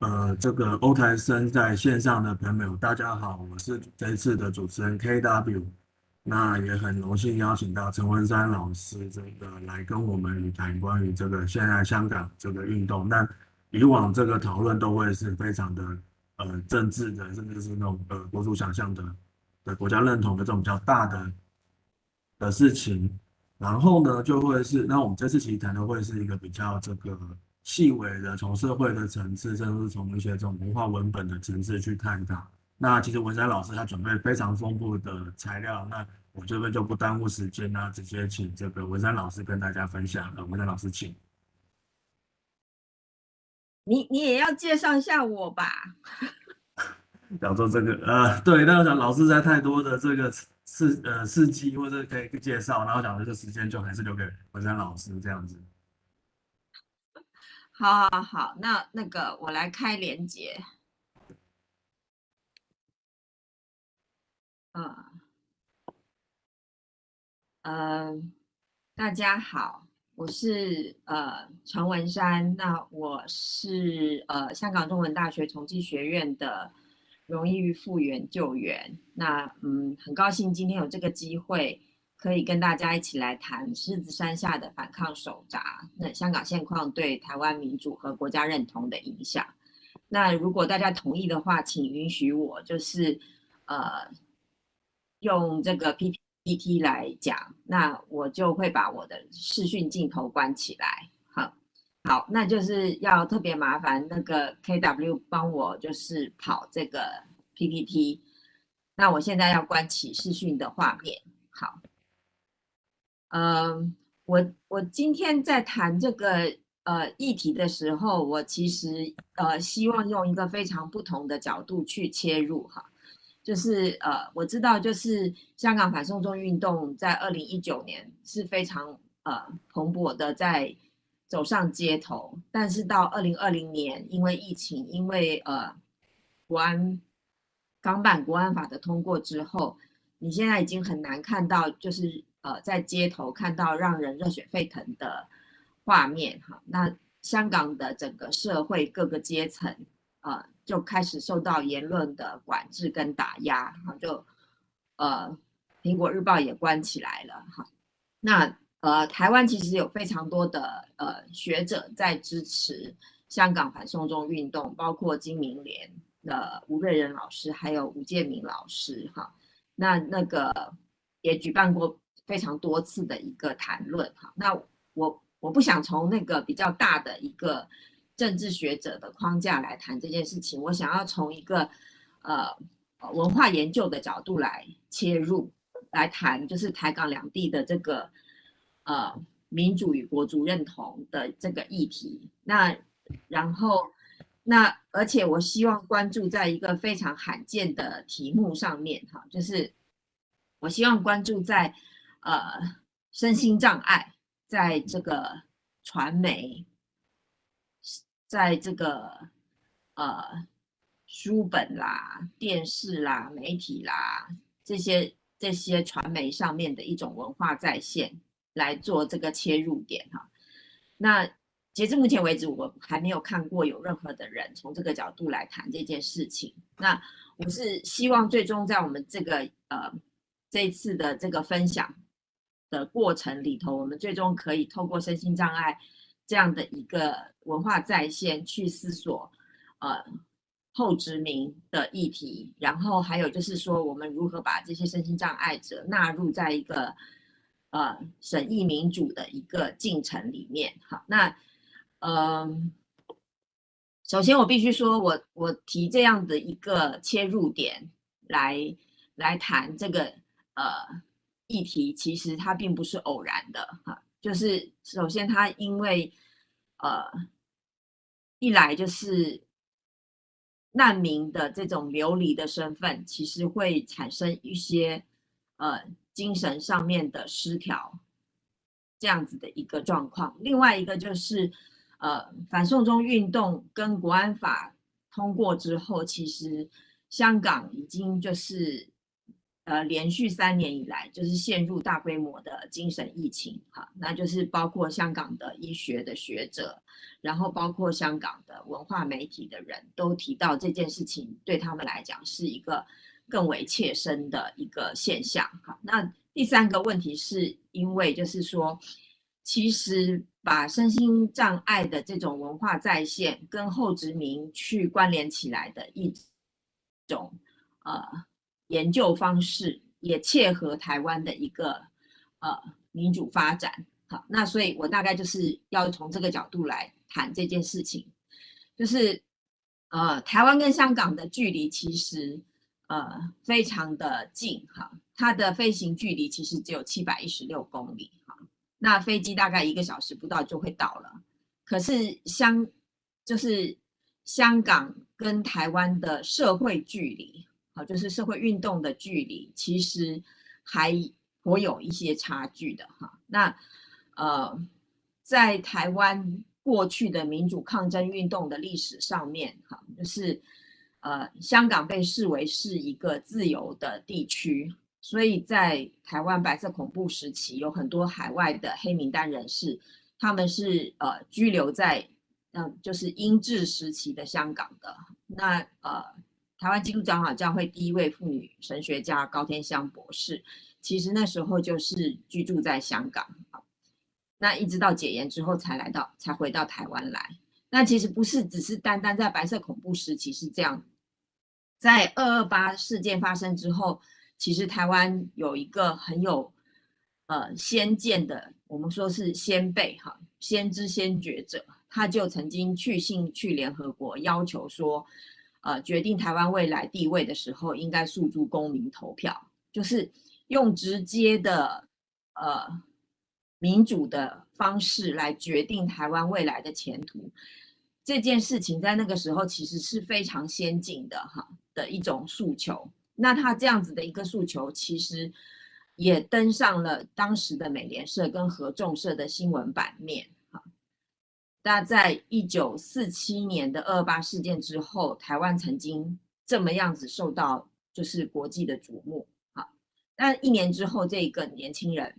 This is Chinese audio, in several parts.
这个欧台生在线上的朋友，大家好，我是这一次的主持人 KW。那也很荣幸邀请到陈文山老师这个来跟我们谈关于这个现在香港这个运动。那以往这个讨论都会是非常的政治的，甚至是那种国族想象的国家认同的这种比较大的事情。然后呢，就会是那我们这次其实谈的会是一个比较这个细微的，从社会的层次，甚至是从一些这种文化文本的层次去探讨。那其实文山老师他准备非常丰富的材料，那我这边就不耽误时间那直接请这个文山老师跟大家分享。文山老师请。 你也要介绍一下我吧？ 讲做这个对，那我想老师在太多的这个事迹或者可以介绍，然后讲这个时间就还是留给文山老师这样子。 好，好，好，那个我来开连结。嗯呃，大家好，我是陈文山，那我是香港中文大学重庆学院的荣誉副研究员。那很高兴今天有这个机会，可以跟大家一起来谈狮子山下的反抗手札，那香港现况对台湾民主和国家认同的影响。那如果大家同意的话，请允许我呃用这个 PPT 来讲，那我就会把我的视讯镜头关起来。好，那就是要特别麻烦那个 KW 帮我就是跑这个 PPT。那我现在要关起视讯的画面。好，嗯，我今天在谈这个议题的时候，我其实希望用一个非常不同的角度去切入哈。就是我知道就是香港反送中运动在2019年是非常蓬勃的在走上街头，但是到2020年因为疫情，因为国安港版国安法的通过之后，你现在已经很难看到，就是在街头看到让人热血沸腾的画面哈。那香港的整个社会各个阶层就开始受到言论的管制跟打压哈，就苹果日报也关起来了哈。那台湾其实有非常多的学者在支持香港反送中运动，包括金明联的吴瑞仁老师，还有吴建明老师哈。那个也举办过非常多次的一个谈论哈。那我不想从那个比较大的一个政治学者的框架来谈这件事情，我想要从一个呃文化研究的角度来切入，来谈就是台港两地的这个呃民主与国族认同的这个议题。那然后而且我希望关注在一个非常罕见的题目上面哈，就是我希望关注在身心障碍，在这个传媒，在这个呃书本啦、电视啦、媒体啦这些传媒上面的一种文化再现来做这个切入点哈。那截至目前为止，我还没有看过有任何的人从这个角度来谈这件事情。那我是希望最终在我们这一次的这个分享的过程里头，我们最终可以透过身心障碍这样的一个文化再现去思索呃后殖民的议题，然后还有就是说我们如何把这些身心障碍者纳入在一个审议民主的一个进程里面。好，那嗯。首先，我必须说我提这样的一个切入点来谈这个议题，其实它并不是偶然的哈。就是首先，它因为呃一来就是难民的这种流离的身份，其实会产生一些精神上面的失调，这样子的一个状况。另外一个就是反送中运动跟国安法通过之后，其实香港已经就是连续3年以来就是陷入大规模的精神疫情，哈，那就是包括香港的医学的学者，然后包括香港的文化媒体的人都提到这件事情对他们来讲是一个更为切身的一个现象，哈。那第3个问题是因为就是说，其实把身心障碍的这种文化再现跟后殖民去关联起来的一种研究方式，也切合台湾的一个民主发展。好，那所以我大概就是要从这个角度来谈这件事情，就是台湾跟香港的距离其实非常的近哈，它的飞行距离其实只有716公里哈，那飞机大概1个小时不到就会到了。可是就是香港跟台湾的社会距离，就是社会运动的距离，其实还颇有一些差距的哈。那在台湾过去的民主抗争运动的历史上面，哈，就是香港被视为是一个自由的地区，所以在台湾白色恐怖时期，有很多海外的黑名单人士，他们是居留在就是英治时期的香港的。那台湾基督长老教会第1位妇女神学家高天香博士，其实那时候就是居住在香港，那一直到解严之后才回到台湾来。那其实不是只是单单在白色恐怖时期是这样，在228事件发生之后，其实台湾有一个很有先见的，我们说是先辈哈，先知先觉者，他就曾经去信去联合国，要求说，决定台湾未来地位的时候，应该诉诸公民投票，就是用直接的民主的方式来决定台湾未来的前途。这件事情在那个时候其实是非常先进的哈的一种诉求。那他这样子的一个诉求，其实也登上了当时的美联社跟合众社的新闻版面。那在1947年的228事件之后，台湾曾经这么样子受到就是国际的瞩目。但1年之后，这个年轻人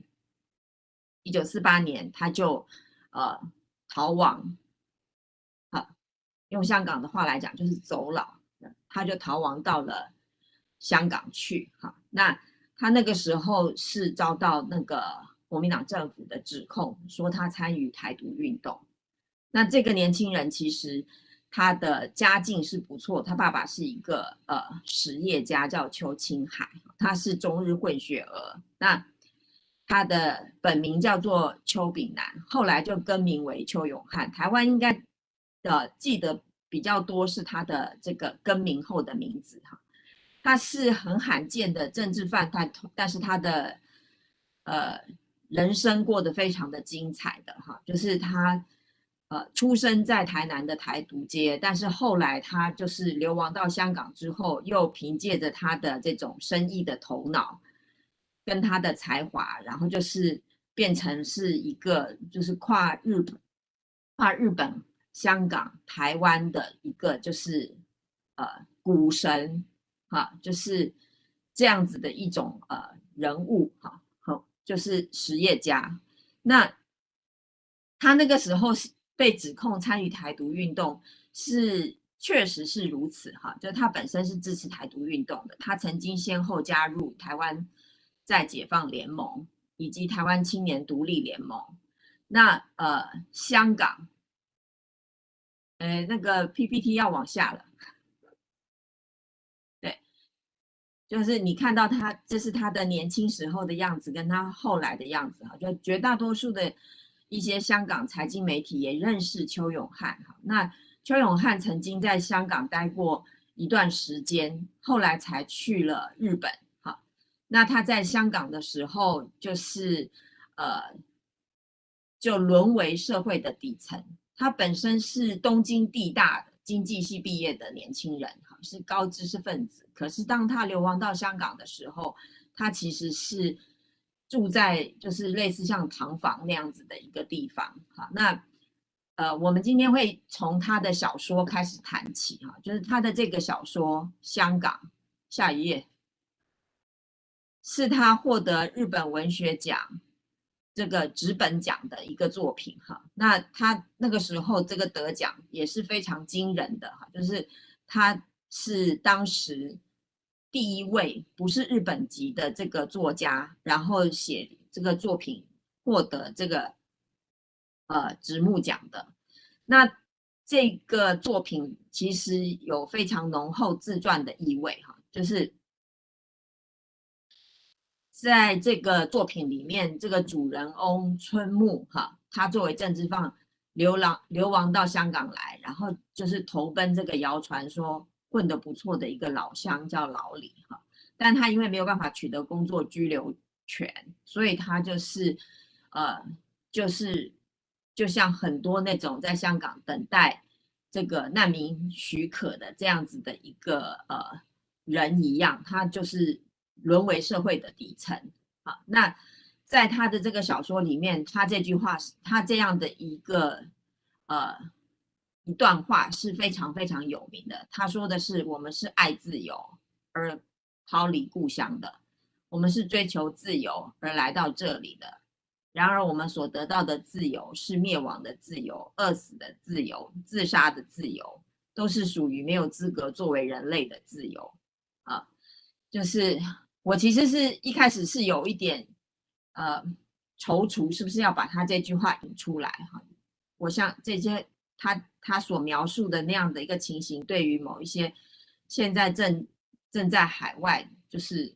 1948年他就逃亡，用香港的话来讲就是走佬，他就逃亡到了香港去。那他那个时候是遭到那个国民党政府的指控，说他参与台独运动。那这个年轻人其实他的家境是不错，他爸爸是一个实业家，叫邱清海，他是中日混血儿。那他的本名叫做邱炳南，后来就更名为邱永汉。台湾应该记得比较多是他的这个更名后的名字哈。他是很罕见的政治犯，但是他的人生过得非常的精彩的哈，就是他出生在台南的台独街，但是后来他就是流亡到香港之后，又凭借着他的这种生意的头脑跟他的才华，然后就是变成是一个就是跨日本、香港、台湾的一个就是股神就是这样子的一种人物就是实业家。那他那个时候被指控参与台独运动，确实是如此就他本身是支持台独运动的，他曾经先后加入台湾再解放联盟以及台湾青年独立联盟。那香港那个 PPT 要往下了，对，就是你看到他，这是他的年轻时候的样子，跟他后来的样子就绝大多数的一些香港财经媒体也认识邱永汉那邱永汉曾经在香港待过一段时间，后来才去了日本那他在香港的时候，就是就沦为社会的底层。他本身是东京地大的经济系毕业的年轻人，是高知识分子。可是当他流亡到香港的时候，他其实是住在就是类似像唐房那样子的一个地方。那我们今天会从他的小说开始谈起就是他的这个小说《香港》，下一页。 是他获得日本文学奖这个纸本奖的一个作品哈。那他那个时候这个得奖也是非常惊人的哈，就是他是当时第一位不是日本籍的这个作家，然后写这个作品获得这个直木奖的。那这个作品其实有非常浓厚自传的意味哈，就是在这个作品里面，这个主人翁春木哈，他作为政治犯流亡到香港来，然后就是投奔这个谣传说混得不错的一个老乡叫老李哈，但他因为没有办法取得工作居留权，所以他就是呃就是就像很多那种在香港等待这个难民许可的这样子的一个人一样，他就是沦为社会的底层。好，那在他的这个小说里面，他这句话是他这样的呃一段话是非常非常有名的。他说的是：我们是爱自由而逃离故乡的，我们是追求自由而来到这里的。然而，我们所得到的自由是灭亡的自由、饿死的自由、自杀的自由，都是属于没有资格作为人类的自由。啊，就是我其实是一开始是有一点呃踌躇，是不是要把他这句话引出来哈？我想这些他所描述的那样的一个情形，对于某一些现在正在海外就是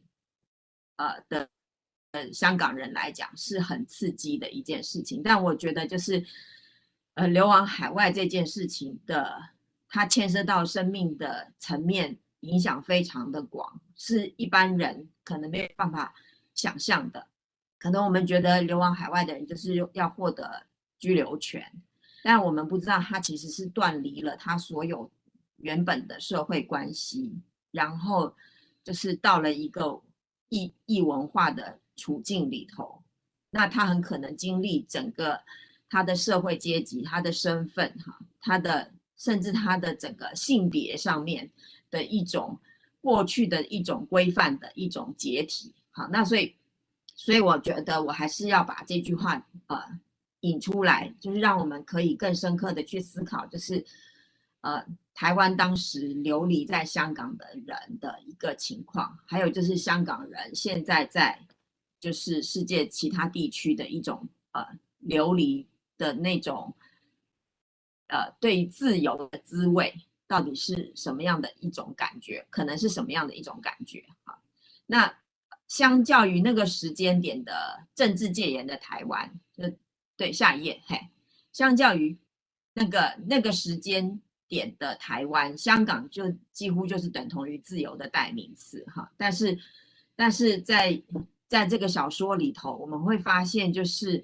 香港人来讲是很刺激的一件事情。但我觉得就是流亡海外这件事情的，它牵涉到生命的层面，影响非常的广，是一般人可能没有办法想象的。可能我们觉得流亡海外的人就是要获得居留权，但我们不知道他其实是断离了他所有原本的社会关系，然后就是到了一个异文化的处境里头，那他很可能经历整个他的社会阶级、他的身份、他的甚至他的整个性别上面的一种过去的一种规范的一种解体。好，那所以我觉得我还是要把这句话引出来，就是让我们可以更深刻的去思考，就是台湾当时流离在香港的人的一个情况，还有就是香港人现在在就是世界其他地区的一种流离的那种对自由的滋味到底是什么样的一种感觉，可能是什么样的一种感觉啊？那相较于那个时间点的政治戒严的台湾，就对下一页，嘿，相较于那个时间点的台湾，香港就几乎就是等同于自由的代名词哈。但是在这个小说里头，我们会发现就是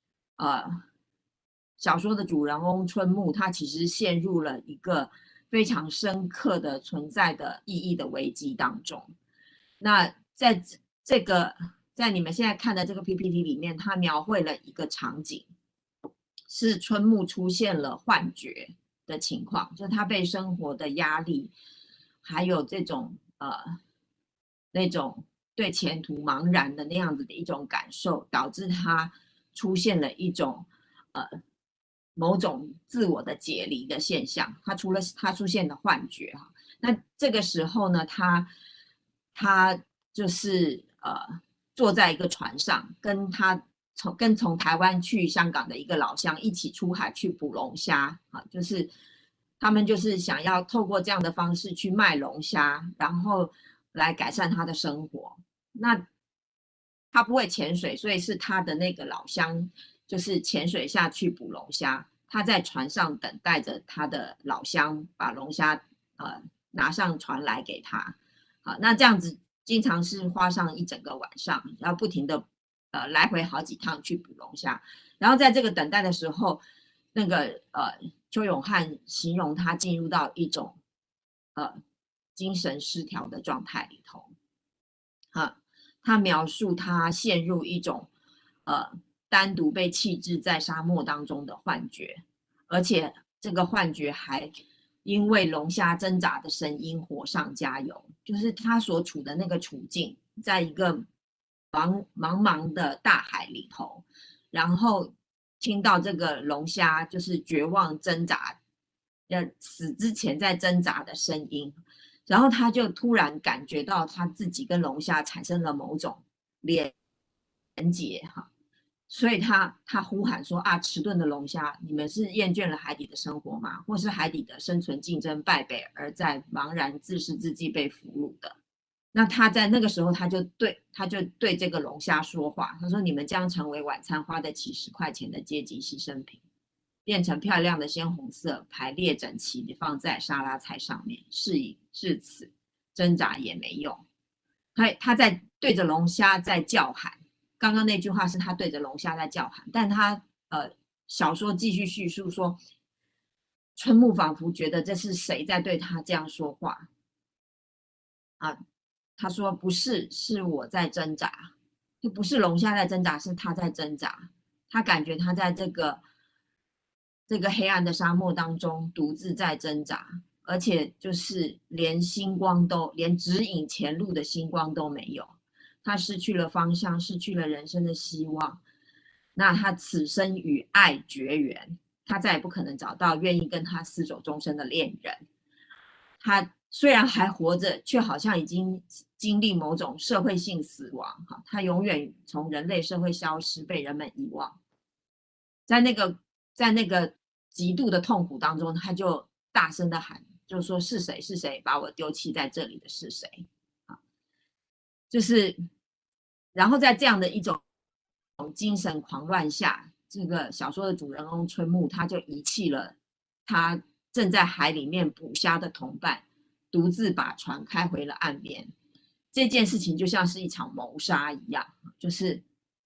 小说的主人翁春木，他其实陷入了一个非常深刻的存在的意义的危机当中。那在你们现在看的这个 PPT 里面，他描绘了一个场景，是春木出现了幻觉的情况，就是他被生活的压力，还有这种那种对前途茫然的那样子的一种感受，导致他出现了一种某种自我的解离的现象。他出现了幻觉哈，那这个时候呢，他就是坐在一个船上，跟从台湾去香港的一个老乡一起出海去捕龙虾啊，就是他们就是想要透过这样的方式去卖龙虾，然后来改善他的生活。那他不会潜水，所以是他的那个老乡就是潜水下去捕龙虾，他在船上等待着他的老乡把龙虾拿上船来给他。好，那这样子经常是花上一整个晚上，然后不停的来回好几趟去捕龙虾，然后在这个等待的时候，那个邱永汉形容他进入到一种精神失调的状态里头。他描述他陷入一种单独被弃置在沙漠当中的幻觉，而且这个幻觉还因为龙虾挣扎的声音火上加油，就是他所处的那个处境，在一个茫茫的大海里头，然后听到这个龙虾就是绝望挣扎，死之前在挣扎的声音，然后他就突然感觉到他自己跟龙虾产生了某种连结哈，所以他呼喊说啊，迟钝的龙虾，你们是厌倦了海底的生活吗？或是海底的生存竞争败北，而在茫然自食之际被俘虏的？那他在那个时候，他就对这个龙虾说话，他说：“你们将成为晚餐花得起10块钱的阶级牺牲品，变成漂亮的鲜红色，排列整齐地放在沙拉菜上面。事已至此，挣扎也没用。”他在对着龙虾在叫喊。刚刚那句话是他对着龙虾在叫喊，但他小说继续叙述说，春木仿佛觉得这是谁在对他这样说话啊？他说不是，是我在挣扎，就不是龙虾在挣扎，是他在挣扎。他感觉他在这个黑暗的沙漠当中独自在挣扎，而且就是连星光都，连指引前路的星光都没有。他失去了方向，失去了人生的希望。那他此生与爱绝缘，他再也不可能找到愿意跟他厮守终身的恋人。他虽然还活着，却好像已经经历某种社会性死亡。他永远从人类社会消失，被人们遗忘。在那个极度的痛苦当中，他就大声的喊，就是说是谁是谁把我丢弃在这里的是谁？就是，然后在这样的一种精神狂乱下，这个小说的主人公春木他就遗弃了他正在海里面捕虾的同伴，独自把船开回了岸边。这件事情就像是一场谋杀一样，就是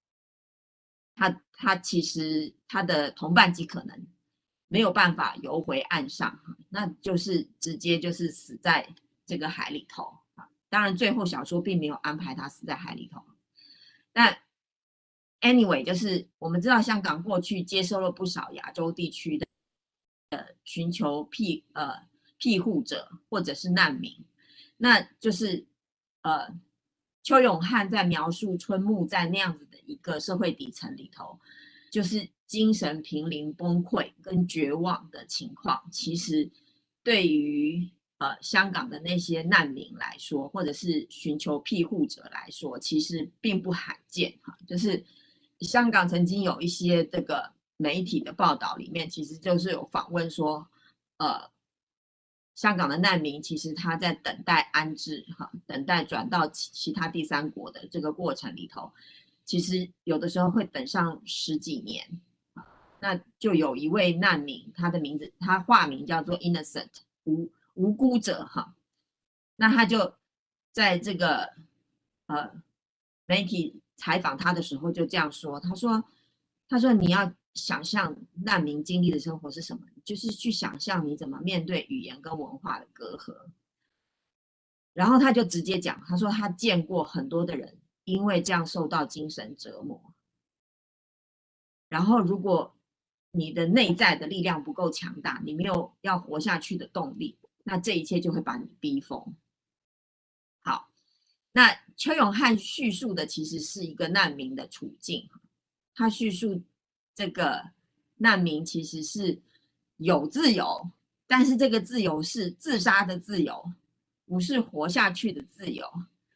他其实他的同伴极可能没有办法游回岸上，那就是直接就是死在这个海里头。当然，最后小说并没有安排他死在海里头。但 anyway， 就是我们知道香港过去接收了不少亚洲地区的寻求庇护者或者是难民，那就是邱永汉在描述春木在那样子的一个社会底层里头，就是精神濒临崩溃跟绝望的情况，其实对于香港的那些难民来说，或者是寻求庇护者来说，其实并不罕见哈。就是香港曾经有一些这个媒体的报道里面，其实就是有访问说，香港的难民其实他在等待安置哈，等待转到其他第三国的这个过程里头，其实有的时候会等上10几年。那就有一位难民，他的名字，他化名叫做 Innocent， 无辜者哈。那他就在这个媒体采访他的时候就这样说，他说你要想象难民经历的生活是什么，就是去想象你怎么面对语言跟文化的隔阂。然后他就直接讲，他说他见过很多的人因为这样受到精神折磨。然后如果你的内在的力量不够强大，你没有要活下去的动力，那这一切就会把你逼疯。好，那邱永汉叙述的其实是一个难民的处境，他叙述这个难民其实是有自由，但是这个自由是自杀的自由，不是活下去的自由。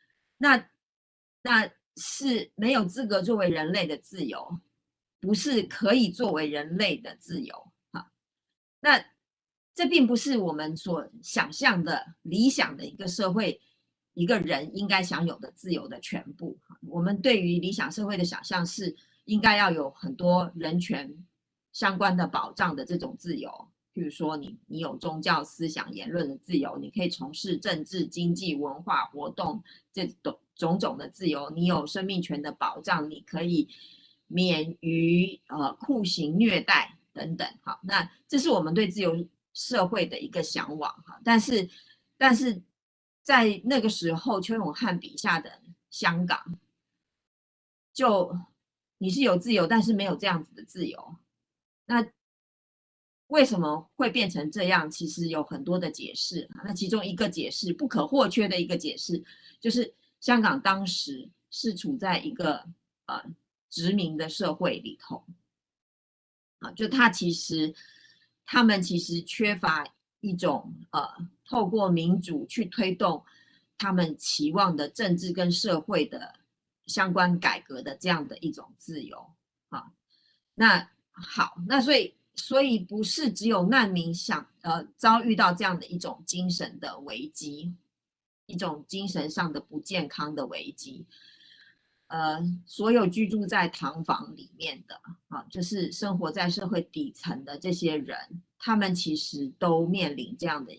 那是没有资格作为人类的自由，不是可以作为人类的自由。那这并不是我们所想象的理想的一个社会，一个人应该享有的自由的全部。我们对于理想社会的想象是应该要有很多人权相关的保障的这种自由，譬如说你有宗教思想言论的自由，你可以从事政治经济文化活动这种种的自由，你有生命权的保障，你可以免于酷刑虐待等等。好，那这是我们对自由社会的一个向往哈。但是在那个时候，邱永汉笔下的香港，就你是有自由，但是没有这样子的自由。那为什么会变成这样？其实有很多的解释。那其中一个解释，不可或缺的一个解释，就是香港当时是处在一个殖民的社会里头就他们其实缺乏一种透过民主去推动他们期望的政治跟社会的相关改革的这样的一种自由那好，那所以不是只有难民遭遇到这样的一种精神的危机，一种精神上的不健康的危机。所有居住在堂房里面的就是生活在社会底层的这些人，他们其实都面临这样的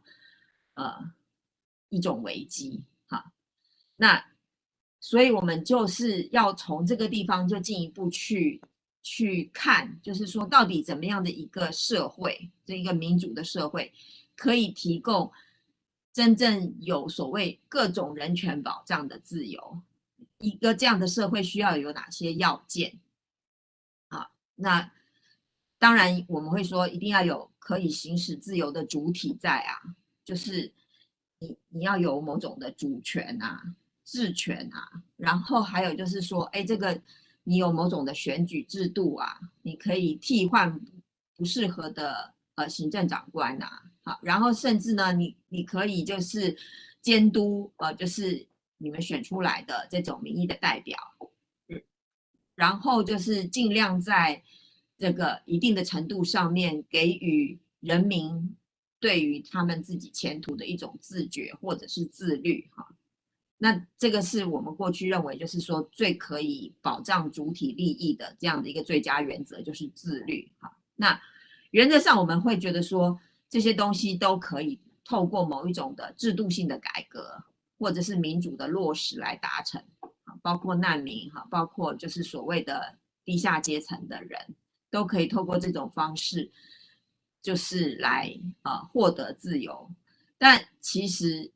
一种危机那所以我们就是要从这个地方就进一步去看，就是说到底怎么样的一个社会，这一个民主的社会，可以提供真正有所谓各种人权保障的自由。一个这样的社会需要有哪些要件那当然我们会说一定要有可以行使自由的主体在就是你要有某种的主权治权然后还有就是说这个你有某种的选举制度你可以替换不适合的行政长官好，然后甚至呢你可以就是监督就是你们选出来的这种民意的代表然后就是尽量在这个一定的程度上面给予人民对于他们自己前途的一种自觉或者是自律那这个是我们过去认为就是说最可以保障主体利益的这样的一个最佳原则，就是自律那原则上我们会觉得说这些东西都可以透过某一种的制度性的改革或者是民主的落实来达成包括难民包括就是所谓的低下阶层的人都可以透过这种方式就是来获得自由。但其实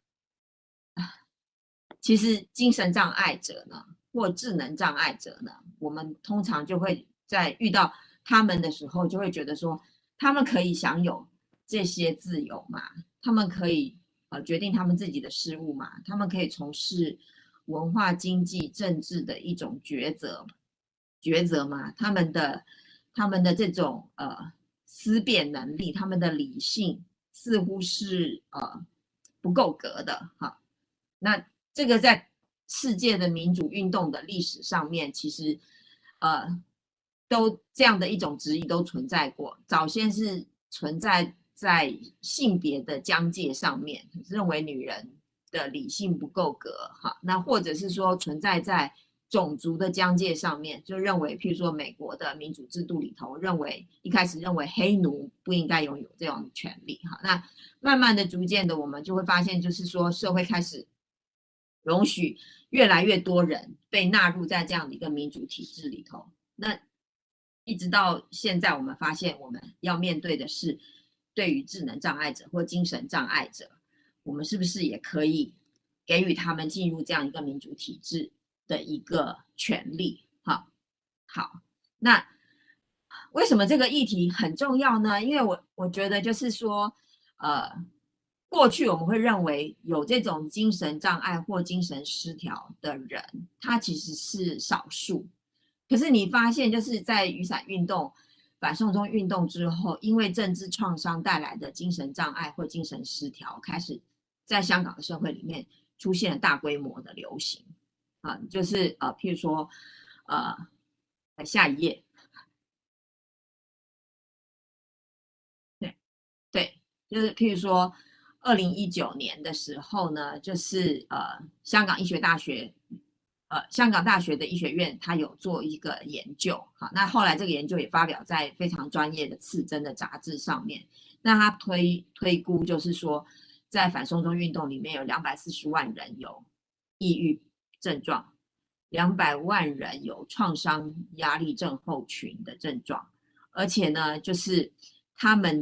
精神障碍者呢或智能障碍者呢，我们通常就会在遇到他们的时候就会觉得说他们可以享有这些自由嘛，他们可以决定他们自己的事务嘛，他们可以从事文化经济政治的一种抉择嘛，他们的这种思辨能力，他们的理性似乎是不够格的那这个在世界的民主运动的历史上面，其实都这样的一种质疑都存在过。早先是存在性别的疆界上面，认为女人的理性不够格那或者是说存在种族的疆界上面，就认为譬如说美国的民主制度里头一开始认为黑奴不应该拥有这种权利那慢慢的逐渐的我们就会发现，就是说社会开始容许越来越多人被纳入在这样的一个民主体制里头。那一直到现在我们发现我们要面对的是对于智能障碍者或精神障碍者，我们是不是也可以给予他们进入这样一个民主体制的一个权利好，那为什么这个议题很重要呢？因为我觉得就是说过去我们会认为有这种精神障碍或精神失调的人，他其实是少数。可是你发现，就是在雨伞运动、反送中运动之后，因为政治创伤带来的精神障碍或精神失调，开始在香港的社会里面出现了大规模的流行就是譬如说下一页，对，就是譬如说2019年的时候呢，就是香港医学大学。香港大学的医学院，它有做一个研究，那后来这个研究也发表在非常专业的次真的杂志上面。那他推估就是说，在反送中运动里面有240万人有抑郁症状，200万人有创伤压力症候群的症状，而且呢，就是他们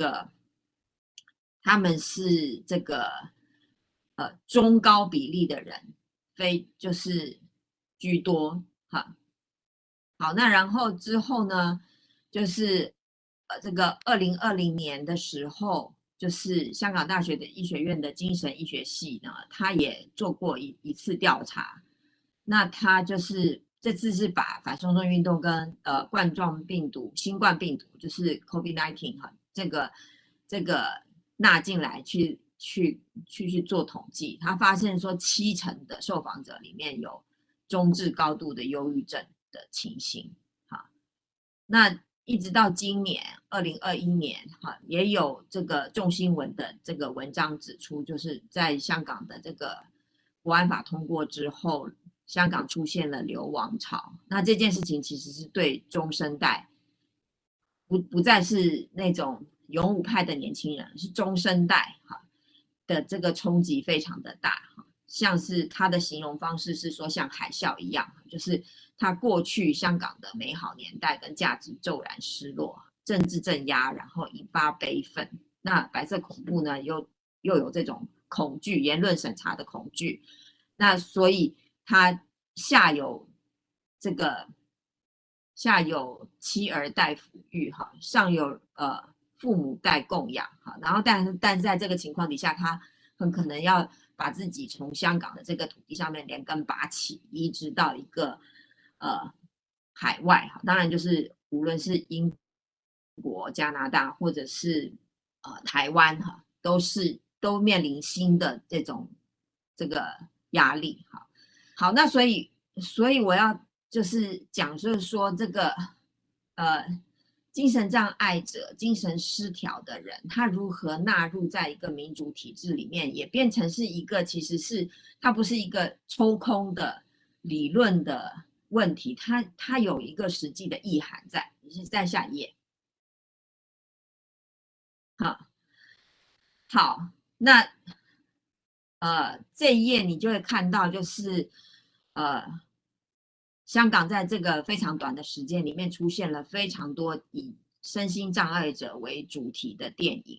是这个中高比例的人。就是居多好，那然后之后呢，就是这个2020年的时候，就是香港大学的医学院的精神医学系呢，他也做过一次调查， 那他就是这次是把反送中运动跟冠状病毒、新冠病毒，就是 COVID-19 哈，这个纳进来去做统计，他发现说70%的受访者里面有中至高度的忧郁症的情形。哈，那一直到今年2021年，哈，也有这个众新闻的这个文章指出，就是在香港的这个国安法通过之后，香港出现了流亡潮。那这件事情其实是对中生代不再是那种勇武派的年轻人，是中生代哈的这个冲击非常的大。像是他的形容方式是说像海啸一样，就是他过去香港的美好年代跟价值骤然失落，政治镇压，然后引发悲愤。那白色恐怖呢，又有这种恐惧，言论审查的恐惧。那所以他下有妻儿待抚育哈，上有父母待供养哈，然后但是在这个情况底下，他很可能要把自己从香港的这个土地上面连根拔起，移植到一个海外哈，当然就是无论是英国、加拿大或者是台湾哈，都面临新的这个压力哈。好，那所以我要就是讲，就是说这个精神障碍者、精神失调的人，他如何纳入在一个民主体制里面，也变成是一个其实是它不是一个抽空的理论的问题，它有一个实际的意涵在。你是在下一页。好，那这一页你就会看到，就是香港在这个非常短的时间里面出现了非常多以身心障碍者为主题的电影。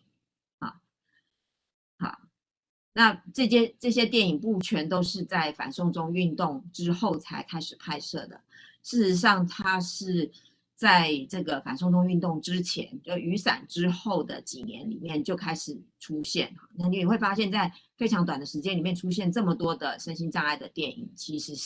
好，那这些电影不全都是在反送中运动之后才开始拍摄的，事实上它是在这个反送中运动之前，就雨伞之后的几年里面就开始出现。那你会发现在非常短的时间里面出现这么多的身心障碍的电影，其实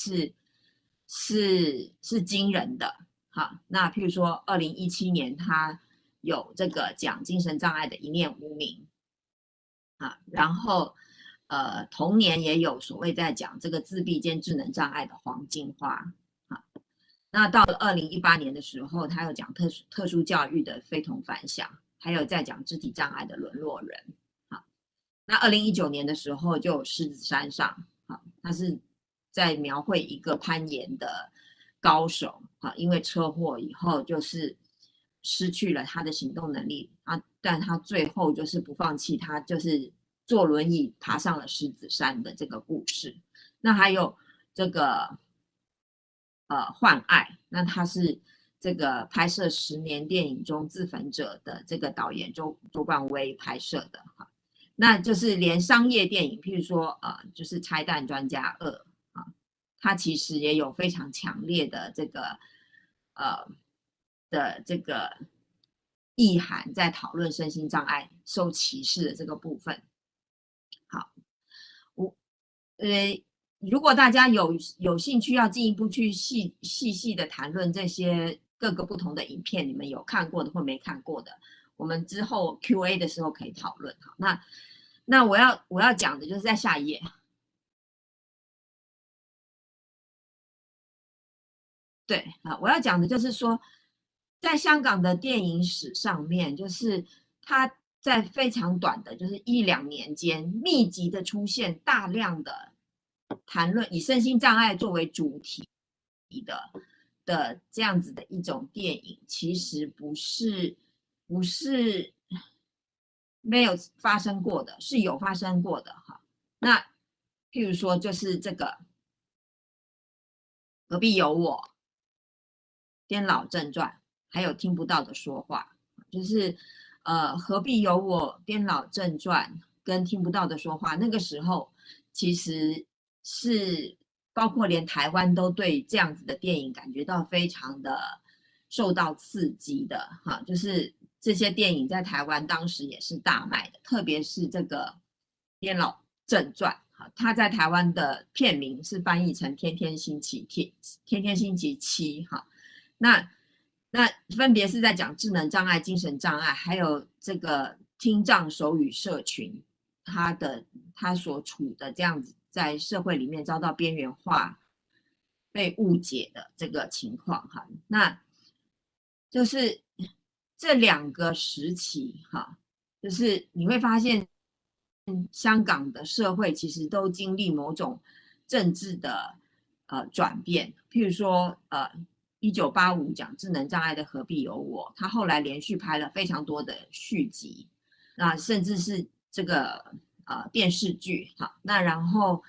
是惊人的。好，那譬如说2017年他有这个讲精神障碍的一念无明啊，然后同年也有所谓在讲这个自闭兼智能障碍的黄金花啊。那到了2018年的时候，他又讲特殊教育的非同凡响，还有在讲肢体障碍的沦落人。好，那2019年的时候就有狮子山上，好，他是在描绘一个攀岩的高手，好，因为车祸以后就是失去了他的行动能力啊，但他最后就是不放弃，他就是坐轮椅爬上了狮子山的这个故事。那还有这个幻爱，那他是这个拍摄10年电影中自焚者的这个导演周冠威拍摄的哈。那就是连商业电影，譬如说就是拆弹专家2啊，它其实也有非常强烈的这个意涵，在讨论身心障碍受歧视的这个部分。好，如果大家有兴趣要进一步去细的谈论这些各个不同的影片，你们有看过的或没看过的，我们之后 Q&A 的时候可以讨论。好，那我要讲的就是在下一页。对啊，我要讲的就是说，在香港的电影史上面，就是它在非常短的，就是1-2年间，密集的出现大量的谈论以身心障碍作为主题的这样子的一种电影，其实不是没有发生过的，是有发生过的哈。那譬如说，就是这个隔壁有我、颠老正传，还有听不到的说话，就是何必有我、颠老正传跟听不到的说话，那个时候其实是包括连台湾都对这样子的电影感觉到非常的受到刺激的哈，就是这些电影在台湾当时也是大卖的，特别是这个颠老正传它在台湾的片名是翻译成天天星期7哈。那分别是在讲智能障碍、精神障碍，还有这个听障手语社群，他所处的这样子在社会里面遭到边缘化、被误解的这个情况哈。那就是这2个时期哈，就是你会发现，香港的社会其实都经历某种政治的转变，譬如说1985讲智能障碍的何必有我，他后来连续拍了非常多的续集，那甚至是这个电视剧哈。那然后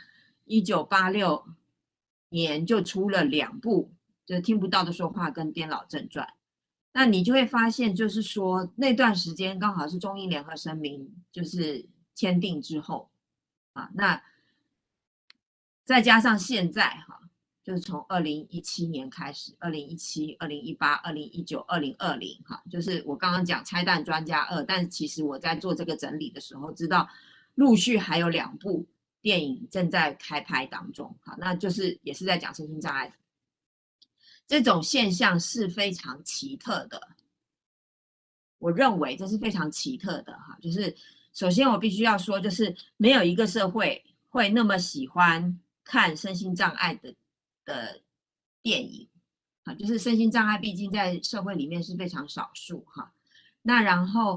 1986年就出了2部，就是听不到的说话跟颠倒正传。那你就会发现，就是说那段时间刚好是中英联合声明就是签订之后啊，那再加上现在哈，就是从2017年开始，2017、2018、2019、2020哈，就是我刚刚讲拆弹专家2，但其实我在做这个整理的时候，知道陆续还有2部电影正在开拍当中，好，那就是也是在讲身心障碍的。这种现象是非常奇特的，我认为这是非常奇特的哈。就是首先我必须要说，就是没有一个社会会那么喜欢看身心障碍的电影啊，就是身心障碍毕竟在社会里面是非常少数哈。那然后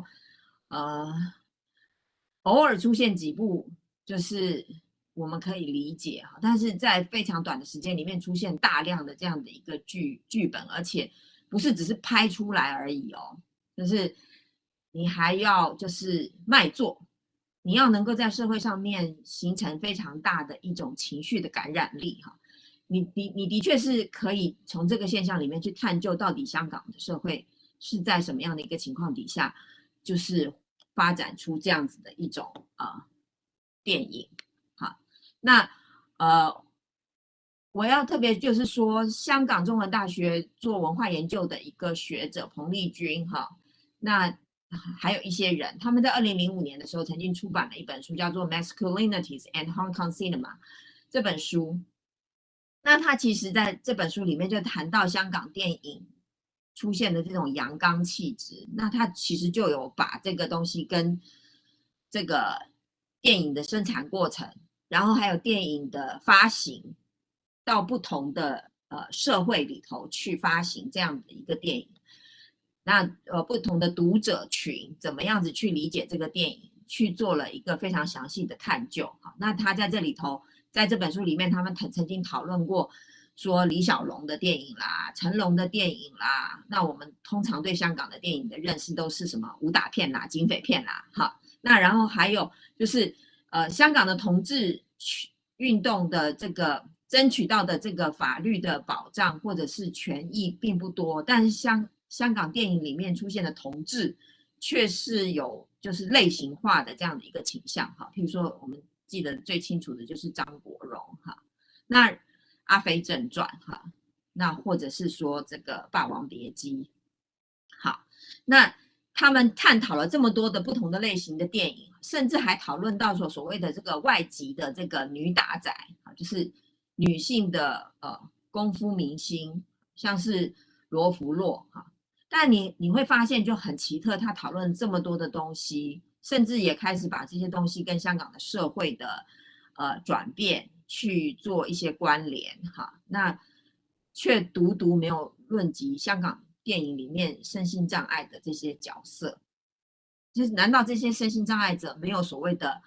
偶尔出现几部就是我们可以理解哈，但是在非常短的时间里面出现大量的这样的一个剧本，而且不是只是拍出来而已哦，就是你还要就是卖座，你要能够在社会上面形成非常大的一种情绪的感染力哈。你的确是可以从这个现象里面去探究到底香港的社会是在什么样的一个情况底下，就是发展出这样子的一种电影。好，那我要特别就是说，香港中文大学做文化研究的一个学者彭丽君哈，那还有一些人，他们在2005年的时候曾经出版了一本书，叫做《Masculinities and Hong Kong Cinema》这本书。那他其实在这本书里面就谈到香港电影出现的这种阳刚气质，那他其实就有把这个东西跟这个电影的生产过程，然后还有电影的发行到不同的社会里头去发行这样的一个电影，那不同的读者群怎么样子去理解这个电影，去做了一个非常详细的探究。好，那他在这里头，在这本书里面，他们曾经讨论过说李小龙的电影啦、成龙的电影啦。那我们通常对香港的电影的认识都是什么武打片啦、警匪片啦，好，那然后还有就是香港的同志运动的这个争取到的这个法律的保障或者是权益并不多，但是香港电影里面出现的同志却是有就是类型化的这样的一个倾向哈。譬如说我们记得最清楚的就是张国荣哈，那《阿飞正传》哈，那或者是说这个《霸王别姬》。好，那他们探讨了这么多的不同的类型的电影，甚至还讨论到所谓的这个外籍的这个女打仔啊，就是女性的功夫明星，像是罗芙洛哈。但你会发现就很奇特，他讨论这么多的东西，甚至也开始把这些东西跟香港的社会的转变去做一些关联哈，那却独没有论及香港电影里面身心障碍的这些角色。就是难道这些身心障碍者没有所谓的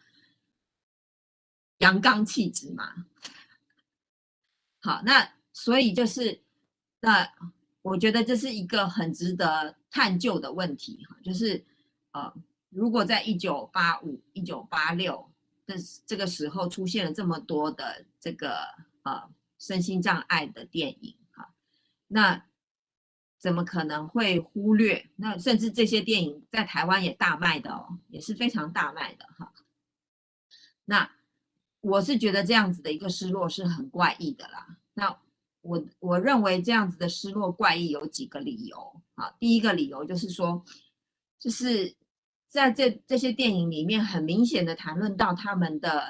阳刚气质吗？好，那所以就是那我觉得这是一个很值得探究的问题哈，就是如果在1985、1986的这个时候出现了这么多的这个身心障碍的电影哈，那怎么可能会忽略？那甚至这些电影在台湾也大卖的哦，也是非常大卖的哈。那我是觉得这样子的一个失落是很怪异的啦。那我认为这样子的失落怪异有几个理由啊。第一个理由就是说，就是在这些电影里面很明显的谈论到他们的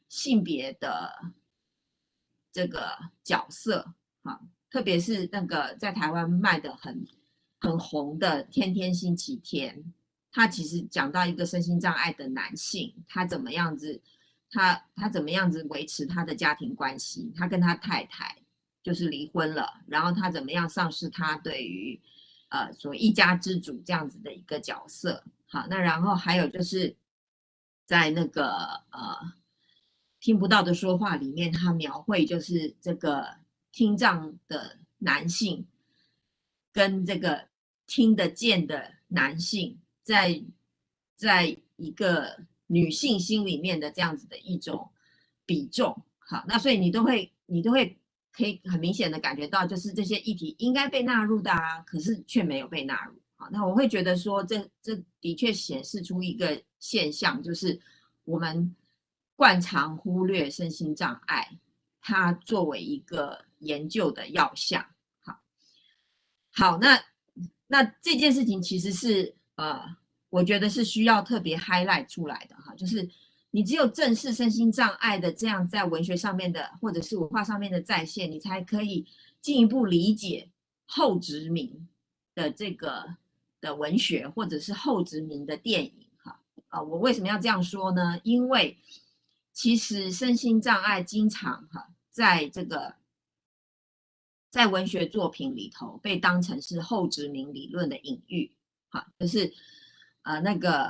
性别的这个角色啊，特别是那个在台湾卖的很红的《天天星期天》，他其实讲到一个身心障碍的男性，他怎么样子，他怎么样子维持他的家庭关系，他跟他太太就是离婚了，然后他怎么样丧失他对于所谓一家之主这样子的一个角色。好，那然后还有就是在那个听不到的说话里面，他描绘就是这个听障的男性跟这个听得见的男性在一个女性心里面的这样子的一种比重。好，那所以你都会可以很明显的感觉到，就是这些议题应该被纳入的啊，可是却没有被纳入。好，那我会觉得说这的确显示出一个现象，就是我们惯常忽略身心障碍，它作为一个研究的要项。好，那这件事情其实是我觉得是需要特别 highlight 出来的哈，就是你只有正视身心障碍的这样在文学上面的或者是文化上面的再现，你才可以进一步理解后殖民的这个的文学或者是后殖民的电影哈。我为什么要这样说呢？因为其实身心障碍经常在这个在文学作品里头被当成是后殖民理论的隐喻，就是那个，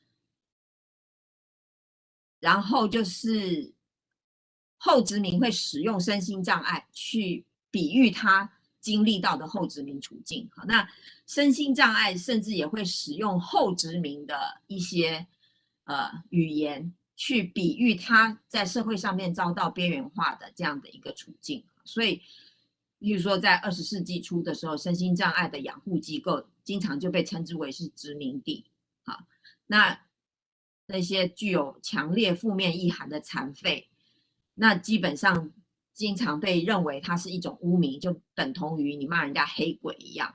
然后就是后殖民会使用身心障碍去比喻他经历到的后殖民处境，那身心障碍甚至也会使用后殖民的一些语言去比喻他在社会上面遭到边缘化的这样的一个处境，所以。比如说，在20世纪初的时候，身心障碍的养护机构经常就被称之为是殖民地。好，那些具有强烈负面意涵的残废，那基本上经常被认为它是一种污名，就等同于你骂人家黑鬼一样。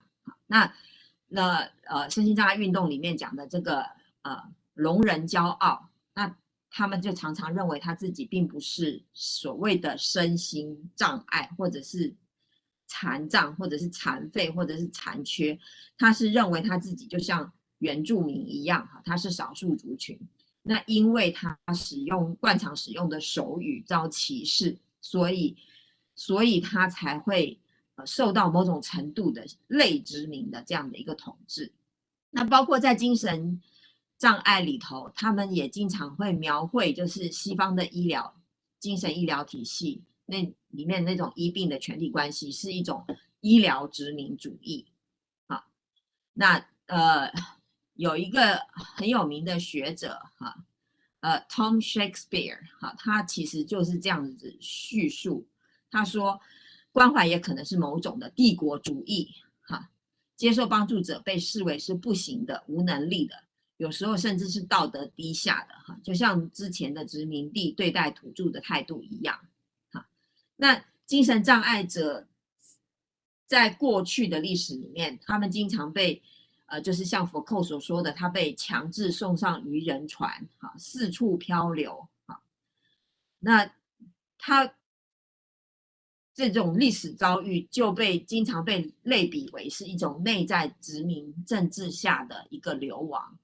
身心障碍运动里面讲的这个聋人骄傲，那他们就常常认为他自己并不是所谓的身心障碍，或者是残障，或者是残废，或者是残缺，他是认为他自己就像原住民一样，他是少数族群。那因为他惯常使用的手语遭歧视，所以他才会受到某种程度的类殖民的这样的一个统治。那包括在精神障碍里头，他们也经常会描绘，就是西方的精神医疗体系那里面那种医病的权力关系是一种医疗殖民主义。好，那有一个很有名的学者Tom Shakespeare 他其实就是这样子叙述，他说关怀也可能是某种的帝国主义接受帮助者被视为是不行的、无能力的，有时候甚至是道德低下的就像之前的殖民地对待土著的态度一样那精神障碍者在过去的历史里面，他们经常被就是像佛寇所说的，他被强制送上渔人船四处漂流那他这种历史遭遇就经常被类比为是一种内在殖民政治下的一个流亡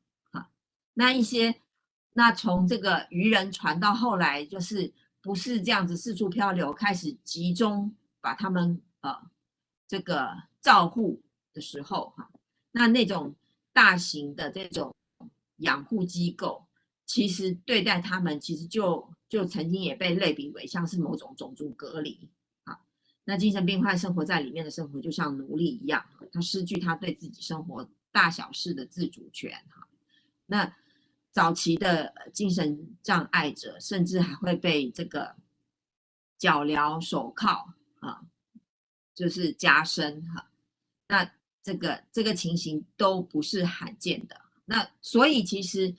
那从这个渔人船到后来就是不是这样子四处漂流，开始集中把他们这个照护的时候那种大型的这种养护机构，其实对待他们其实就曾经也被类比为像是某种种族隔离那精神病患生活在里面的生活就像奴隶一样，他失去他对自己生活大小事的自主权那早期的精神障碍者甚至还会被这个脚镣手铐就是加深那这个情形都不是罕见的。那所以其实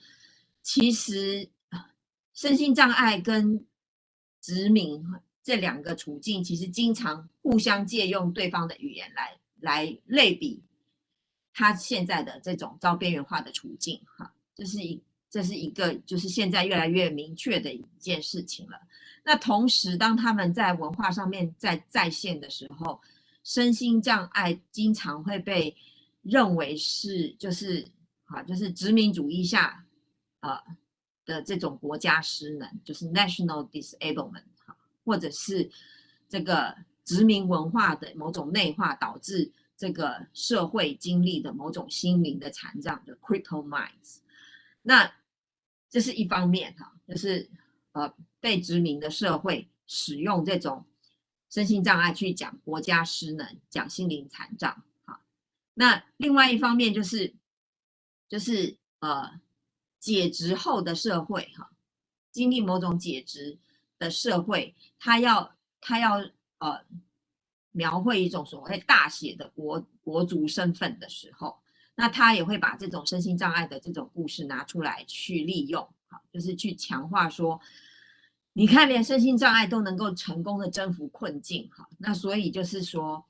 身心障碍跟殖民这两个处境，其实经常互相借用对方的语言来类比他现在的这种遭边缘化的处境这是一个就是现在越来越明确的一件事情了。那同时，当他们在文化上面在线的时候，身心障碍经常会被认为是就是殖民主义下的这种国家失能，就是 national disablement， 或者是这个殖民文化的某种内化导致这个社会经历的某种心灵的残障的 critical minds。那这是一方面就是被殖民的社会使用这种身心障碍去讲国家失能，讲心灵残障。那另外一方面就是解职后的社会经历某种解职的社会，他要描绘一种所谓大写的国族身份的时候，那他也会把这种身心障碍的这种故事拿出来去利用，就是去强化说，你看连身心障碍都能够成功的征服困境，那所以就是说，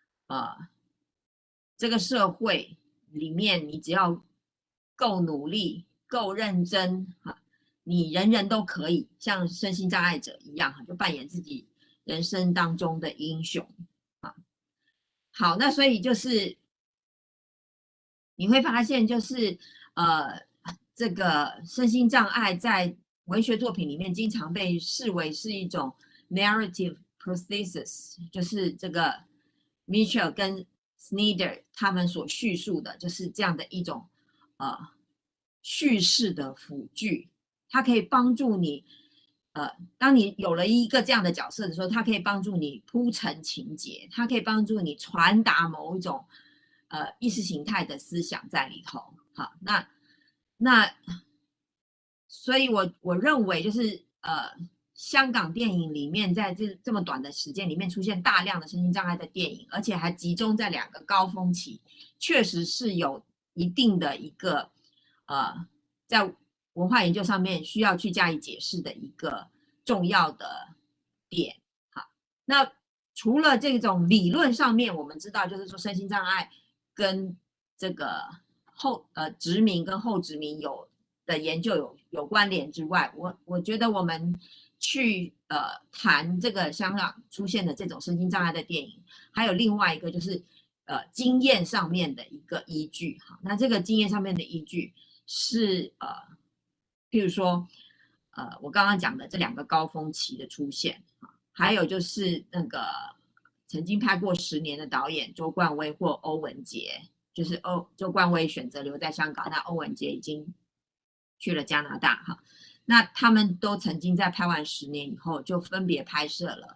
这个社会里面你只要够努力、够认真，你人人都可以像身心障碍者一样，就扮演自己人生当中的英雄。好，那所以就是你会发现，就是这个身心障碍在文学作品里面经常被视为是一种 narrative prosthesis， 就是这个 Mitchell 跟 Snyder 他们所叙述的，就是这样的一种叙事的辅具，它可以帮助你。当你有了一个这样的角色的时候，它可以帮助你铺陈情节，它可以帮助你传达某一种意识形态的思想在里头。好，那所以我认为就是香港电影里面在这么短的时间里面出现大量的身心障碍的电影，而且还集中在2个高峰期，确实是有一定的一个在文化研究上面需要去加以解释的一个重要的点。好，那除了这种理论上面我们知道就是说身心障碍跟这个殖民跟后殖民的研究有关联之外，我觉得我们去谈这个香港出现的这种身心障碍的电影，还有另外一个就是经验上面的一个依据。好，那这个经验上面的依据是譬如说我刚刚讲的这2个高峰期的出现，还有就是那个曾经拍过10年的导演周冠威或欧文杰，就是周冠威选择留在香港，那欧文杰已经去了加拿大。那他们都曾经在拍完10年以后，就分别拍摄了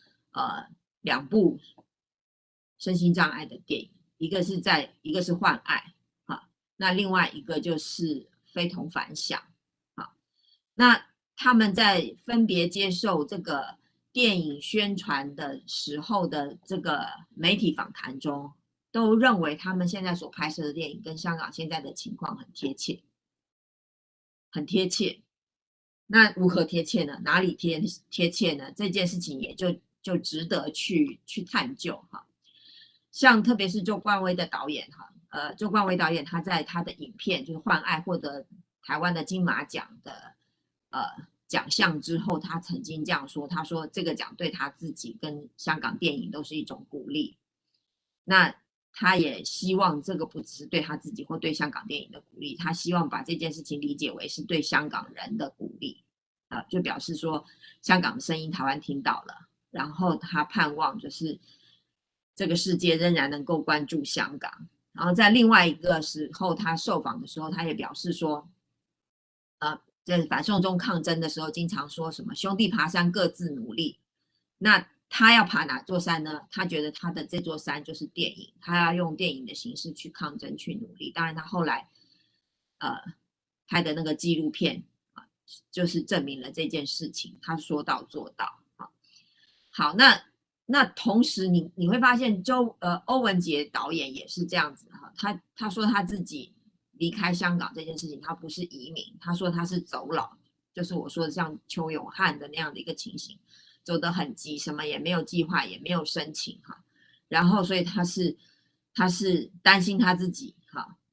2部身心障碍的电影，一个是幻爱，那另外一个就是非同凡响。那他们在分别接受这个电影宣传的时候的这个媒体访谈中，都认为他们现在所拍摄的电影跟香港现在的情况很贴切，很贴切。那如何贴切呢？哪里贴切呢？这件事情也就值得去探究哈。像特别是周冠威的导演周冠威导演他在他的影片就是《幻爱》获得台湾的金马奖的奖项之后，他曾经这样说，他说这个奖对他自己跟香港电影都是一种鼓励。那他也希望这个不只是对他自己或对香港电影的鼓励，他希望把这件事情理解为是对香港人的鼓励。就表示说香港的声音台湾听到了，然后他盼望就是这个世界仍然能够关注香港。然后在另外一个时候他受访的时候，他也表示说在反送中抗争的时候经常说什么兄弟爬山各自努力，那他要爬哪座山呢？他觉得他的这座山就是电影，他要用电影的形式去抗争去努力。当然他后来拍的那个纪录片就是证明了这件事情，他说到做到。好，那同时你会发现欧文杰导演也是这样子他说他自己离开香港这件事情，他不是移民，他说他是走佬，就是我说的像邱永汉的那样的一个情形，走得很急，什么也没有计划，也没有申请然后所以他是担心他自己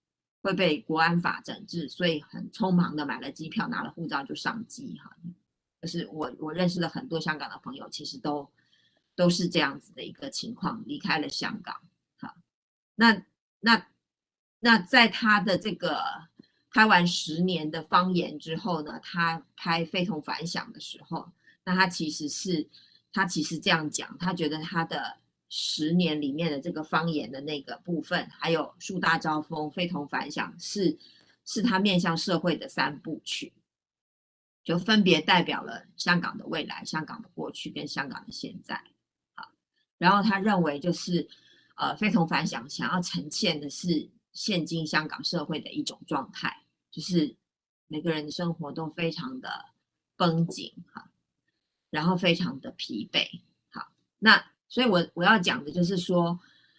会被国安法整治，所以很匆忙的买了机票，拿了护照就上机哈。就是我认识了很多香港的朋友，其实都是这样子的一个情况，离开了香港。好，那那那在他的这个拍完10年的方言之后呢，他拍非同凡响的时候，那他其实这样讲，他觉得他的10年里面的这个方言的那个部分，还有树大招风、非同凡响，是他面向社会的3部曲。就分别代表了香港的未来、香港的过去跟香港的现在。好，然后他认为就是非同凡响，想要呈现的是现今香港社会的一种状态，就是每个人的生活都非常的绷紧哈，然后非常的疲惫。好，那所以我要讲的就是说，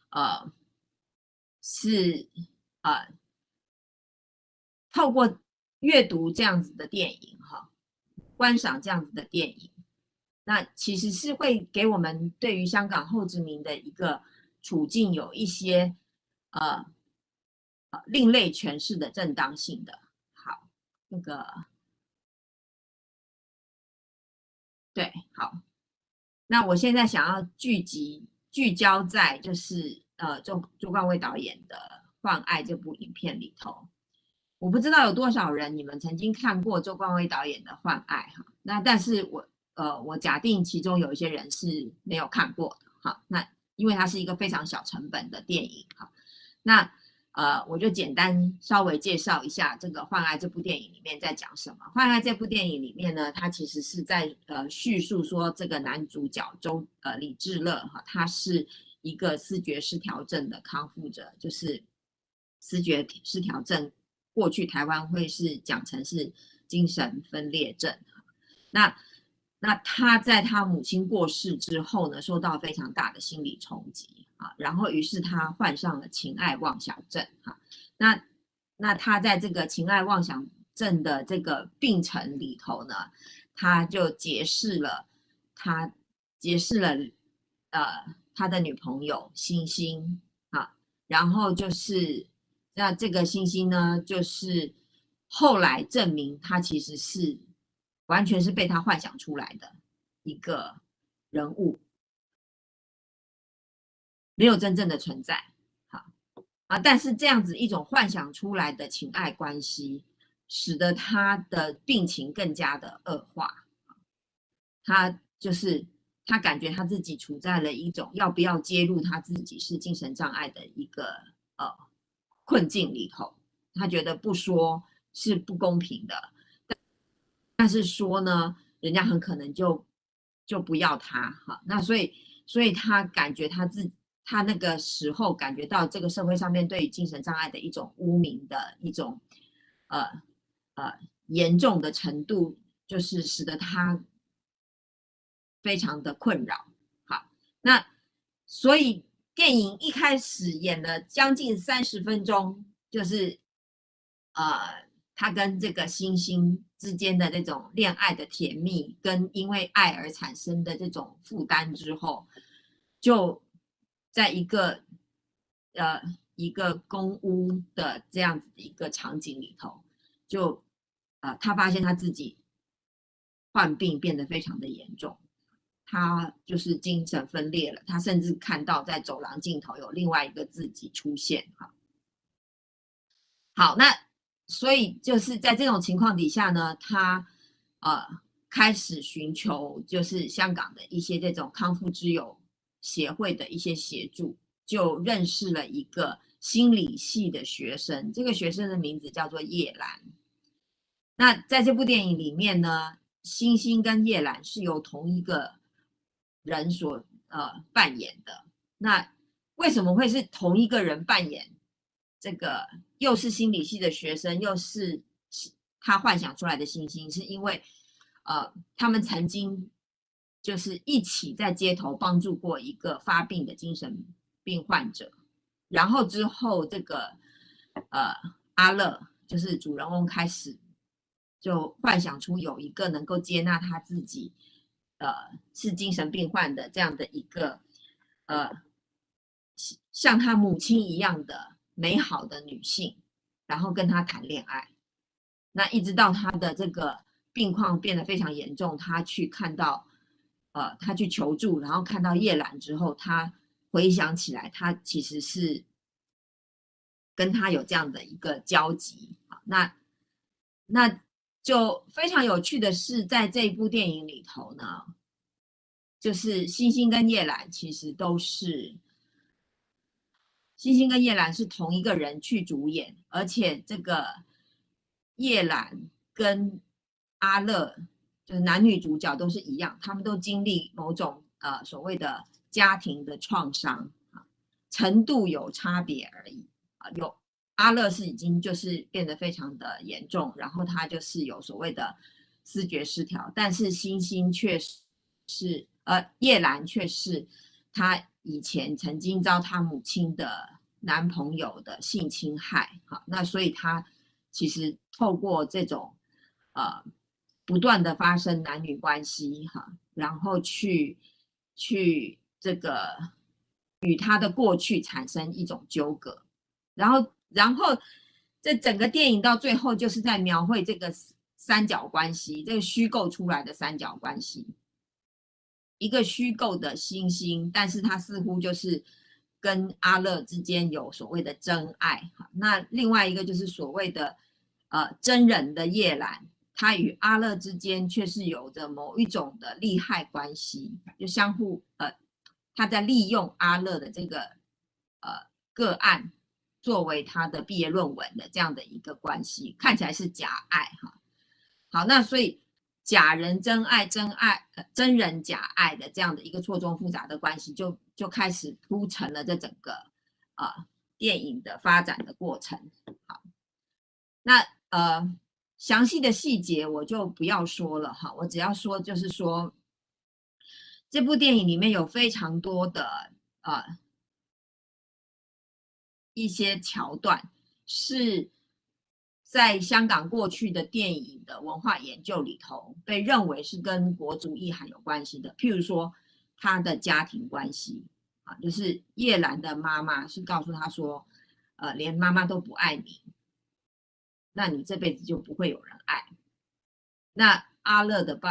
是透过阅读这样子的电影哈，观赏这样子的电影，那其实是会给我们对于香港后殖民的一个处境有一些呃另类诠释的正当性的。好，那个对，好，那我现在想要聚焦在就是周冠威导演的《幻爱》这部影片里头。我不知道有多少人你们曾经看过周冠威导演的《幻爱》哈，那但是我假定其中有一些人是没有看过的哈，那因为它是一个非常小成本的电影哈，那我就简单稍微介绍一下这个《幻爱》这部电影里面在讲什么。《幻爱》这部电影里面呢，它其实是在叙述说这个男主角李志乐哈，他是一个思觉失调症的康复者，就是思觉失调症。过去台湾会是讲成是精神分裂症，那他在他母亲过世之后呢，受到非常大的心理冲击啊，然后于是他患上了情爱妄想症哈，那他在这个情爱妄想症的这个病程里头呢，他就结识了他的女朋友星星啊，然后就是那这个星星呢，就是后来证明他其实是完全是被他幻想出来的一个人物，没有真正的存在。好啊，但是这样子一种幻想出来的情爱关系，使得他的病情更加的恶化。他感觉他自己处在了一种要不要揭露他自己是精神障碍的一个困境里头，他觉得不说是不公平的，但是说呢，人家很可能就不要他哈。那所以他感觉他那个时候感觉到这个社会上面对于精神障碍的一种污名的一种呃严重的程度，就是使得他非常的困扰。好，那所以电影一开始演了将近30分钟，就是他跟这个星星之间的那种恋爱的甜蜜，跟因为爱而产生的这种负担之后，就在一个公屋的这样子的一个场景里头，就他发现他自己患病变得非常的严重，他就是精神分裂了，他甚至看到在走廊尽头有另外一个自己出现哈。好，那所以就是在这种情况底下呢，他开始寻求就是香港的一些这种康复之友协会的一些协助，就认识了一个心理系的学生，这个学生的名字叫做叶兰。那在这部电影里面呢，星星跟叶兰是由同一个人所扮演的。那为什么会是同一个人扮演这个又是心理系的学生，又是他幻想出来的星星？是因为他们曾经就是一起在街头帮助过一个发病的精神病患者，然后之后这个阿乐就是主人翁开始就幻想出有一个能够接纳他自己是精神病患的这样的一个像他母亲一样的美好的女性， 然后跟他谈恋爱。那一直到他的这个病况变得非常严重，他去看到，他去求助，然后看到叶兰之后，他回想起来，他其实是跟他有这样的一个交集。那就非常有趣的是，在这一部电影里头呢，就是星星跟叶兰其实都是。星星跟叶兰是同一个人去主演，而且这个叶兰跟阿乐就是男女主角都是一样，他们都经历某种所谓的家庭的创伤啊，程度有差别而已啊。有阿乐是已经就是变得非常的严重，然后他就是有所谓的思觉失调，但是星星却是叶兰却是她以前曾经遭她母亲的男朋友的性侵害，好，那所以她其实透过这种不断的发生男女关系哈，然后去这个与她的过去产生一种纠葛，然后这整个电影到最后就是在描绘这个三角关系，这个虚构出来的三角关系。一个虚构的星星，但是他似乎就是跟阿乐之间有所谓的真爱。那另外一个就是所谓的真人的叶兰，他与阿乐之间却是有着某一种的利害关系，就相互他在利用阿乐的这个个案作为他的毕业论文的这样的一个关系，看起来是假爱哈。好，那所以假人真爱，真人假爱的这样的一个错综复杂的关系，就开始铺成了这整个电影的发展的过程。好，那详细的细节我就不要说了哈，我只要说就是说，这部电影里面有非常多的一些桥段是在香港过去的电影的文化研究里头被认为是跟国族意涵有关系的，譬如说他的家庭关系啊，就是叶兰的妈妈是告诉他说，连妈妈都不爱你，那你这辈子就不会有人爱。那阿乐的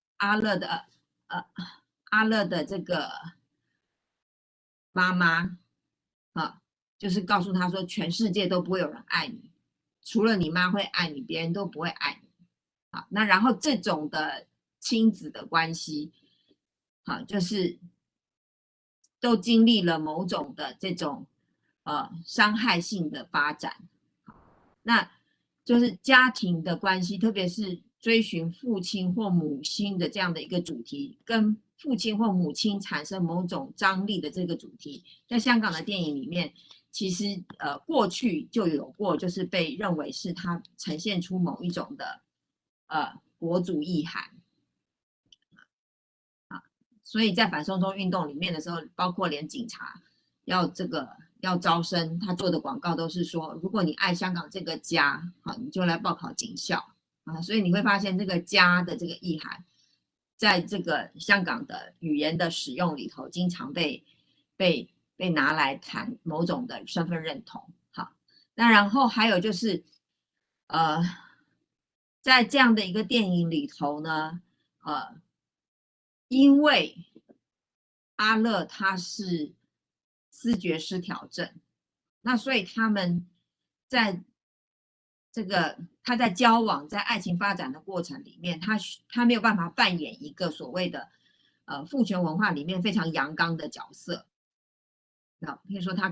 这个妈妈啊，就是告诉他说，全世界都不会有人爱你，除了你妈会爱你，别人都不会爱你。好，那然后这种的亲子的关系，好，就是都经历了某种的这种伤害性的发展。那就是家庭的关系，特别是追寻父亲或母亲的这样的一个主题，跟父亲或母亲产生某种张力的这个主题，在香港的电影里面，其实过去就有过，就是被认为是它呈现出某一种的国族意涵啊，所以在反送中运动里面的时候，包括连警察要招生，他做的广告都是说，如果你爱香港这个家，好，你就来报考警校啊。所以你会发现这个家的这个意涵，在这个香港的语言的使用里头，经常被拿来谈某种的身份认同。好，那然后还有就是，在这样的一个电影里头呢，因为阿乐他是思觉失调症，那所以他们在他在交往在爱情发展的过程里面，他没有办法扮演一个所谓的父权文化里面非常阳刚的角色。那比如说他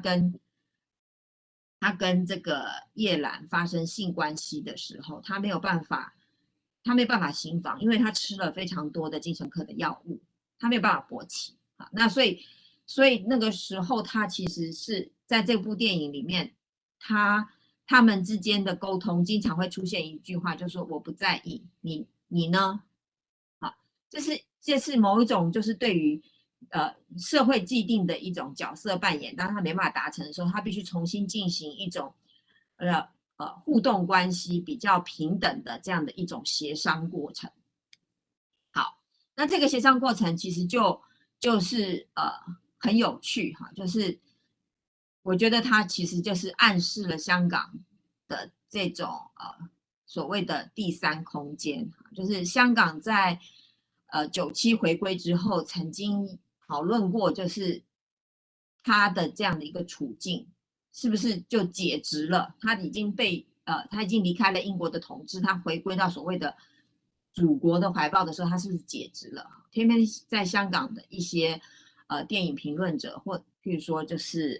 跟这个叶兰发生性关系的时候，他没有办法行房，因为他吃了非常多的精神科的药物，他没有办法勃起啊。那所以那个时候他其实是在这部电影里面，他们之间的沟通经常会出现一句话，就是说我不在意，你呢？好，这是某一种就是对于社会既定的一种角色扮演，当他没办法达成的时候，他必须重新进行一种互动关系比较平等的这样的一种协商过程。好，那这个协商过程其实就是很有趣哈，就是我觉得它其实就是暗示了香港的这种所谓的第三空间，就是香港在97回归之后曾经讨论过，就是他的这样的一个处境是不是就解职了？他已经离开了英国的统治，他回归到所谓的祖国的怀抱的时候，他是不是解职了？偏偏在香港的一些电影评论者，或譬如说就是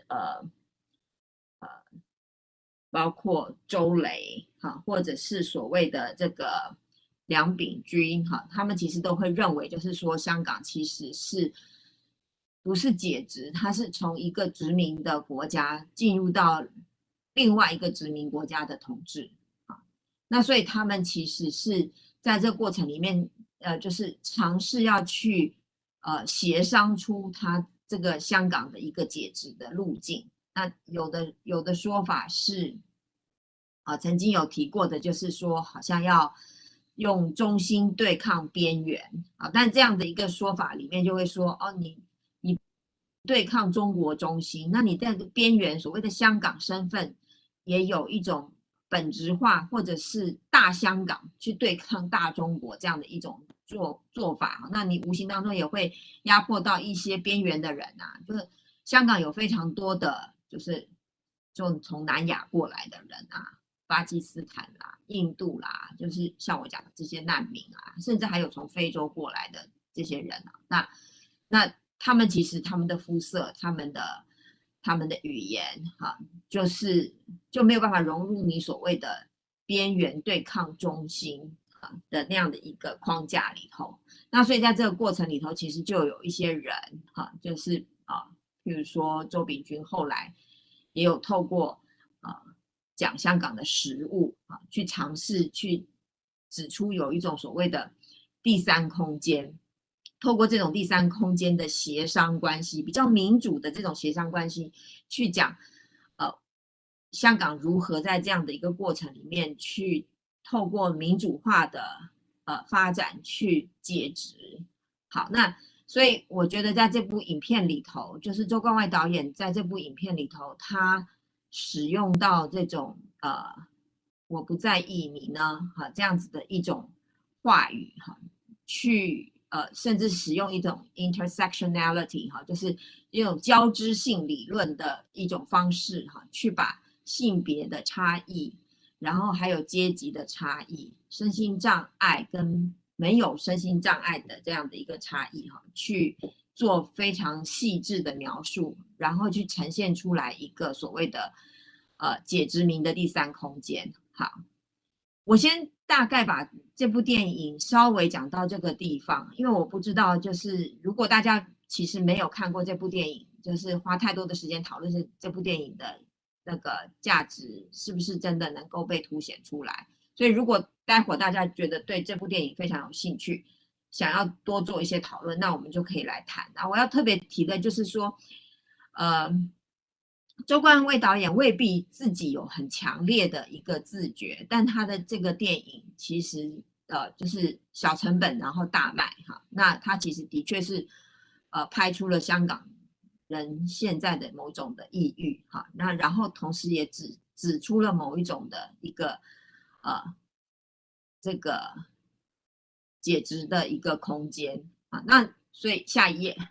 包括周雷哈，或者是所谓的这个梁秉钧哈，他们其实都会认为，就是说香港其实是不是解职，它是从一个殖民的国家进入到另外一个殖民国家的统治啊。那所以他们其实是在这个过程里面，就是尝试要去协商出他这个香港的一个解职的路径。那有的说法是，曾经有提过的，就是说好像要用中心对抗边缘啊，但这样的一个说法里面就会说，哦，你对抗中国中心，那你在边缘所谓的香港身份也有一种本质化，或者是大香港去对抗大中国这样的一种做法，那你无形当中也会压迫到一些边缘的人啊，就是香港有非常多的就从南亚过来的人啊，巴基斯坦啦、印度啦，就是像我讲的这些难民啊，甚至还有从非洲过来的这些人啊，那他们其实他们的肤色、他们的语言哈，就没有办法融入你所谓的边缘对抗中心的那样的一个框架里头。那所以在这个过程里头，其实就有一些人就是譬如说周秉钧后来也有透过讲香港的实务去尝试去指出有一种所谓的第三空间，透过这种第三空间的协商关系，比较民主的这种协商关系，去讲香港如何在这样的一个过程里面去透过民主化的发展去解职。好，那所以我觉得在这部影片里头，就是周冠外导演在这部影片里头，他使用到这种我不在意你呢这样子的一种话语去甚至使用一种 intersectionality 就是一种交织性理论的一种方式去把性别的差异，然后还有阶级的差异，身心障碍跟没有身心障碍的这样的一个差异去做非常细致的描述，然后去呈现出来一个所谓的解殖民的第三空间。好，我先大概把这部电影稍微讲到这个地方，因为我不知道，就是如果大家其实没有看过这部电影，就是花太多的时间讨论这部电影的那个价值是不是真的能够被凸显出来。所以如果待会大家觉得对这部电影非常有兴趣，想要多做一些讨论，那我们就可以来谈。我要特别提的就是说，周冠威导演未必自己有很强烈的一个自觉，但他的这个电影其实就是小成本然后大卖那他其实的确是拍出了香港人现在的某种的抑郁那然后同时也指出了某一种的一个这个解职的一个空间那所以下一页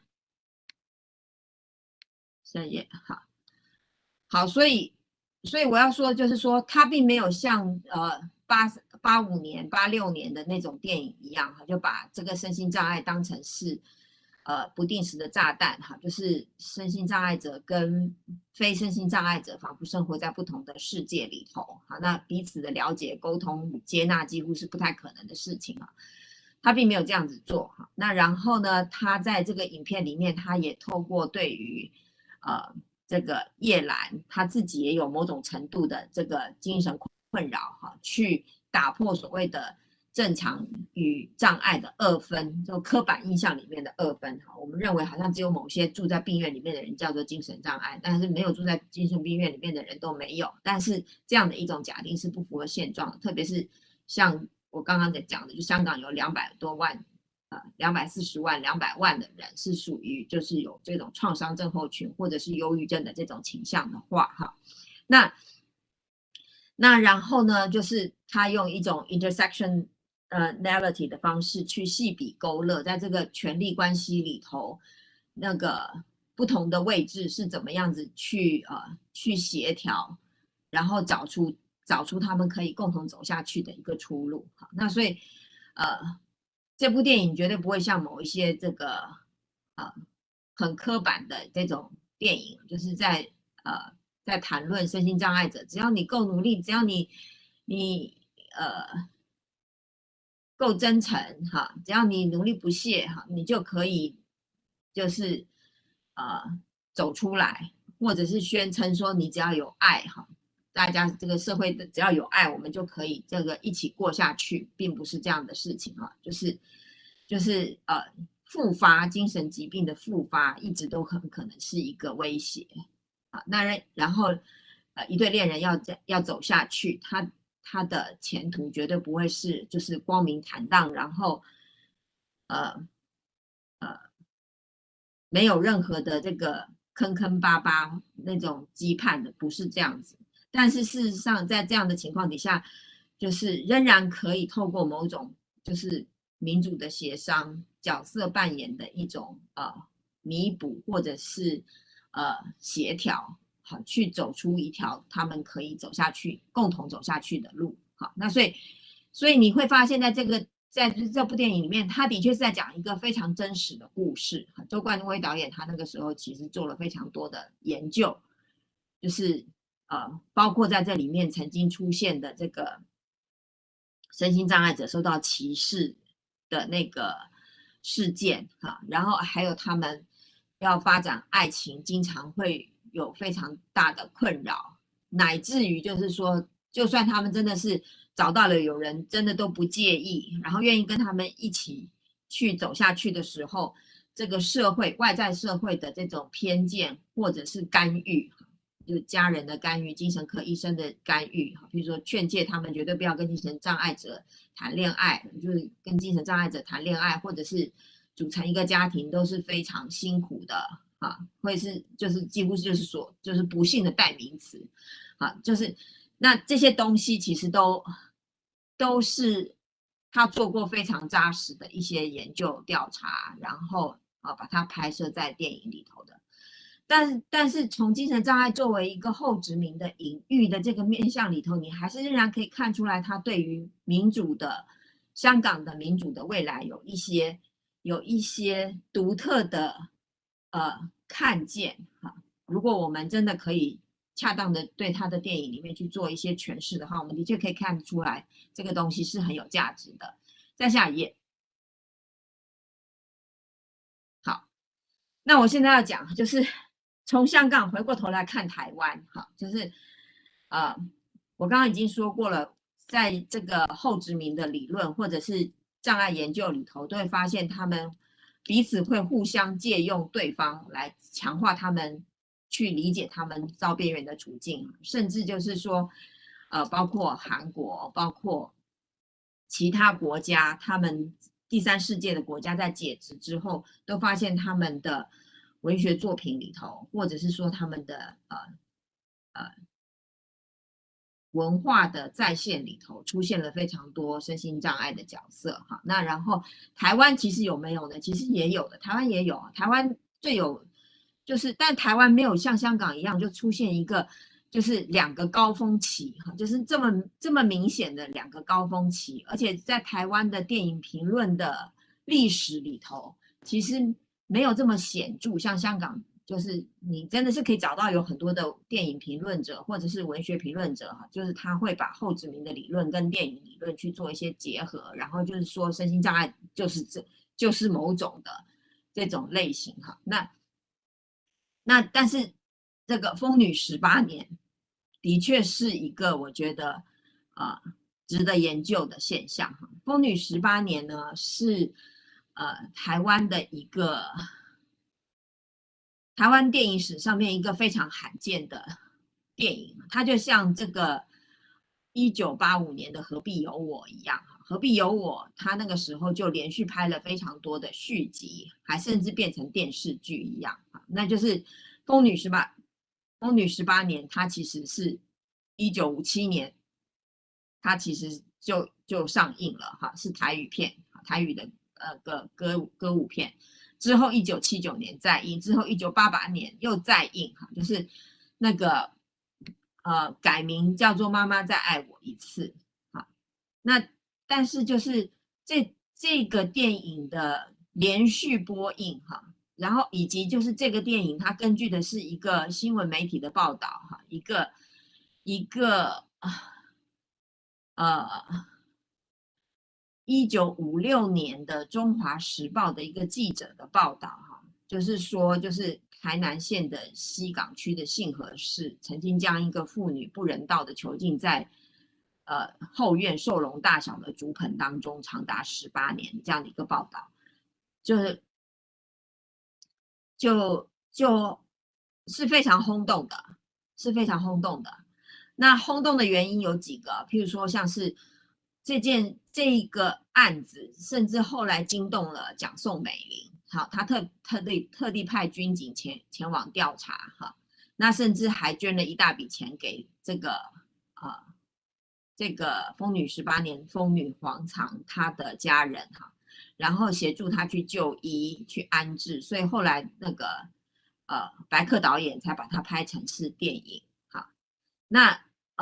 好，所以我要说的就是说，它并没有像85年、86年的那种电影一样就把这个身心障碍当成是不定时的炸弹就是身心障碍者跟非身心障碍者仿佛生活在不同的世界里头那彼此的了解、沟通与接纳几乎是不太可能的事情他并没有这样子做那然后呢，他在这个影片里面，他也透过对于这个叶兰他自己也有某种程度的这个精神困扰去打破所谓的正常与障碍的二分，就刻板印象里面的二分我们认为好像只有某些住在病院里面的人叫做精神障碍，但是没有住在精神病院里面的人都没有。但是这样的一种假定是不符合现状的，特别是像我刚刚在讲的，就香港有200多万240万、200万的人是属于就是有这种创伤症候群或者是忧郁症的这种倾向的话那那然后呢，就是他用一种 intersectionality 的方式去细比勾勒，在这个权力关系里头，那个不同的位置是怎么样子去协调，然后找出他们可以共同走下去的一个出路。好，那所以这部电影绝对不会像某一些这个呃很刻板的这种电影，就是在谈论身心障碍者，只要你够努力，只要你够真诚哈，只要你努力不懈哈，你就可以就是呃走出来，或者是宣称说你只要有爱哈，大家这个社会的只要有爱，我们就可以这个一起过下去，并不是这样的事情哈，就是复发精神疾病的复发，一直都很可能是一个威胁啊。那然后一对恋人要走下去，他的前途绝对不会是就是光明坦荡，然后呃没有任何的这个坑坑巴巴那种羁绊的，不是这样子。但是事实上，在这样的情况底下，就是仍然可以透过某种就是民主的协商、角色扮演的一种弥补，或者是协调，好去走出一条他们可以走下去、共同走下去的路。好，那所以你会发现在这部电影里面，他的确是在讲一个非常真实的故事。周冠威导演他那个时候其实做了非常多的研究，就是包括在这里面曾经出现的这个身心障碍者受到歧视的那个事件哈，然后还有他们要发展爱情，经常会有非常大的困扰，乃至于就是说，就算他们真的是找到了有人真的都不介意，然后愿意跟他们一起去走下去的时候，这个社会外在社会的这种偏见或者是干预，就家人的干预、精神科医生的干预，比如说劝诫他们绝对不要跟精神障碍者谈恋爱，就是跟精神障碍者谈恋爱，或者是组成一个家庭都是非常辛苦的啊，会是就是几乎就是不幸的代名词啊，就是那这些东西其实都是他做过非常扎实的一些研究调查，然后把它拍摄在电影里头的。但是从精神障碍作为一个后殖民的隐喻的这个面向里头，你还是仍然可以看出来，他对于民主的香港的民主的未来有一些独特的看见哈。如果我们真的可以恰当的对他的电影里面去做一些诠释的话，我们的确可以看出来这个东西是很有价值的。再下一页，好。那我现在要讲，就是从香港回过头来看台湾，哈，就是呃，我刚刚已经说过了，在这个后殖民的理论或者是障碍研究里头，都会发现他们彼此会互相借用对方来强化他们去理解他们遭边缘的处境，甚至就是说，包括韩国，包括其他国家，他们第三世界的国家在解职之后，都发现他们的文学作品里头，或者是说他们的文化的再现里头，出现了非常多身心障碍的角色哈。那然后台湾其实有没有呢？其实也有的，台湾也有，台湾最有就是，但台湾没有像香港一样就出现一个。就是两个高峰期哈，就是这么明显的两个高峰期，而且在台湾的电影评论的历史里头，其实没有这么显著，像香港，就是你真的是可以找到有很多的电影评论者或者是文学评论者哈，就是他会把后殖民的理论跟电影理论去做一些结合，然后就是说身心障碍就是某种的这种类型哈。那但是这个疯女18年的确是一个我觉得值得研究的现象哈。疯女18年呢是台湾的一个台湾电影史上面一个非常罕见的电影，它就像这个1985年的何必有我一样，何必有我，它那个时候就连续拍了非常多的续集，还甚至变成电视剧一样，那就是疯女18年，它其实是1957年它其实就上映了哈，是台语片，台语的歌舞片。之后1979年再映，之后1988年又再映哈，就是那个改名叫做《妈妈再爱我一次》哈。那但是就是这个电影的连续播映哈，然后以及就是这个电影它根据的是一个新闻媒体的报道哈，一个1956年的中华时报的一个记者的报道哈，就是说就是台南县的西港区的信和市曾经将一个妇女不人道的囚禁在后院兽笼大小的竹棚当中长达18年这样的一个报道，就是非常轰动的，是非常轰动的。那轰动的原因有几个，譬如说像是这个案子，甚至后来惊动了蒋宋美龄，好，他特地派军警前往调查哈，那甚至还捐了一大笔钱给这个疯女18年疯女黄藏她的家人哈，然后协助她去就医去安置，所以后来那个白克导演才把它拍成是电影哈。那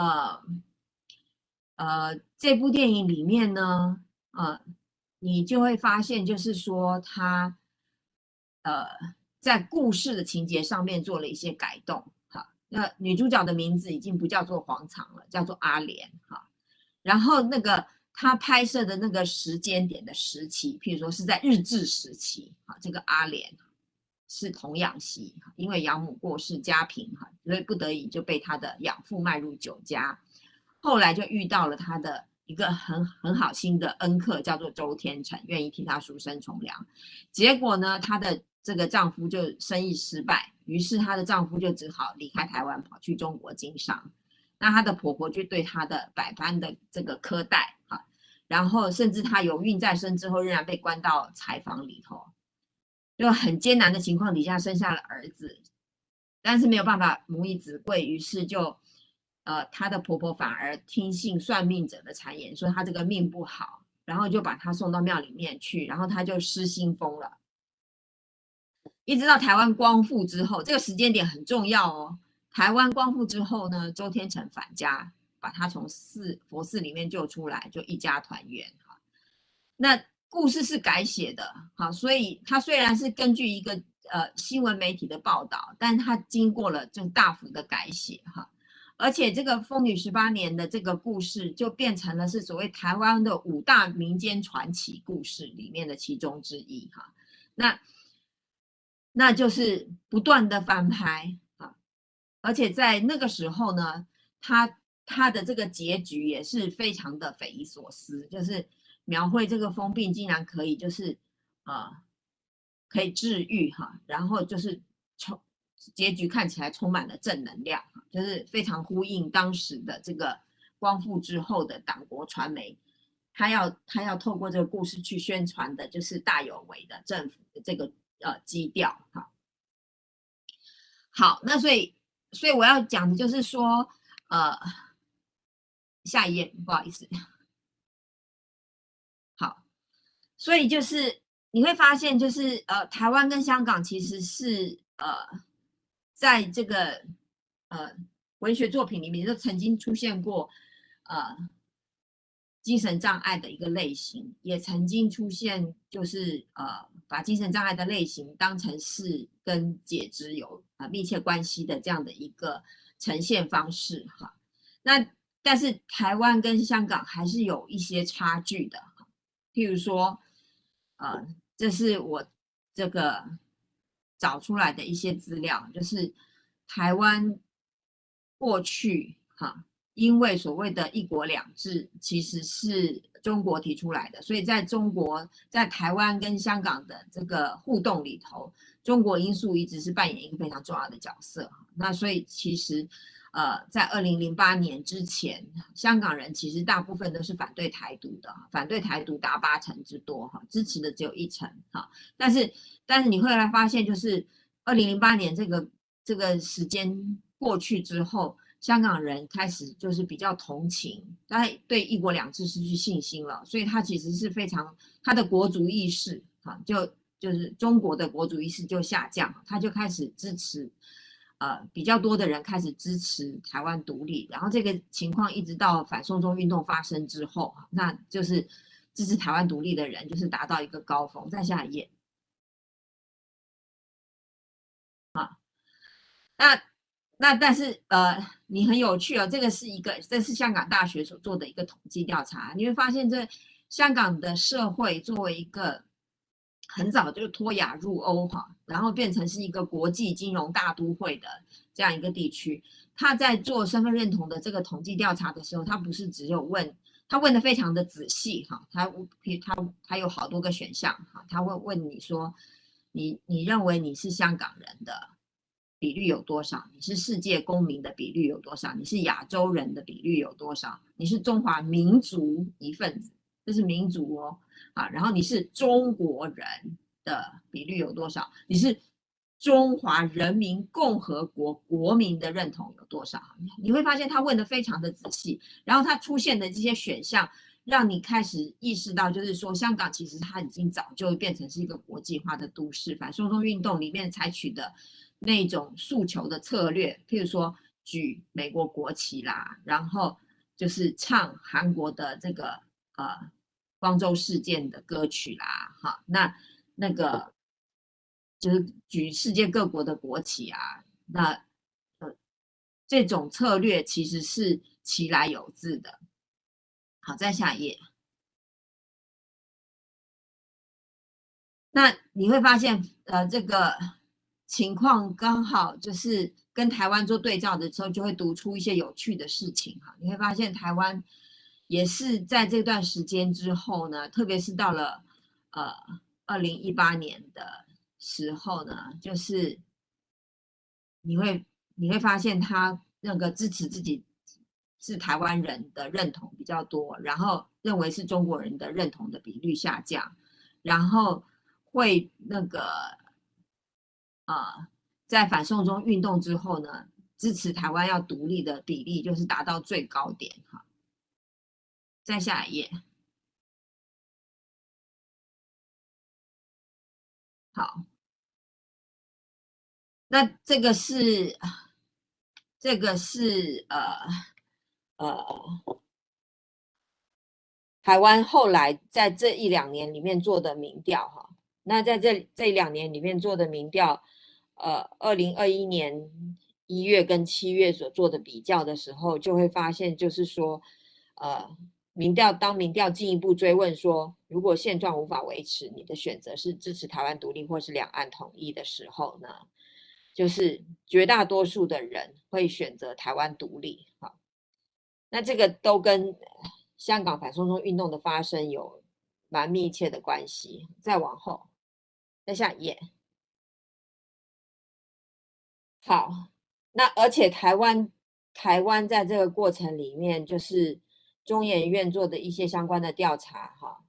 这部电影里面呢，你就会发现就是说他在故事的情节上面做了一些改动哈。那女主角的名字已经不叫做黄藏了，叫做阿莲哈。然后那个他拍摄的那个时间点的时期，譬如说是在日治时期哈，这个阿莲是童养媳，因为养母过世家贫哈，所以不得已就被他的养父卖入酒家，后来就遇到了他的一个很好心的恩客，叫做周天成，愿意替他赎身从良。结果呢，她的这个丈夫就生意失败，于是她的丈夫就只好离开台湾，跑去中国经商。那她的婆婆就对她的百般的这个苛待哈，然后甚至她有孕在身之后，仍然被关到柴房里头，就很艰难的情况底下生下了儿子，但是没有办法母以子贵，于是就她的婆婆反而听信算命者的谗言，说她这个命不好，然后就把她送到庙里面去，然后她就失心疯了。一直到台湾光复之后，这个时间点很重要哦。台湾光复之后呢，周天成返家，把他从佛寺里面救出来，就一家团圆哈。那故事是改写的，好，所以它虽然是根据一个新闻媒体的报道，但它经过了就大幅的改写哈。而且这个疯女18年的这个故事，就变成了是所谓台湾的5大民间传奇故事里面的其中之一哈。那就是不断的翻拍啊，而且在那个时候呢，他的这个结局也是非常的匪夷所思，就是描绘这个疯病竟然可以就是可以治愈哈，然后就是结局看起来充满了正能量，就是非常呼应当时的这个光复之后的党国传媒，他要透过这个故事去宣传的，就是大有为的政府的这个基调哈。好，那所以我要讲的就是说，下一页不好意思，好，所以就是你会发现，就是台湾跟香港其实是在这个文学作品里面都曾经出现过精神障碍的一个类型，也曾经出现就是把精神障碍的类型当成是跟解肢有密切关系的这样的一个呈现方式哈。那但是台湾跟香港还是有一些差距的，譬如说这是我这个找出来的一些资料，就是台湾过去哈，因为所谓的一国两制其实是中国提出来的，所以在中国在台湾跟香港的这个互动里头，中国因素一直是扮演一个非常重要的角色。那所以其实在2008年之前，香港人其实大部分都是反对台独的，反对台独达80%之多哈，支持的只有1%哈。但是你会来发现，就是2008年这个时间过去之后， 香港人开始就是比较同情，他对一国两制失去信心了，所以他其实是非常他的国族意识哈，就是中国的国族意识就下降，他就开始支持，比较多的人开始支持台湾独立，然后这个情况一直到反送中运动发生之后，那就是支持台湾独立的人就是达到一个高峰。再下一页。那但是你很有趣哦，这是香港大学所做的一个统计调查，你会发现这香港的社会作为一个很早就脱亚入欧哈，然后变成是一个国际金融大都会的这样一个地区，他在做身份认同的这个统计调查的时候，他不是只有问，他问的非常的仔细哈，他有好多个选项哈，他会问你说，你认为你是香港人的比率有多少？你是世界公民的比率有多少？你是亚洲人的比率有多少？你是中华民族一份子，这是民族哦，啊，然后你是中国人的比率有多少？你是中华人民共和国国民的认同有多少？你会发现他问的非常的仔细，然后他出现的这些选项，让你开始意识到，就是说香港其实它已经早就变成是一个国际化的都市。反送中运动里面采取的那种诉求的策略，譬如说举美国国旗啦，然后就是唱韩国的这个光州事件的歌曲啦，哈，那个就是举世界各国的国旗啊，那这种策略其实是其来有自的。好，再下一页。那你会发现，这个情况刚好就是跟台湾做对照的时候，就会读出一些有趣的事情哈。你会发现台湾也是在这段时间之后呢，特别是到了2018年的时候呢，就是你会发现他那个支持自己是台湾人的认同比较多，然后认为是中国人的认同的比率下降，然后会那个在反送中运动之后呢，支持台湾要独立的比例就是达到最高点哈。再下一页。好，那这个是台湾后来在这一两年里面做的民调哈。那在这两年里面做的民调，2021年1月跟7月所做的比较的时候，就会发现就是说，当民调进一步追问说，如果现状无法维持，你的选择是支持台湾独立或是两岸统一的时候呢，就是绝大多数的人会选择台湾独立。好，那这个都跟香港反送中运动的发生有蛮密切的关系。再往后，再下一页。好，那而且台湾在这个过程里面，就是中研院做的一些相关的调查，哈，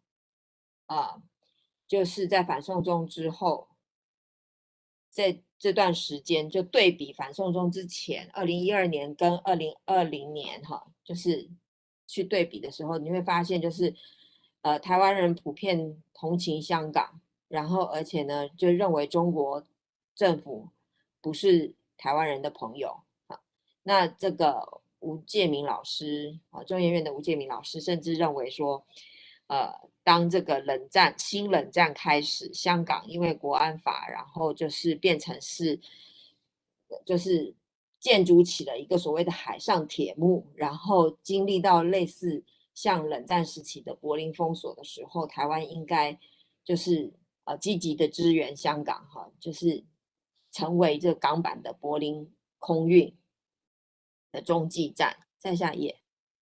就是在反送中之后，在这段时间就对比反送中之前，2012年跟2020年，哈，就是去对比的时候，你会发现就是，台湾人普遍同情香港，然后而且呢，就认为中国政府不是台湾人的朋友啊。那这个吴介民老师啊，中研院的吴介民老师甚至认为说，当这个新冷战开始，香港因为国安法，然后就是变成是，就是建筑起了一个所谓的海上铁幕，然后经历到类似像冷战时期的柏林封锁的时候，台湾应该就是积极的支援香港哈，就是成为这港版的柏林空运的中继站。再下一页。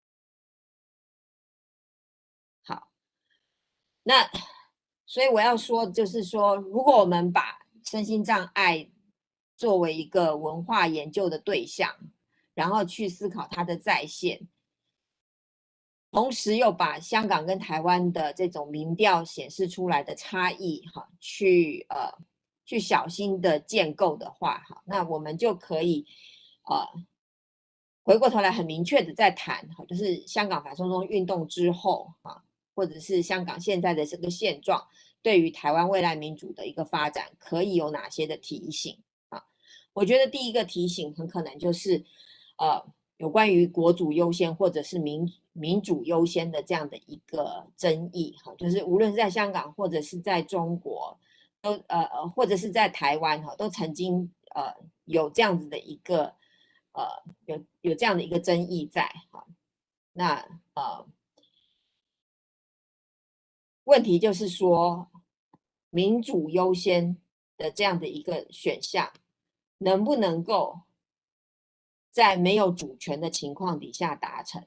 好，那所以我要说，就是说，如果我们把身心障碍作为一个文化研究的对象，然后去思考它的再现，同时又把香港跟台湾的这种民调显示出来的差异，哈，去小心的建构的话，哈，那我们就可以回过头来很明确的在谈，就是香港反送中运动之后或者是香港现在的这个现状，对于台湾未来民主的一个发展，可以有哪些的提醒啊？我觉得第一个提醒很可能就是有关于国主优先或者是民主优先的这样的一个争议就是无论是在香港或者是在中国，或者是在台湾都曾经有这样子的一个有这样的一个争议在那问题就是说民主优先的这样的一个选项，能不能够在没有主权的情况底下达成？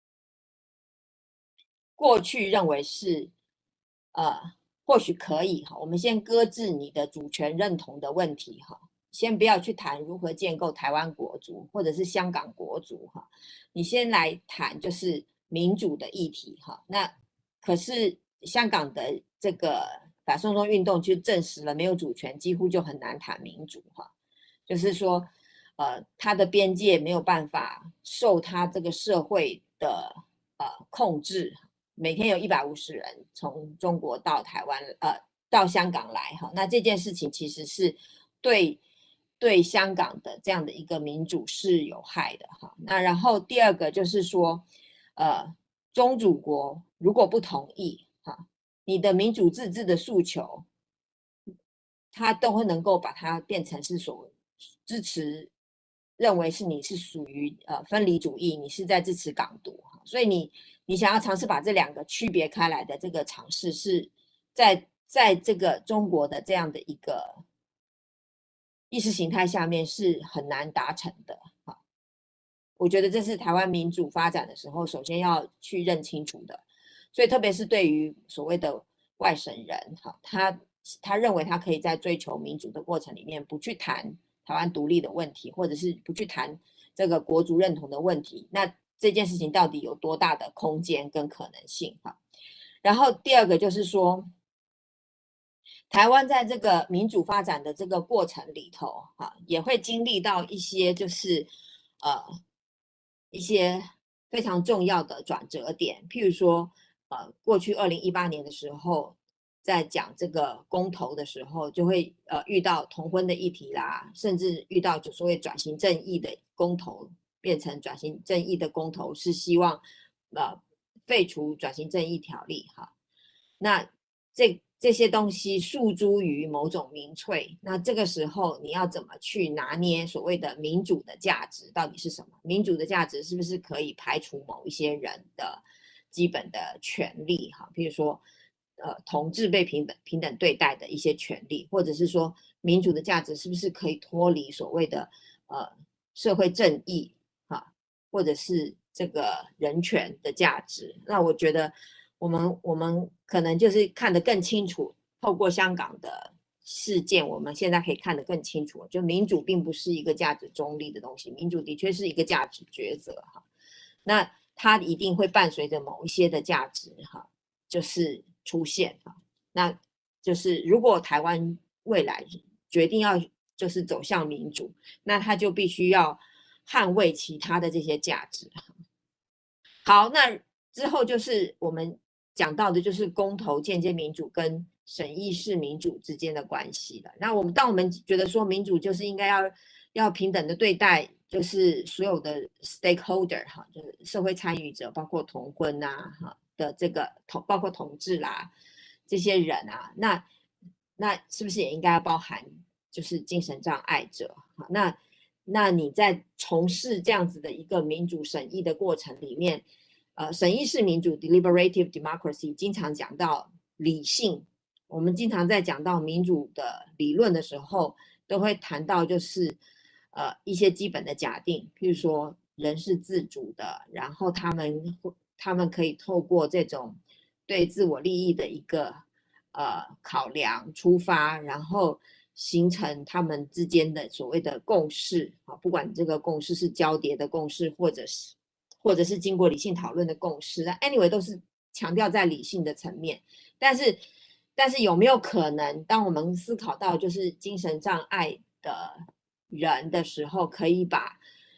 过去认为是或许可以我们先搁置你的主权认同的问题先不要去谈如何建构台湾国族或者是香港国族你先来谈就是民主的议题那可是香港的这个反送中运动就证实了没有主权几乎就很难谈民主就是说它的边界没有办法受它这个社会的控制，每天有150人从中国到台湾到香港来那这件事情其实是对香港的这样的一个民主是有害的那然后第二个就是说中主国如果不同意你的民主自治的诉求，它都会能够把它变成是所支持，认为是你是属于分离主义，你是在支持港独所以你想要尝试把这两个区别开来的这个尝试，是在这个中国的这样的一个意识形态下面是很难达成的我觉得这是台湾民主发展的时候，首先要去认清楚的。所以特别是对于所谓的外省人他认为他可以在追求民主的过程里面不去谈台湾独立的问题，或者是不去谈这个国族认同的问题，那这件事情到底有多大的空间跟可能性然后第二个就是说台湾在这个民主发展的这个过程里头也会经历到一些就是一些非常重要的转折点，譬如说过去2018年的时候，在讲这个公投的时候，就会遇到同婚的议题啦，甚至遇到就所谓转型正义的公投，变成转型正义的公投是希望废除转型正义条例那这些东西诉诸于某种民粹，那这个时候你要怎么去拿捏所谓的民主的价值到底是什么？民主的价值是不是可以排除某一些人的基本的权利比如说同志被平等对待的一些权利，或者是说民主的价值是不是可以脱离所谓的社会正义或者是这个人权的价值？那我觉得我们可能就是看得更清楚，透过香港的事件，我们现在可以看得更清楚，就民主并不是一个价值中立的东西，民主的确是一个价值抉择那它一定会伴随着某一些的价值就是出现那就是如果台湾未来决定要就是走向民主，那它就必须要捍卫其他的这些价值好，那之后就是我们讲到的就是公投间接民主跟审议式民主之间的关系了。那当我们觉得说民主就是应该要平等的对待，就是所有的 stakeholder 就是社会参与者，包括同婚的这个包括同志啦这些人那是不是也应该要包含就是精神障碍者那你在从事这样子的一个民主审议的过程里面，审议式民主 （deliberative democracy） 经常讲到理性，我们经常在讲到民主的理论的时候，都会谈到就是一些基本的假定，譬如说人是自主的，然后他们可以透过这种对自我利益的一个考量出发，然后形成他们之间的所谓的共识不管这个共识是交叠的共识，或者是经过理性讨论的共识，anyway 都是强调在理性的层面。但是有没有可能，当我们思考到就是精神障碍的人的时候，可以把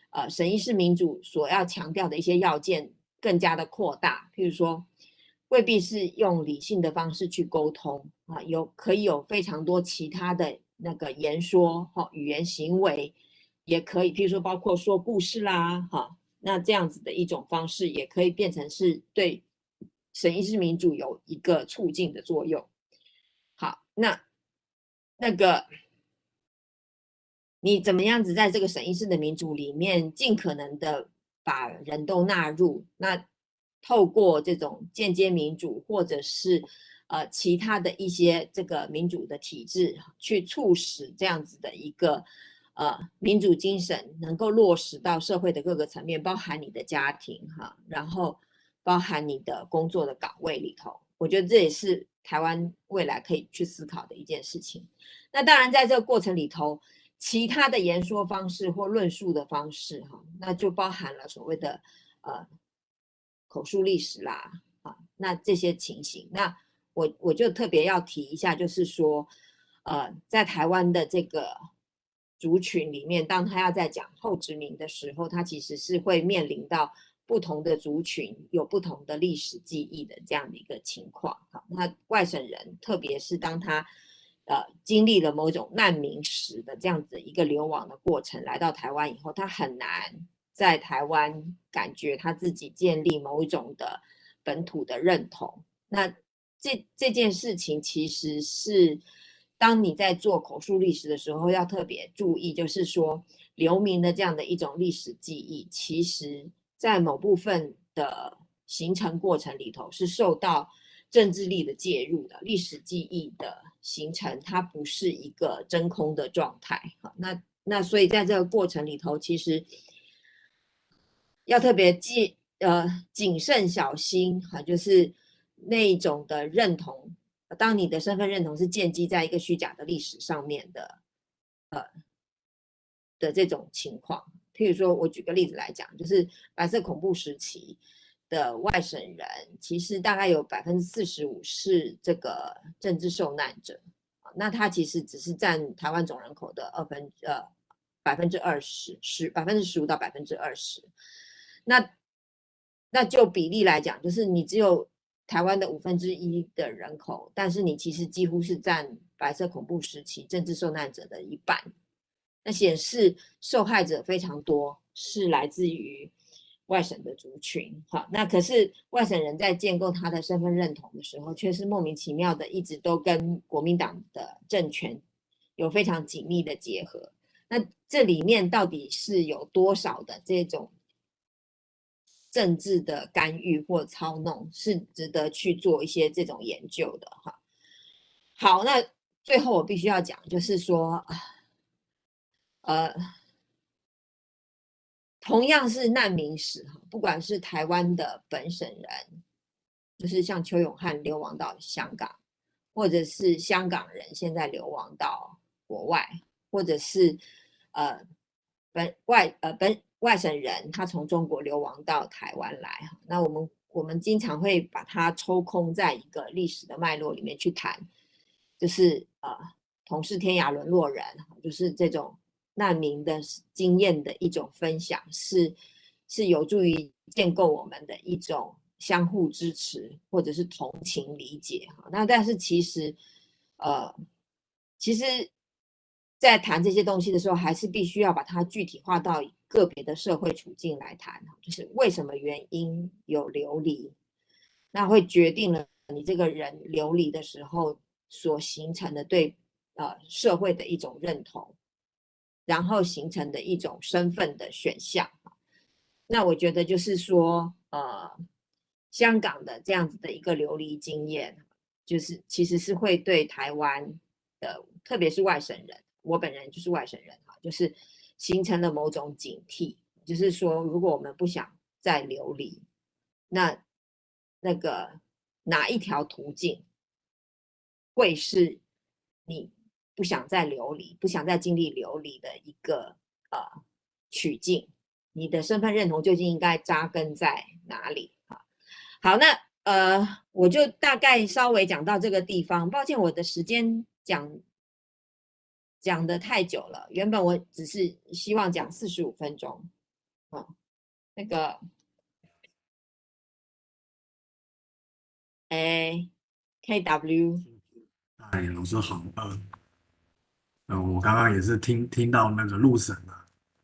审议式民主所要强调的一些要件更加的扩大，譬如说未必是用理性的方式去沟通啊，可以有非常多其他的那个言说语言行为，也可以譬如说包括说故事啦那这样子的一种方式也可以变成是对审议式民主有一个促进的作用。好，那个你怎么样子在这个审议式的民主里面尽可能的把人都纳入，那透过这种间接民主或者是其他的一些这个民主的体制去促使这样子的一个民主精神能够落实到社会的各个层面，包含你的家庭然后包含你的工作的岗位里头，我觉得这也是台湾未来可以去思考的一件事情。那当然在这个过程里头，其他的言说方式或论述的方式那就包含了所谓的口述历史啦那这些情形，那我就特别要提一下，就是说在台湾的这个族群里面，当他要在讲后殖民的时候，他其实是会面临到不同的族群有不同的历史记忆的这样的一个情况那外省人，特别是当他经历了某种难民史的这样子一个流亡的过程，来到台湾以后，他很难在台湾感觉他自己建立某一种的本土的认同。那这件事情其实是当你在做口述历史的时候要特别注意，就是说流民的这样的一种历史记忆，其实在某部分的形成过程里头是受到政治力的介入的，历史记忆的形成它不是一个真空的状态那所以在这个过程里头，其实要特别谨慎小心就是那一种的认同，当你的身份认同是建基在一个虚假的历史上面的这种情况。譬如说我举个例子来讲，就是白色恐怖时期的外省人，其实大概有45%是这个政治受难者，那他其实只是占台湾总人口的15%到20%。那就比例来讲，就是你只有台湾的1/5的人口，但是你其实几乎是占白色恐怖时期政治受难者的一半。那显示受害者非常多是来自于外省的族群那可是外省人在建构他的身份认同的时候，却是莫名其妙的一直都跟国民党的政权有非常紧密的结合。那这里面到底是有多少的这种政治的干预或操弄，是值得去做一些这种研究的好，那最后我必须要讲，就是说同样是难民史不管是台湾的本省人，就是像邱永汉流亡到香港，或者是香港人现在流亡到国外，或者是外省人他从中国流亡到台湾来那我们经常会把它抽空在一个历史的脉络里面去谈，就是同是天涯沦落人，就是这种难民的经验的一种分享，是有助于建构我们的一种相互支持或者是同情理解那但是其实在谈这些东西的时候，还是必须要把它具体化到个别的社会处境来谈，就是为什么原因有流离，那会决定了你这个人流离的时候所形成的对社会的一种认同，然后形成的一种身份的选项。那我觉得就是说香港的这样子的一个流离经验，就是其实是会对台湾的特别是外省人，我本人就是外省人就是形成了某种警惕，就是说如果我们不想再流离，那个哪一条途径会是你不想再流离，不想再经历流离的一个取径，你的身份认同究竟应该扎根在哪里好，那我就大概稍微讲到这个地方，抱歉我的时间讲的太久了，原本我只是希望讲45分钟。 哦，那个诶 KW。 哎，老师好，我刚刚也是听到那个路神了，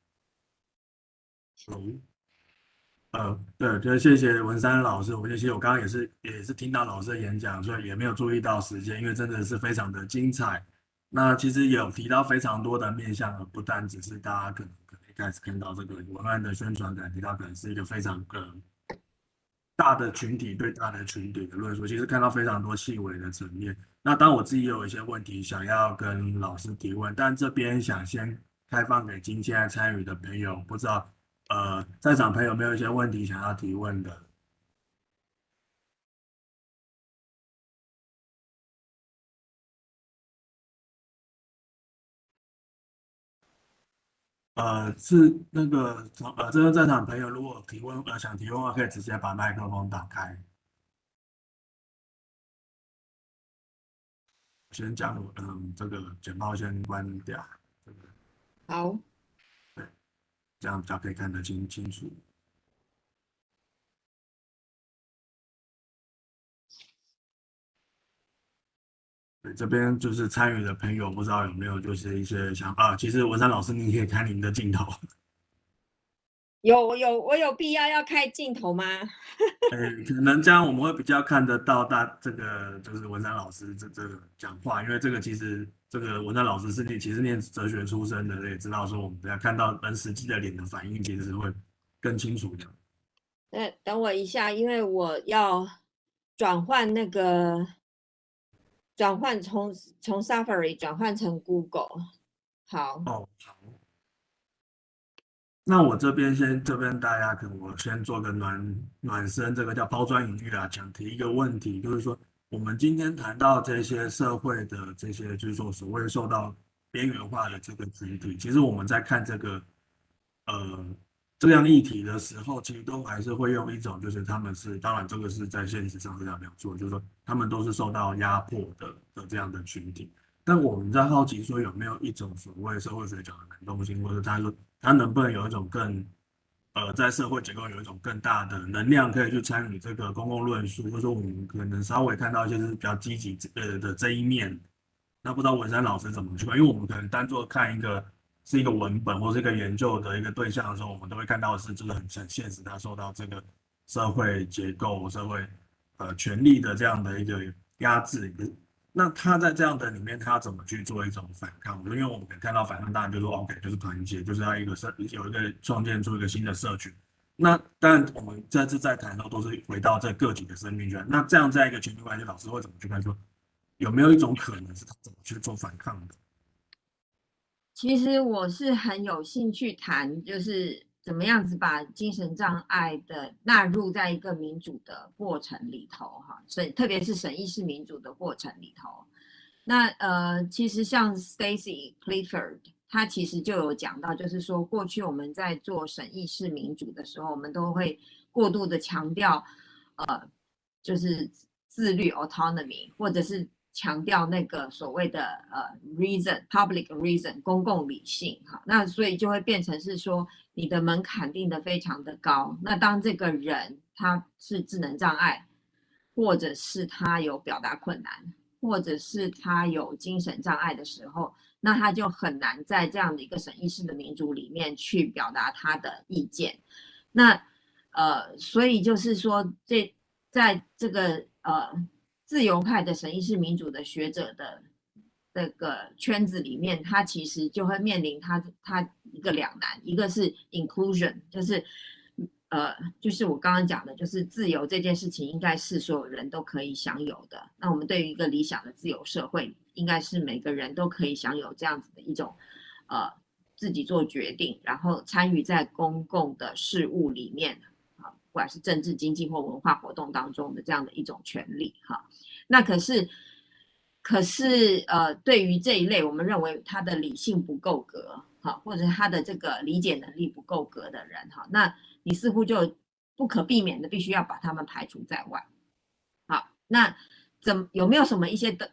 对，就谢谢文山老师。其实我刚刚也是听到老师的演讲，所以也没有注意到时间，因为真的是非常的精彩。那其实也有提到非常多的面向，而不单只是大家可能一开始看到这个文案的宣传，可能提到可能是一个非常大的群体对大的群体的论述，其实看到非常多细微的层面。那当我自己也有一些问题想要跟老师提问，但这边想先开放给今天参与的朋友，不知道在场朋友有没有一些问题想要提问的？是那个这个在场朋友如果提问想提问的话，可以直接把麦克风打开。先将这个简报先关掉，这个好。 对，这样比较可以看得清楚。对，这边就是参与的朋友，不知道有没有就是一些其实文山老师，你可以开您的镜头。 我有必要开镜头吗？ 可能这样我们会比较看得到这个就是文山老师这个讲话，因为这个其实这个文山老师其实念哲学出身的，也知道说我们要看到人实际的脸的反应，其实会更清楚的。 等我一下，因为我要转换那个转换从 Safari 转换成 Google。好。 哦，好。那我这边大家可能我先做个暖身，这个叫抛砖引玉啊，讲提一个问题，就是说我们今天谈到这些社会的这些，就是说所谓受到边缘化的这个群体，其实我们在看呃这样议题的时候，其实都还是会用一种，就是他们是当然这个是在现实上是这样没有错，就是说他们都是受到压迫的这样的群体。但我们在好奇说有没有一种所谓社会学讲的能动性，或者他说他能不能有一种在社会结构有一种更大的能量，可以去参与这个公共论述，或者说我们可能稍微看到一些是比较积极的这一面。那不知道文山老师怎么去看？因为我们可能单做看是一个文本或是一个研究的一个对象的时候，我们都会看到的是这个很现实，他受到这个社会结构、社会权力的这样的一个压制。那他在这样的里面，他要怎么去做一种反抗？因为我们可以看到反抗，当然就是说 OK，就是团结，就是要有一个创建出一个新的社群。那当然，我们这次在谈的时候都是回到这个体的生命权。那这样在一个权力关系，老师会怎么去看？说有没有一种可能是他怎么去做反抗的？ 其实我是很有兴趣谈，就是怎么样子把精神障碍的纳入在一个民主的过程里头，哈，特别是审议式民主的过程里头。那其实像 Stacy Clifford，他其实就有讲到，就是说过去我们在做审议式民主的时候，我们都会过度的强调，就是自律 autonomy，或者是强调那个所谓的reason public reason 公共理性哈，那所以就会变成是说你的门槛定的非常的高。那当这个人他是智能障碍，或者是他有表达困难，或者是他有精神障碍的时候，那他就很难在这样的一个审议式的民主里面去表达他的意见。那所以就是说，在这个自由派的审议式民主的学者的这个圈子里面，他其实就会面临他一个两难，一个是 inclusion，就是我刚刚讲的，就是自由这件事情应该是所有人都可以享有的。那我们对于一个理想的自由社会，应该是每个人都可以享有这样子的一种呃自己做决定，然后参与在公共的事务里面啊，不管是政治、经济或文化活动当中的这样的一种权利哈。那可是对于这一类我们认为他的理性不够格哈，或者他的这个理解能力不够格的人哈，那你似乎就不可避免的必须要把他们排除在外。好，那有没有什么一些的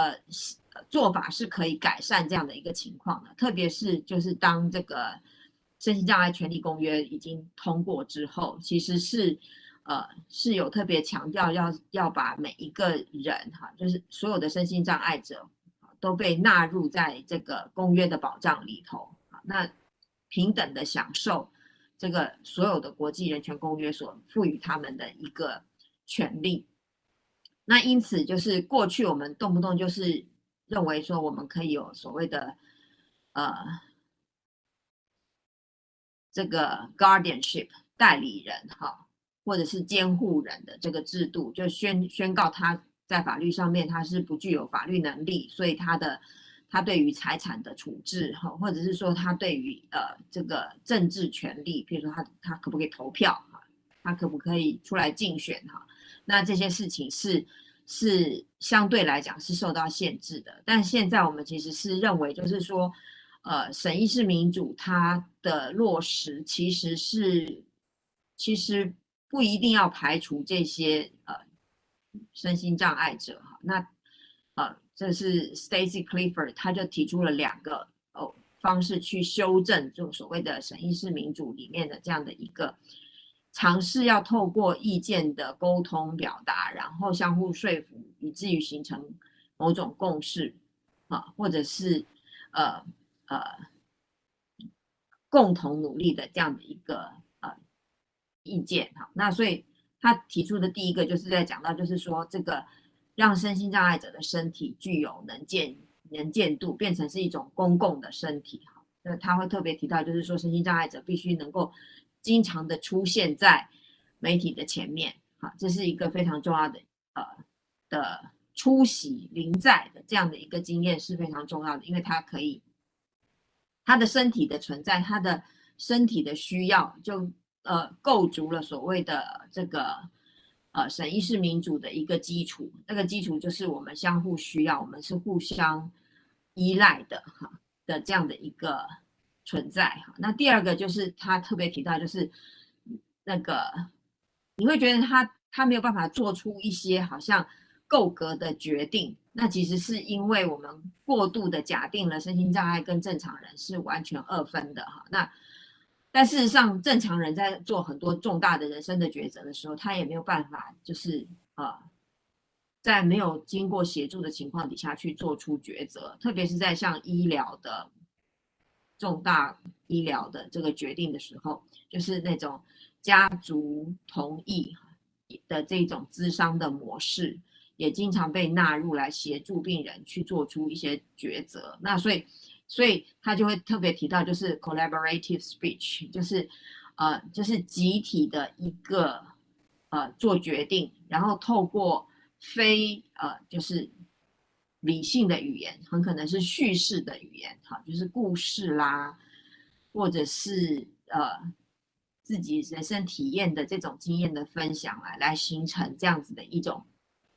做法是可以改善这样的一个情况呢？特别是就是当这个身心障碍权利公约已经通过之后，其实是有特别强调要把每一个人就是所有的身心障碍者都被纳入在这个公约的保障里头，那平等的享受这个所有的国际人权公约所赋予他们的一个权利。那因此就是过去我们动不动就是认为说我们可以有所谓的这个 guardianship 代理人或者是监护人的这个制度，就宣告他在法律上面他是不具有法律能力，所以他对于财产的处置或者是说他对于这个政治权利，比如说他可不可以投票他可不可以出来竞选那这些事情是相对来讲是受到限制的。但现在我们其实是认为就是说审议式民主它的落实其实不一定要排除这些身心障碍者那这是 Stacy Clifford 他就提出了2个方式去修正就所谓的审议式民主里面的这样的一个尝试，要透过意见的沟通表达，然后相互说服，以至于形成某种共识或者是共同努力的这样的一个意见那所以他提出的第一个就是在讲到就是说这个让身心障碍者的身体具有能见度，变成是一种公共的身体那他会特别提到就是说身心障碍者必须能够经常的出现在媒体的前面这是一个非常重要的出席临在的这样的一个经验是非常重要的，因为它可以他的身体的存在，他的身体的需要就构筑了所谓的这个审议式民主的一个基础，那个基础就是我们相互需要，我们是互相依赖的这样的一个存在那第二个就是他特别提到就是那个你会觉得他没有办法做出一些好像够格的决定，那其实是因为我们过度的假定了身心障碍跟正常人是完全二分的但事实上正常人在做很多重大的人生的抉择的时候，他也没有办法就是在没有经过协助的情况底下去做出抉择，特别是在像重大医疗的这个决定的时候，就是那种家族同意的这种咨商的模式，也经常被纳入来协助病人去做出一些抉择。那所以他就会特别提到，就是 collaborative speech， 就是集体的一个做决定，然后透过非就是理性的语言，很可能是叙事的语言，就是故事啦，或者是自己人生体验的这种经验的分享来形成这样子的一种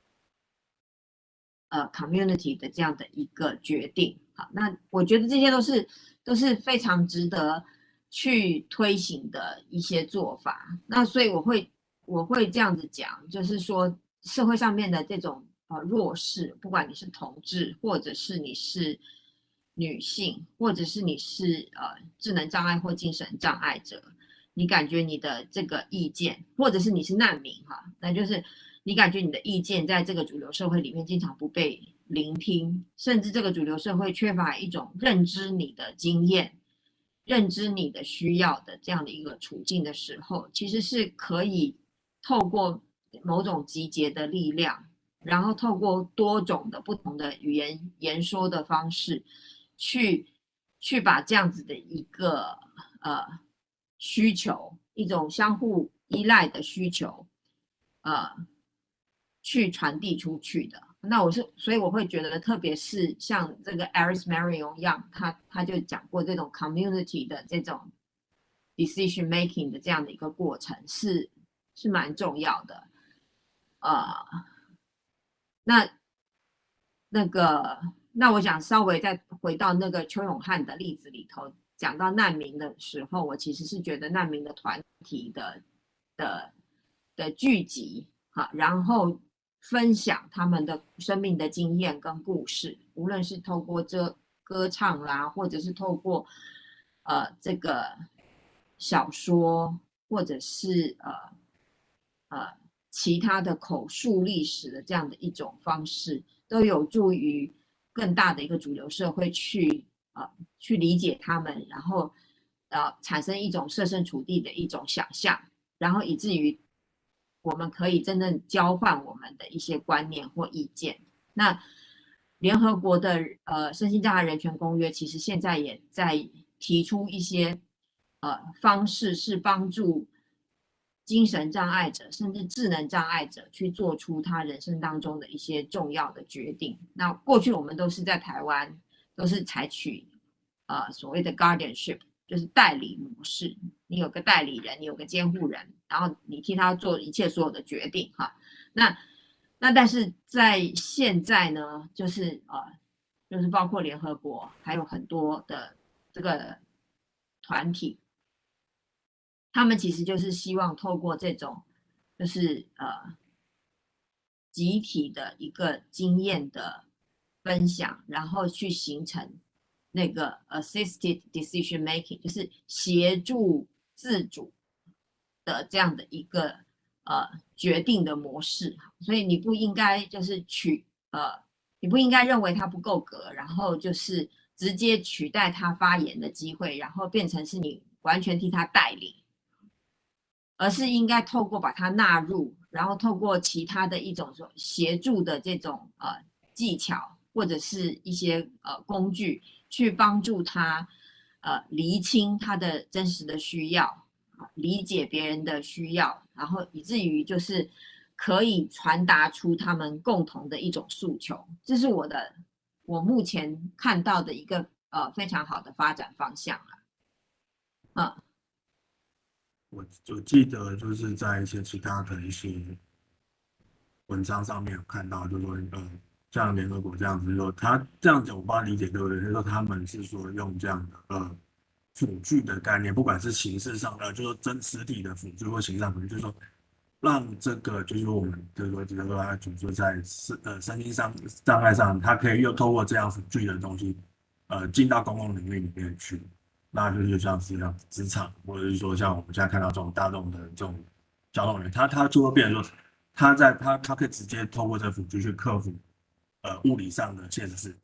community 的这样的一个决定。好，那我觉得这些都是非常值得去推行的一些做法。那所以我会这样子讲，就是说社会上面的这种弱势，不管你是同志，或者是你是女性，或者是你是智能障碍或精神障碍者，你感觉你的这个意见，或者是你是难民那就是你感觉你的意见在这个主流社会里面经常不被聆听，甚至这个主流社会缺乏一种认知你的经验、认知你的需要的这样的一个处境的时候，其实是可以透过某种集结的力量，然后透过多种的不同的语言言说的方式，去把这样子的一个需求，一种相互依赖的需求，去传递出去的。那所以我会觉得，特别是像这个 Iris Marion Young， 他就讲过这种 community 的这种 decision making 的这样的一个过程是蛮重要的。那我想稍微再回到那个邱永汉的例子里头，讲到难民的时候，我其实是觉得难民的团体的聚集然后分享他们的生命的经验跟故事，无论是透过这歌唱啦，或者是透过这个小说或者是其他的口述历史的这样的一种方式，都有助于更大的一个主流社会去理解他们，然后产生一种设身处地的一种想象，然后以至于我们可以真正交换我们的一些观念或意见。那联合国的身心障碍人权公约其实现在也在提出一些方式，是帮助精神障碍者甚至智能障碍者去做出他人生当中的一些重要的决定。那过去我们都是在台湾都是采取所谓的 guardianship，就是代理模式，你有个代理人，你有个监护人，然后你替他做一切所有的决定哈。那但是在现在呢，就是包括联合国，还有很多的这个团体，他们其实就是希望透过这种就是集体的一个经验的分享，然后去形成那个 assisted decision making，就是协助自主的这样的一个决定的模式。所以你不应该就是你不应该认为他不够格，然后就是直接取代他发言的机会，然后变成是你完全替他代理。而是应该透过把它纳入，然后透过其他的一种协助的这种技巧，或者是一些工具，去帮助他厘清他的真实的需要，理解别人的需要，然后以至于就是可以传达出他们共同的一种诉求。这是我目前看到的一个非常好的发展方向了。 我记得就是在一些其他的一些文章上面有看到，就是说像联合国这样子，就是说他这样讲，我不知道理解对不对，就是说他们是说用这样的辅具的概念，不管是形式上的，就是说真实体的辅具或形式上辅具，就是说让这个就是说我们就是说比如说他主说在身心上障碍上，他可以又透过这样辅具的东西，进到公共领域里面去。那就是像职场，或者是说像我们现在看到这种大众的这种交通员，他就会变成说，他可以直接透过这个辅助去克服物理上的限制，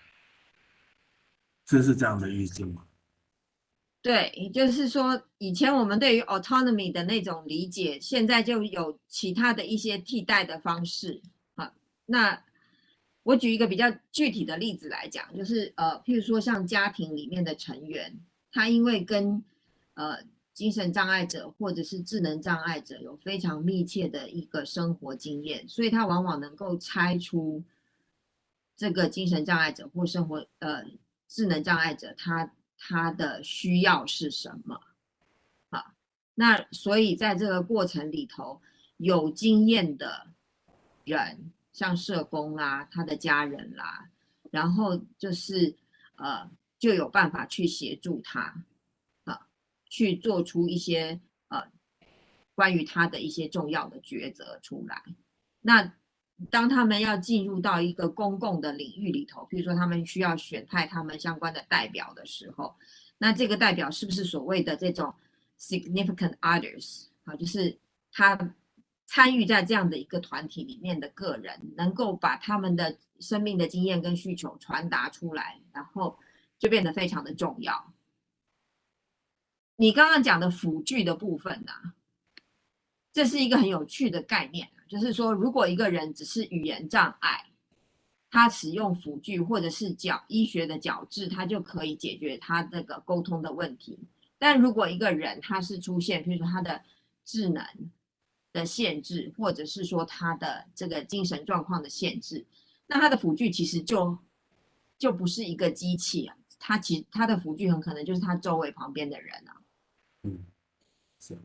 是这样的意思吗？ 对，也就是说，以前我们对于 autonomy 的那种理解，现在就有其他的一些替代的方式啊。那我举一个比较具体的例子来讲，就是譬如说像家庭里面的成员，他因为跟呃精神障碍者或者是智能障碍者有非常密切的一个生活经验，所以他往往能够猜出这个精神障碍者或智能障碍者他的需要是什么啊？那所以在这个过程里头，有经验的人，像社工啦、他的家人啦，然后就是就有办法去协助他啊，去做出一些关于他的一些重要的抉择出来。那当他们要进入到一个公共的领域里头，比如说他们需要选派他们相关的代表的时候，那这个代表是不是所谓的这种 significant others 啊？就是他参与在这样的一个团体里面的个人，能够把他们的生命的经验跟需求传达出来，然后就变得非常的重要。你刚刚讲的辅具的部分呢、这是一个很有趣的概念，就是说，如果一个人只是语言障碍，他使用辅具或者是医学的矫治，他就可以解决他这个沟通的问题。但如果一个人他是出现，比如说他的智能的限制，或者是说他的这个精神状况的限制，那他的辅具其实就不是一个机器啊，他的辅具很可能就是他周围旁边的人啊。 嗯，是。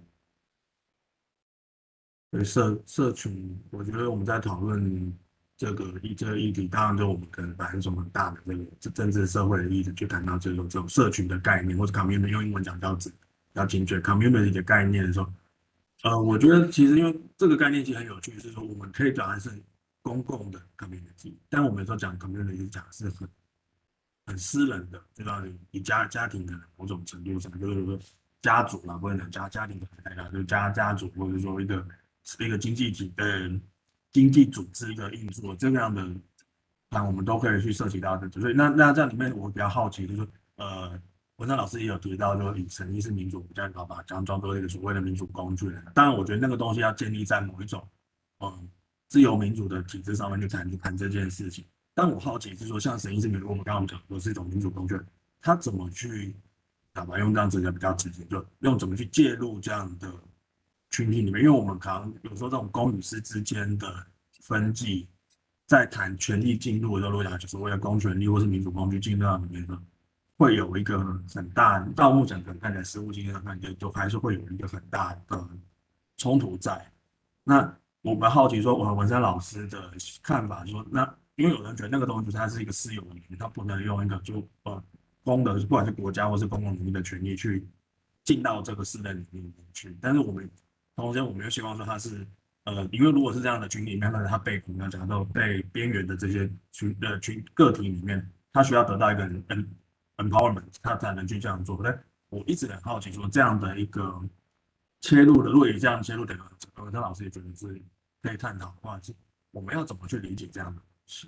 对社群，我觉得我们在讨论这个议题，当然就我们可能把一种很大的政治社会的议题去谈到这种社群的概念，或者 community，用英文讲叫精确 community 的概念的时候，我觉得其实因为这个概念其实很有趣，是说我们可以讲的是公共的 community，但我们有时候讲 community 讲的是很私人的，就到你家庭的某种程度上，就是说。 家族啦，不能讲家庭的太大，就是家族或者说一个经济体的经济组织的运作这样的，那我们都可以去涉及到的。所以那这样里面我比较好奇就是文章老师也有提到，说以审议式民主比较好把将装作一个所谓的民主工具人。当然，我觉得那个东西要建立在某一种自由民主的体制上面去谈这件事情。但我好奇是说，像审议式民主，我们刚刚讲说是一种民主工具人，他怎么去打吧？用这样子的比较直接，就用怎么去介入这样的群体里面，因为我们可能有时候这种公与私之间的分际，在谈权力进入的时候，如果讲所谓的公权力或是民主工具进入到里面的，会有一个很大，到目前可能看起来实务经验上看，就还是会有一个很大的冲突在。那我们好奇说，我们文山老师的看法说，那因为有人觉得那个东西它是一个私有的领域，它不能用一个公的，不管是国家或是公共领域的权利去进到这个私人领域里面去。但是我们同时我们又希望说它是因为如果是这样的群体里面，那它被我们讲到被边缘的这些个体里面，它需要得到一个empowerment，它才能去这样做。但我一直很好奇说，这样的一个切入的，如果以这样切入的，文章老师也觉得是可以探讨的话，是我们要怎么去理解这样的事？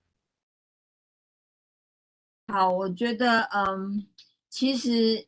好，我觉得其实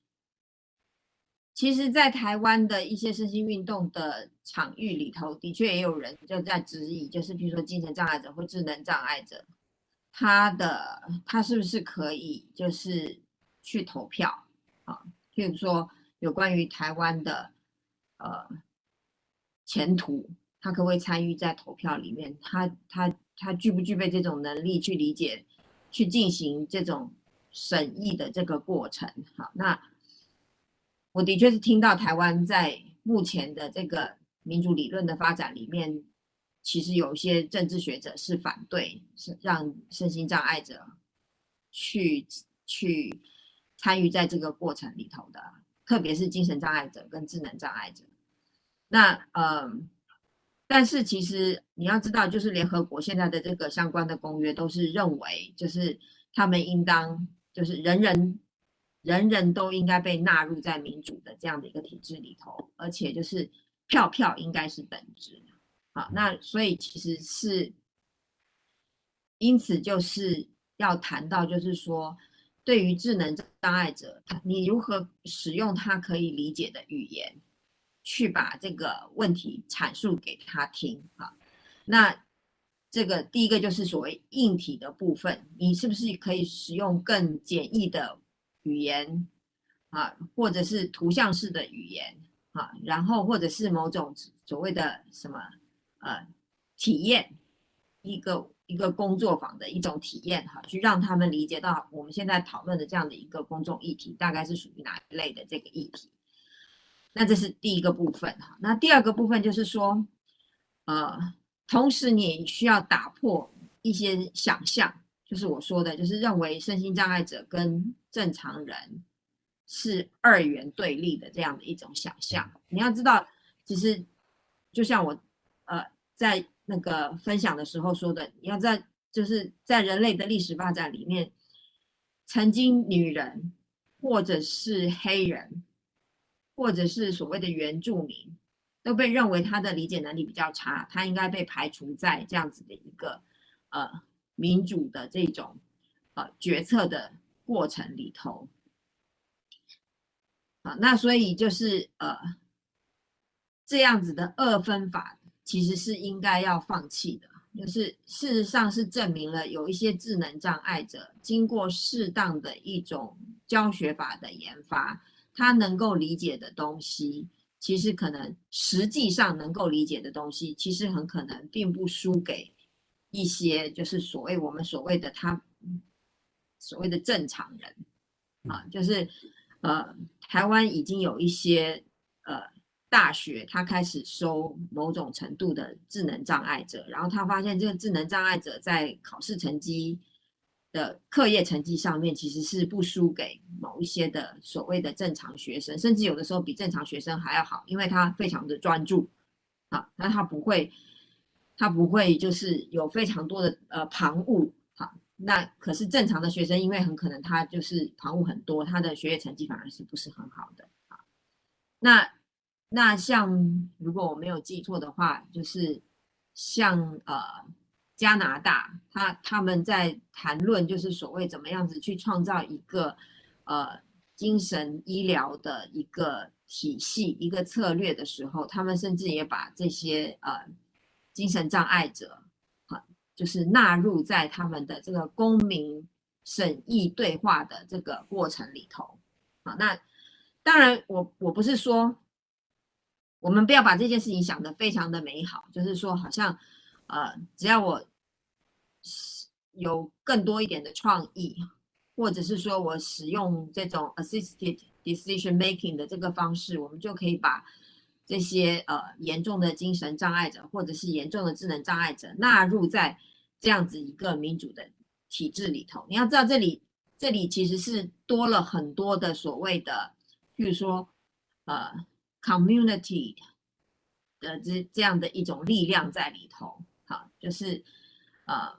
在台湾的一些身心运动的场域里头，的确也有人就在质疑，就是比如说精神障碍者或智能障碍者，他是不是可以就是去投票啊？譬如说有关于台湾的呃前途，他可不可以参与在投票里面？他具不具备这种能力去理解、去进行这种审议的这个过程？好，那我的确是听到台湾在目前的这个民主理论的发展里面，其实有一些政治学者是反对，是让身心障碍者去去参与在这个过程里头的，特别是精神障碍者跟智能障碍者。那但是其实你要知道，就是联合国现在的这个相关的公约都是认为，就是他们应当就是人人都应该被纳入在民主的这样的一个体制里头，而且就是票票应该是等值。好，那所以其实是因此就是要谈到，就是说对于智能障碍者，你如何使用他可以理解的语言，去把这个问题阐述给他听啊。那这个第一个就是所谓硬体的部分，你是不是可以使用更简易的语言啊，或者是图像式的语言啊，然后或者是某种所谓的什么体验，一个工作坊的一种体验哈，去让他们理解到我们现在讨论的这样的一个公众议题，大概是属于哪一类的这个议题。那这是第一个部分哈。那第二个部分就是说，同时你也需要打破一些想象，就是我说的，就是认为身心障碍者跟正常人是二元对立的这样的一种想象。你要知道，其实就像我在那个分享的时候说的，你要在就是在人类的历史发展里面，曾经女人或者是黑人，或者是所谓的原住民，都被认为他的理解能力比较差，他应该被排除在这样子的一个呃民主的这种决策的过程里头。啊，那所以就是这样子的二分法其实是应该要放弃的，就是事实上是证明了有一些智能障碍者经过适当的一种教学法的研发，他能够理解的东西，其实可能实际上能够理解的东西，其实很可能并不输给一些就是我们所谓的所谓的正常人啊，就是台湾已经有一些大学，他开始收某种程度的智能障碍者，然后他发现这个智能障碍者在考试成绩的课业成绩上面其实是不输给某一些的所谓的正常学生，甚至有的时候比正常学生还要好，因为他非常的专注啊，那他不会就是有非常多的旁骛啊。那可是正常的学生，因为很可能他就是旁骛很多，他的学业成绩反而是不是很好的。 那像如果我没有记错的话，就是像加拿大，他们在谈论就是所谓怎么样子去创造一个呃精神医疗的一个体系、一个策略的时候，他们甚至也把这些精神障碍者就是纳入在他们的这个公民审议对话的这个过程里头。好，那当然我不是说我们不要把这件事情想得非常的美好，就是说好像只要我有更多一点的创意，或者是说我使用这种 assisted decision making 的这个方式，我们就可以把这些严重的精神障碍者或者是严重的智能障碍者纳入在这样子一个民主的体制里头。你要知道这里其实是多了很多的所谓的，比如说community 的这样的一种力量在里头。好，就是呃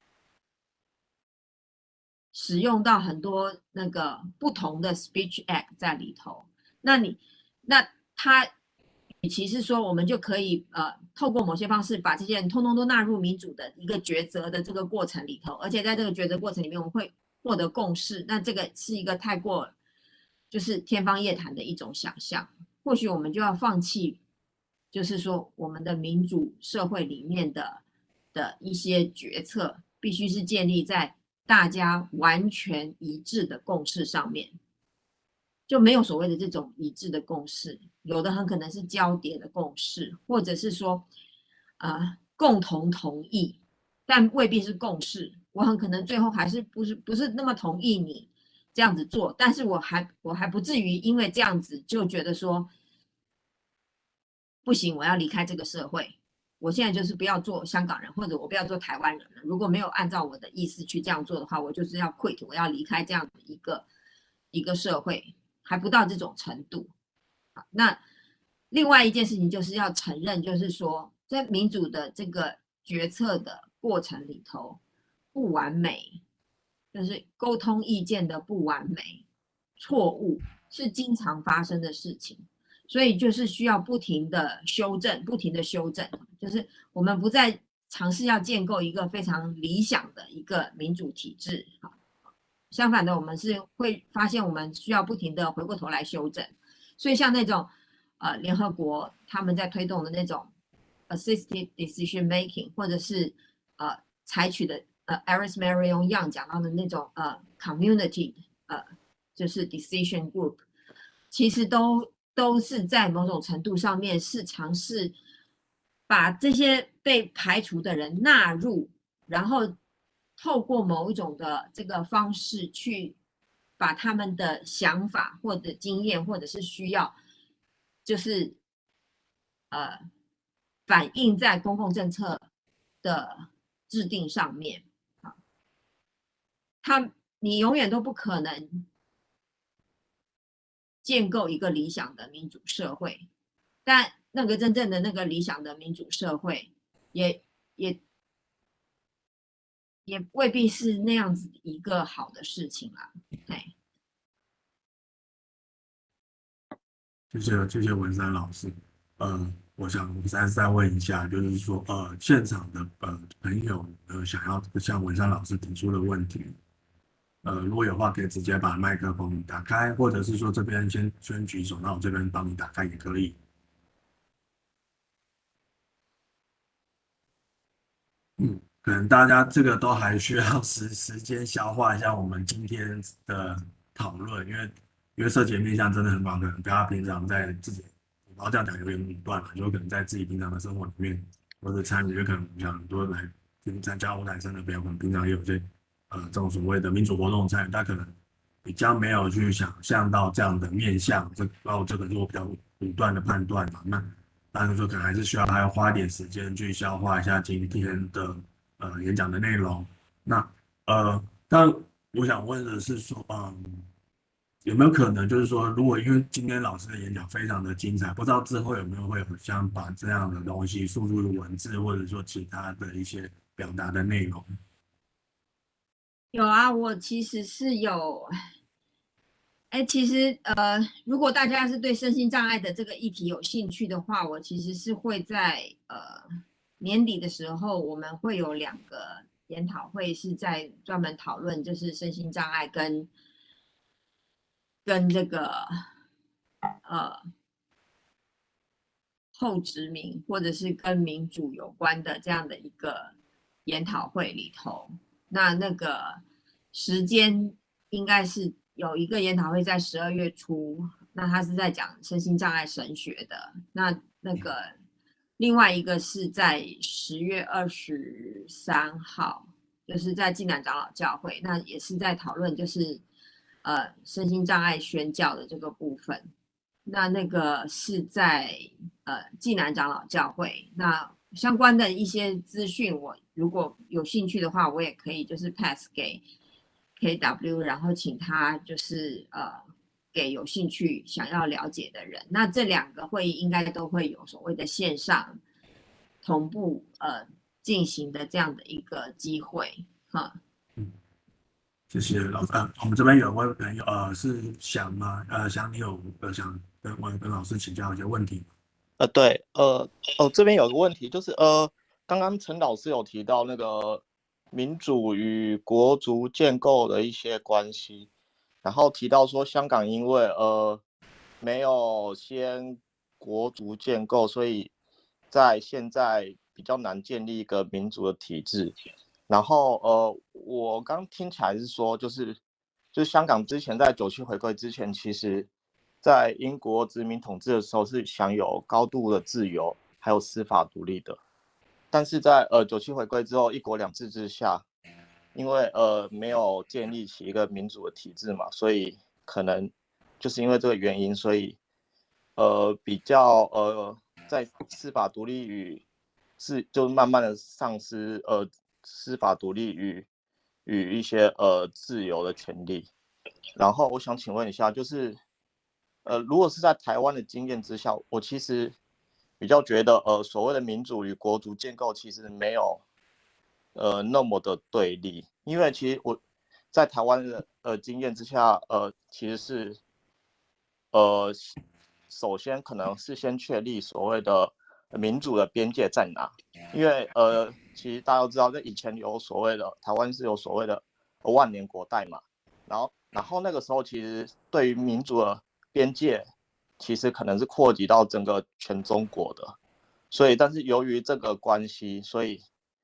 使用到很多那个不同的 speech act 在里头。那他与其是说我们就可以透过某些方式把这些人通通都纳入民主的一个抉择的这个过程里头，而且在这个抉择过程里面我们会获得共识，那这个是一个太过就是天方夜谭的一种想象。或许我们就要放弃，就是说我们的民主社会里面的一些决策必须是建立在大家完全一致的共识上面，就没有所谓的这种一致的共识，有的很可能是交叠的共识，或者是说共同同意，但未必是共识。我很可能最后还是不是那么同意你这样子做，但是我还不至于因为这样子就觉得说不行，我要离开这个社会。我现在就是不要做香港人，或者我不要做台湾人了。如果没有按照我的意思去这样做的话，我就是要 quit，我要离开这样的一个社会，还不到这种程度。那另外一件事情就是要承认，就是说在民主的这个决策的过程里头，不完美，就是沟通意见的不完美、错误是经常发生的事情。所以就是需要不停的修正，不停的修正，就是我们不再尝试要建构一个非常理想的一个民主体制，相反的，我们是会发现我们需要不停的回过头来修正。所以像那种联合国他们在推动的那种 assisted decision making，或者是采取的Iris Marion Young 讲到的那种community 就是 decision group，其实都是在某种程度上面是尝试把这些被排除的人纳入，然后透过某一种的这个方式去把他们的想法或者经验或者是需要，就是呃反映在公共政策的制定上面啊。你永远都不可能建构一个理想的民主社会，但那个真正的那个理想的民主社会也也也未必是那样子一个好的事情啦。哎， 谢谢文山老师。我想文山再问一下，就是说，现场的朋友想要向文山老师提出的问题，如果有话可以直接把麦克风打开，或者是说这边先举手，那我这边帮你打开也可以。可能大家这个都还需要时间消化一下我们今天的讨论，因为涉及的面向真的很广，可能大家平常在自己，我要这样讲有点武断了，就可能在自己平常的生活里面或者参与，就可能像很多来参加欧台生的朋友，可能平常也有些这种所谓的民主活动参与，他可能比较没有去想象到这样的面向，这个是我比较武断的判断嘛，那当然说可能还是需要还要花点时间去消化一下今天的。演讲的内容。那但我想问的是说，有没有可能就是说，如果因为今天老师的演讲非常的精彩，不知道之后有没有会想把这样的东西输入文字，或者说其他的一些表达的内容？ 有啊，我其实是有其实如果大家是对身心障碍的这个议题有兴趣的话，我其实是会在年底的时候，我们会有2个研讨会是在专门讨论就是身心障碍跟这个呃后殖民或者是跟民主有关的这样的一个研讨会里头。那个时间应该是有一个研讨会在12月初，那他是在讲身心障碍神学的。那个另外一个是在10月23号，就是在暨南长老教会，那也是在讨论就是身心障碍宣教的这个部分。那个是在暨南长老教会，那相关的一些资讯，我如果有兴趣的话，我也可以就是 pass 给 KW，然后请他就是给有兴趣想要了解的人。那这2个会议应该都会有所谓的线上同步进行的这样的一个机会哈。 嗯，谢谢老师。我们这边有位朋友是想吗？想你有想跟老师请教一些问题吗？ 对，这边有个问题，就是刚刚陈老师有提到那个民主与国族建构的一些关系，然后提到说香港因为没有先国族建构，所以在现在比较难建立一个民主的体制。然后我刚听起来是说，就是香港之前在97回归之前，其实在英国殖民统治的时候是享有高度的自由，还有司法独立的。但是在97回归之后，一国两制之下，因为没有建立起一个民主的体制嘛，所以可能就是因为这个原因，所以比较在司法独立与就慢慢的丧失司法独立与一些自由的权利。然后我想请问一下，就是如果是在台湾的经验之下，我其实比较觉得所谓的民主与国族建构其实没有那么的对立，因为其实我在台湾的经验之下，其实是首先可能是先确立所谓的民主的边界在哪，因为其实大家都知道，在以前有所谓的台湾是有所谓的万年国代嘛，然后那个时候其实对于民主的边界，其实可能是扩及到整个全中国的，所以但是由于这个关系，所以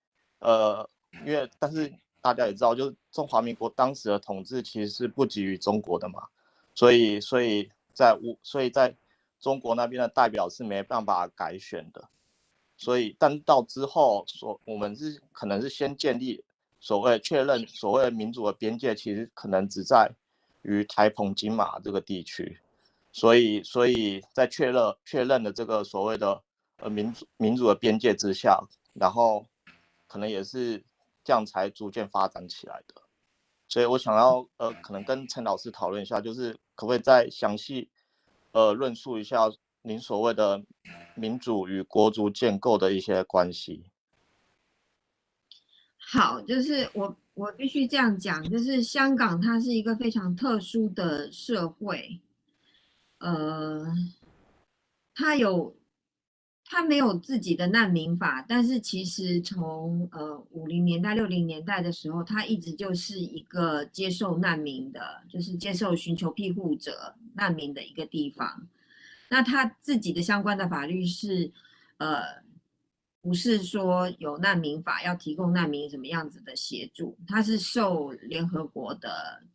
但是大家也知道，就是中华民国当时的统治其实是不及于中国的嘛，所以在中国那边的代表是没办法改选的，但到之后我们可能是先建立确认所谓的民主的边界，其实可能只在于台澎金马这个地区，所以在确认的这个所谓的民主的边界之下，然后可能也是这样才逐渐发展起来的。所以我想要可能跟陈老师讨论一下，就是可不可以再详细论述一下您所谓的民主与国族建构的一些关系？ 好，就是我必须这样讲，就是香港它是一个非常特殊的社会，呃，它没有自己的难民法，但是其实从50年代、60年代的时候，它一直就是一个接受难民的，就是接受寻求庇护者难民的一个地方。那他自己的相关的法律是，不是说有难民法要提供难民什么样子的协助，它是受联合国的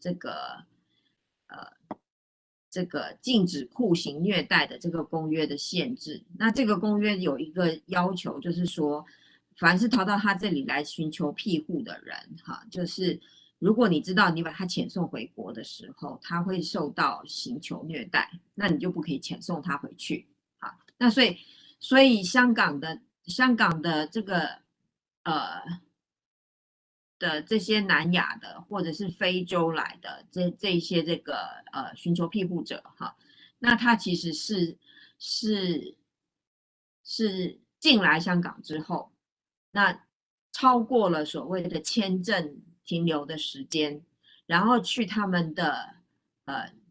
这个禁止酷刑虐待的这个公约的限制。那这个公约有一个要求，就是说，凡是逃到他这里来寻求庇护的人，哈，就是如果你知道你把他遣送回国的时候，他会受到刑求虐待，那你就不可以遣送他回去。好，那所以香港的这个呃的这些南亚的或者是非洲来的这些这个寻求庇护者哈，那他其实是是进来香港之后，那超过了所谓的签证停留的时间，然后去他们的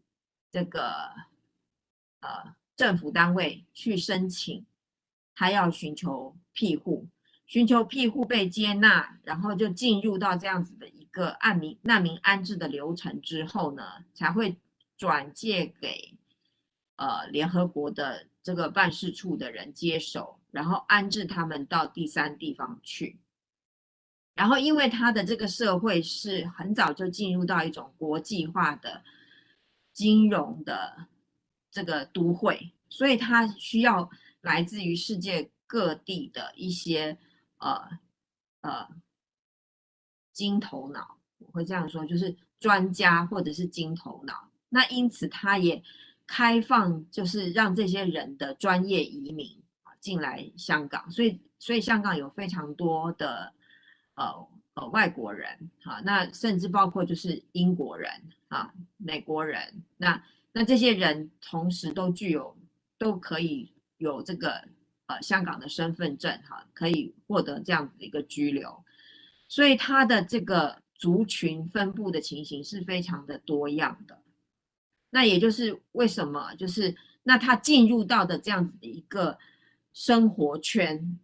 这个政府单位去申请，他要寻求庇护，寻求庇护被接纳，然后就进入到这样子的一个难民安置的流程之后呢，才会转介给联合国的这个办事处的人接手，然后安置他们到第三地方去。然后，因为他的这个社会是很早就进入到一种国际化的金融的这个都会，所以他需要来自于世界各地的一些呃呃金头脑，我会这样说，就是专家或者是金头脑。那因此，他也开放，就是让这些人的专业移民进来香港，所以香港有非常多的外国人那甚至包括就是英国人美国人，那这些人同时都可以有这个香港的身份证可以获得这样子的一个居留，所以它的这个族群分布的情形是非常的多样的。那也就是为什么就是那他进入到的这样子的一个生活圈，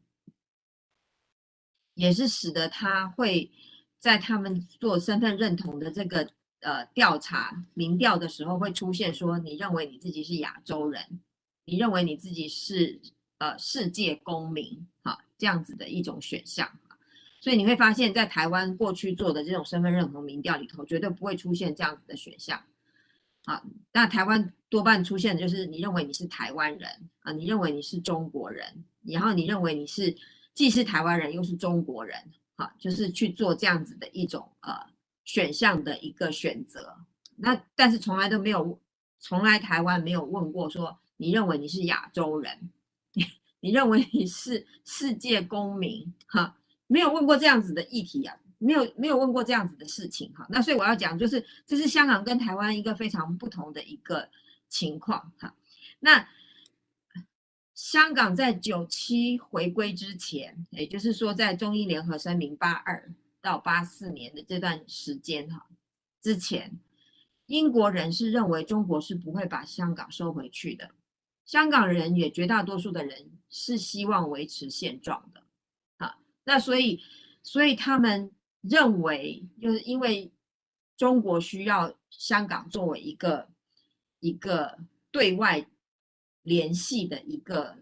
也是使得他会在他们做身份认同的这个调查民调的时候，会出现说你认为你自己是亚洲人，你认为你自己是世界公民这样子的一种选项。所以你会发现在台湾过去做的这种身份认同民调里头，绝对不会出现这样子的选项。那台湾多半出现的就是你认为你是台湾人你认为你是中国人，然后你认为你是既是台湾人又是中国人就是去做这样子的一种选项的一个选择。那但是从来台湾没有问过说你认为你是亚洲人，你认为你是世界公民没有问过这样子的议题没有问过这样子的事情那所以我要讲就是这是香港跟台湾一个非常不同的一个情况那香港在97回归之前，也就是说在中英联合声明82到84年的这段时间之前，英国人是认为中国是不会把香港收回去的，香港人也绝大多数的人是希望维持现状的那所以他们认为，就是因为中国需要香港作为一个对外联系的一个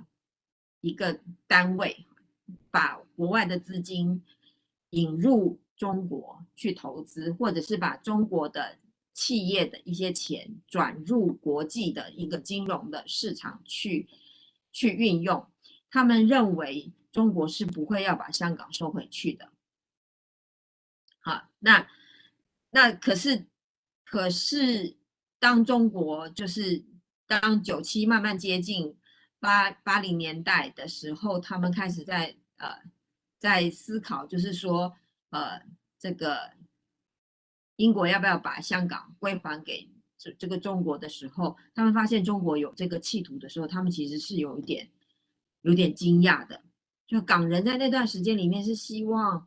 单位，把国外的资金引入中国去投资，或者是把中国的企业的一些钱转入国际的一个金融的市场去运用。他们认为中国是不会要把香港收回去的。好，那可是当中国就是当97慢慢接近80年代的时候，他们开始在思考，就是说这个英国要不要把香港归还给这个中国的时候，他们发现中国有这个企图的时候，他们其实是有点惊讶的。就港人在那段时间里面是希望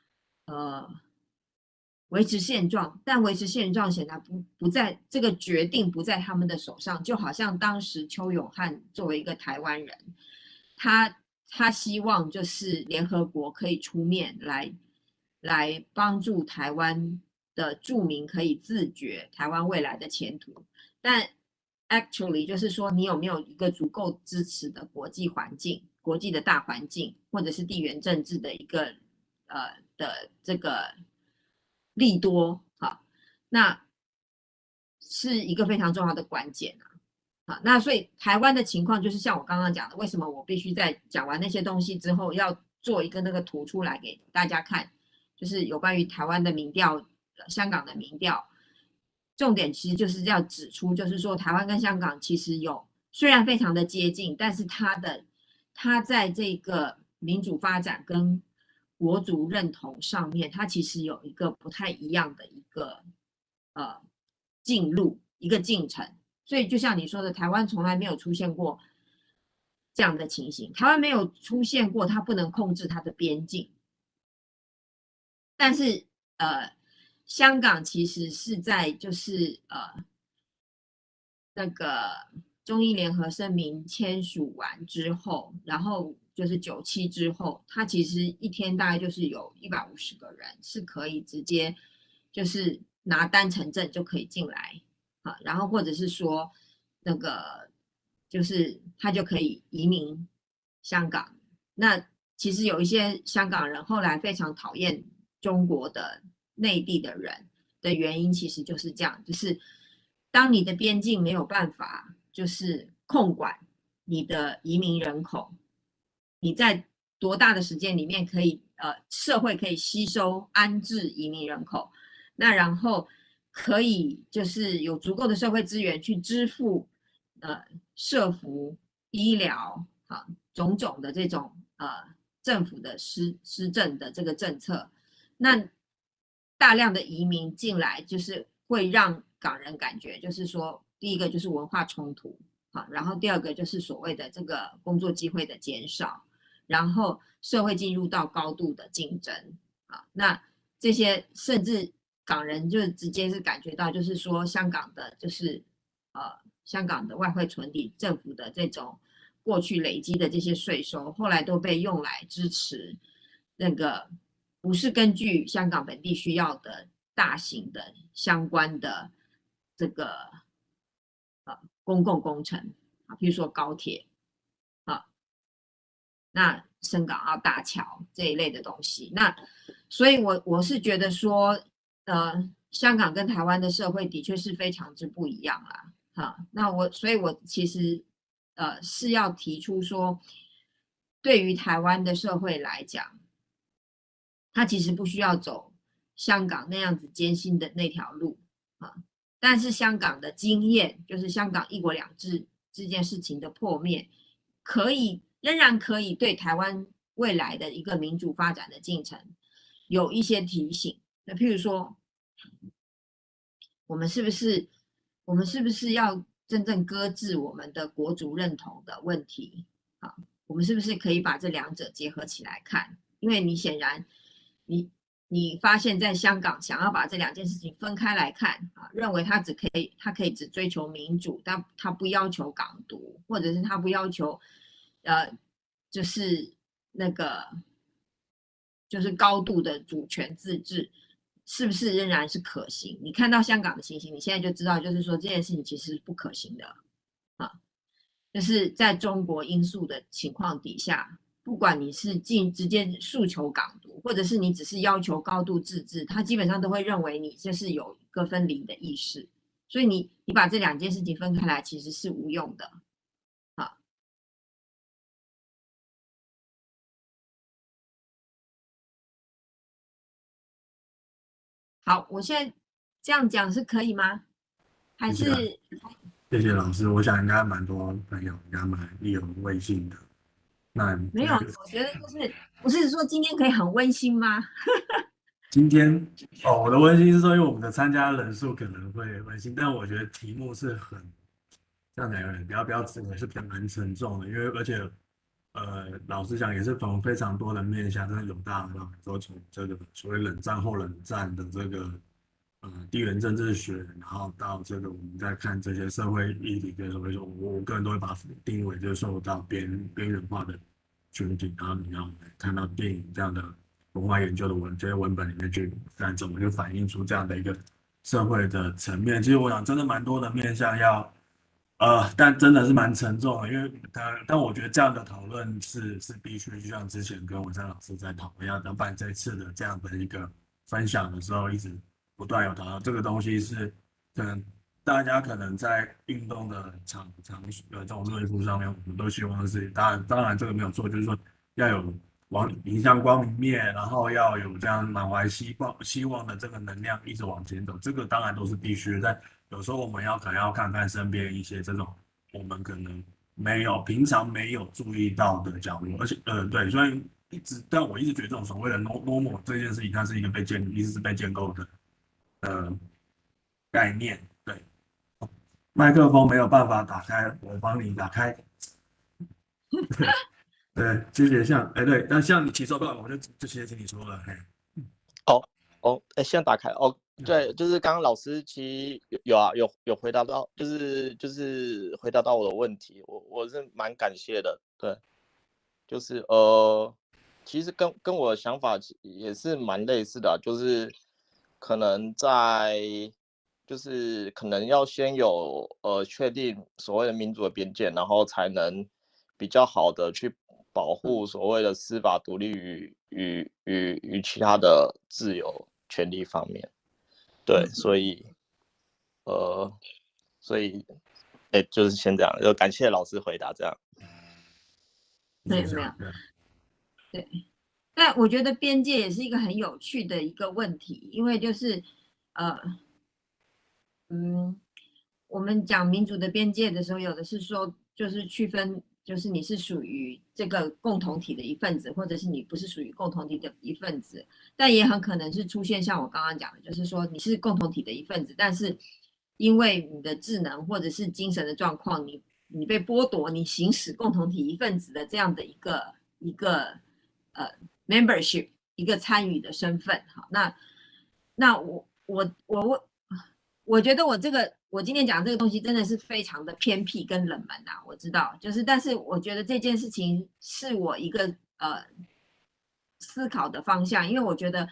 维持现状，但维持现状显然不在这个决定不在他们的手上，就好像当时邱永汉作为一个台湾人，他希望就是联合国可以出面来帮助台湾的住民可以自决台湾未来的前途，但 actually 就是说你有没有一个足够支持的国际环境、国际的大环境，或者是地缘政治的一个的这个利多那是一个非常重要的关键那所以台湾的情况就是像我刚刚讲的，为什么我必须在讲完那些东西之后要做一个那个图出来给大家看，就是有关于台湾的民调、香港的民调，重点其实就是要指出，就是说台湾跟香港其实虽然非常的接近，但是它在这个民主发展跟国族认同上面，它其实有一个不太一样的一个一个进程。所以就像你说的，台湾从来没有出现过这样的情形，台湾没有出现过它不能控制它的边境，但是香港其实是在就是那个中医联合声明签署完之后，然后就是97之后，它其实一天大概就是有150个人是可以直接就是拿单程证就可以进来啊，然后或者是说那个就是他就可以移民香港。那其实有一些香港人后来非常讨厌中国的内地的人的原因，其实就是这样，就是当你的边境没有办法就是控管你的移民人口，你在多大的时间里面可以社会可以吸收安置移民人口，那然后可以就是有足够的社会资源去支付社福、医疗啊种种的这种政府的施政的这个政策，那大量的移民进来，就是会让港人感觉，就是说，第一个就是文化冲突，好，然后第二个就是所谓的这个工作机会的减少，然后社会进入到高度的竞争，啊，那这些甚至港人就直接是感觉到，就是说香港的，就是香港的外汇存底，政府的这种过去累积的这些税收，后来都被用来支持那个不是根据香港本地需要的大型的相关的这个公共工程啊，比如说高铁啊，那深港澳大桥这一类的东西。那所以我是觉得说，香港跟台湾的社会的确是非常之不一样啦。哈，所以我其实是要提出说，对于台湾的社会来讲，它其实不需要走香港那样子艰辛的那条路啊。但是香港的经验，就是香港一国两制这件事情的破灭，仍然可以对台湾未来的一个民主发展的进程有一些提醒。那譬如说，我们是不是要真正搁置我们的国族认同的问题？啊，我们是不是可以把这两者结合起来看？因为你显然你发现在香港想要把这两件事情分开来看啊，认为他可以只追求民主，但他不要求港独，或者是他不要求就是那个就是高度的主权自治，是不是仍然是可行？你看到香港的情形，你现在就知道，就是说这件事情其实是不可行的啊，就是在中国因素的情况底下。不管你是直接诉求港独，或者是你只是要求高度自治，他基本上都会认为你就是有一个分离的意识，所以你把这两件事情分开来，其实是无用的。好，好，我现在这样讲是可以吗？还谢谢啊， 是谢谢老师，我想应该蛮多朋友应该蛮意犹未尽的。那没有？我觉得就是不是说今天可以很温馨吗？ 今天我的温馨是说，因为我们的参加人数可能会温馨，但我觉得题目是很这样讲有点不要自以为是蛮沉重的，因为而且老实讲也是从非常多的面向，真的有大到说从这个所谓冷战后冷战的这个地缘政治学，然后到这个我们在看这些社会议题的时候，我个人都会把它定义为就是受到边缘化的群体，然后你要看到电影这样的文化研究的这些文本里面去看怎么去反映出这样的一个社会的层面。其实我想真的蛮多的面向要但真的是蛮沉重的，因为但我觉得这样的讨论是必须，就像之前跟文山老师在讨论要办这次的这样的一个分享的时候，一直不断有谈到这个东西是可能大家可能在运动的这种热度上面，我们都希望是当然这个没有错，就是说要有迎向光明面，然后要有这样满怀希望的这个能量一直往前走，这个当然都是必须的。但有时候我们可能要看看身边一些这种我们可能平常没有注意到的角落，而且对，所以但我一直觉得这种所谓的 normal 这件事情，它是一个一直是被建构的概念。对，麦克风没有办法打开，我帮你打开。对，谢谢对，那像你起手段，我就直接请你说了，嘿。 现在打开哦。 对，就是刚刚老师其实有回答到，就是回答到我的问题，我是蛮感谢的。对，就是其实跟我的想法也是蛮类似的啊，就是可能就是可能要先有确定所谓的民主的边界，然后才能比较好的去保护所谓的司法独立与其他的自由权利方面。对，所以呃，所以就是先这样，就感谢老师回答这样。 没有没有，对。但我觉得边界也是一个很有趣的一个问题，因为就是呃嗯，我们讲民主的边界的时候，有的是说就是区分，就是你是属于这个共同体的一份子，或者是你不是属于共同体的一份子，但也很可能是出现像我刚刚讲的，就是说你是共同体的一份子，但是因为你的智能或者是精神的状况，你被剥夺你行使共同体一份子的这样的一个呃 membership 一个参与的身份。好，那我觉得我今天讲这个东西真的是非常的偏僻跟冷门啊，我知道，就是但是我觉得这件事情是我一个思考的方向，因为我觉得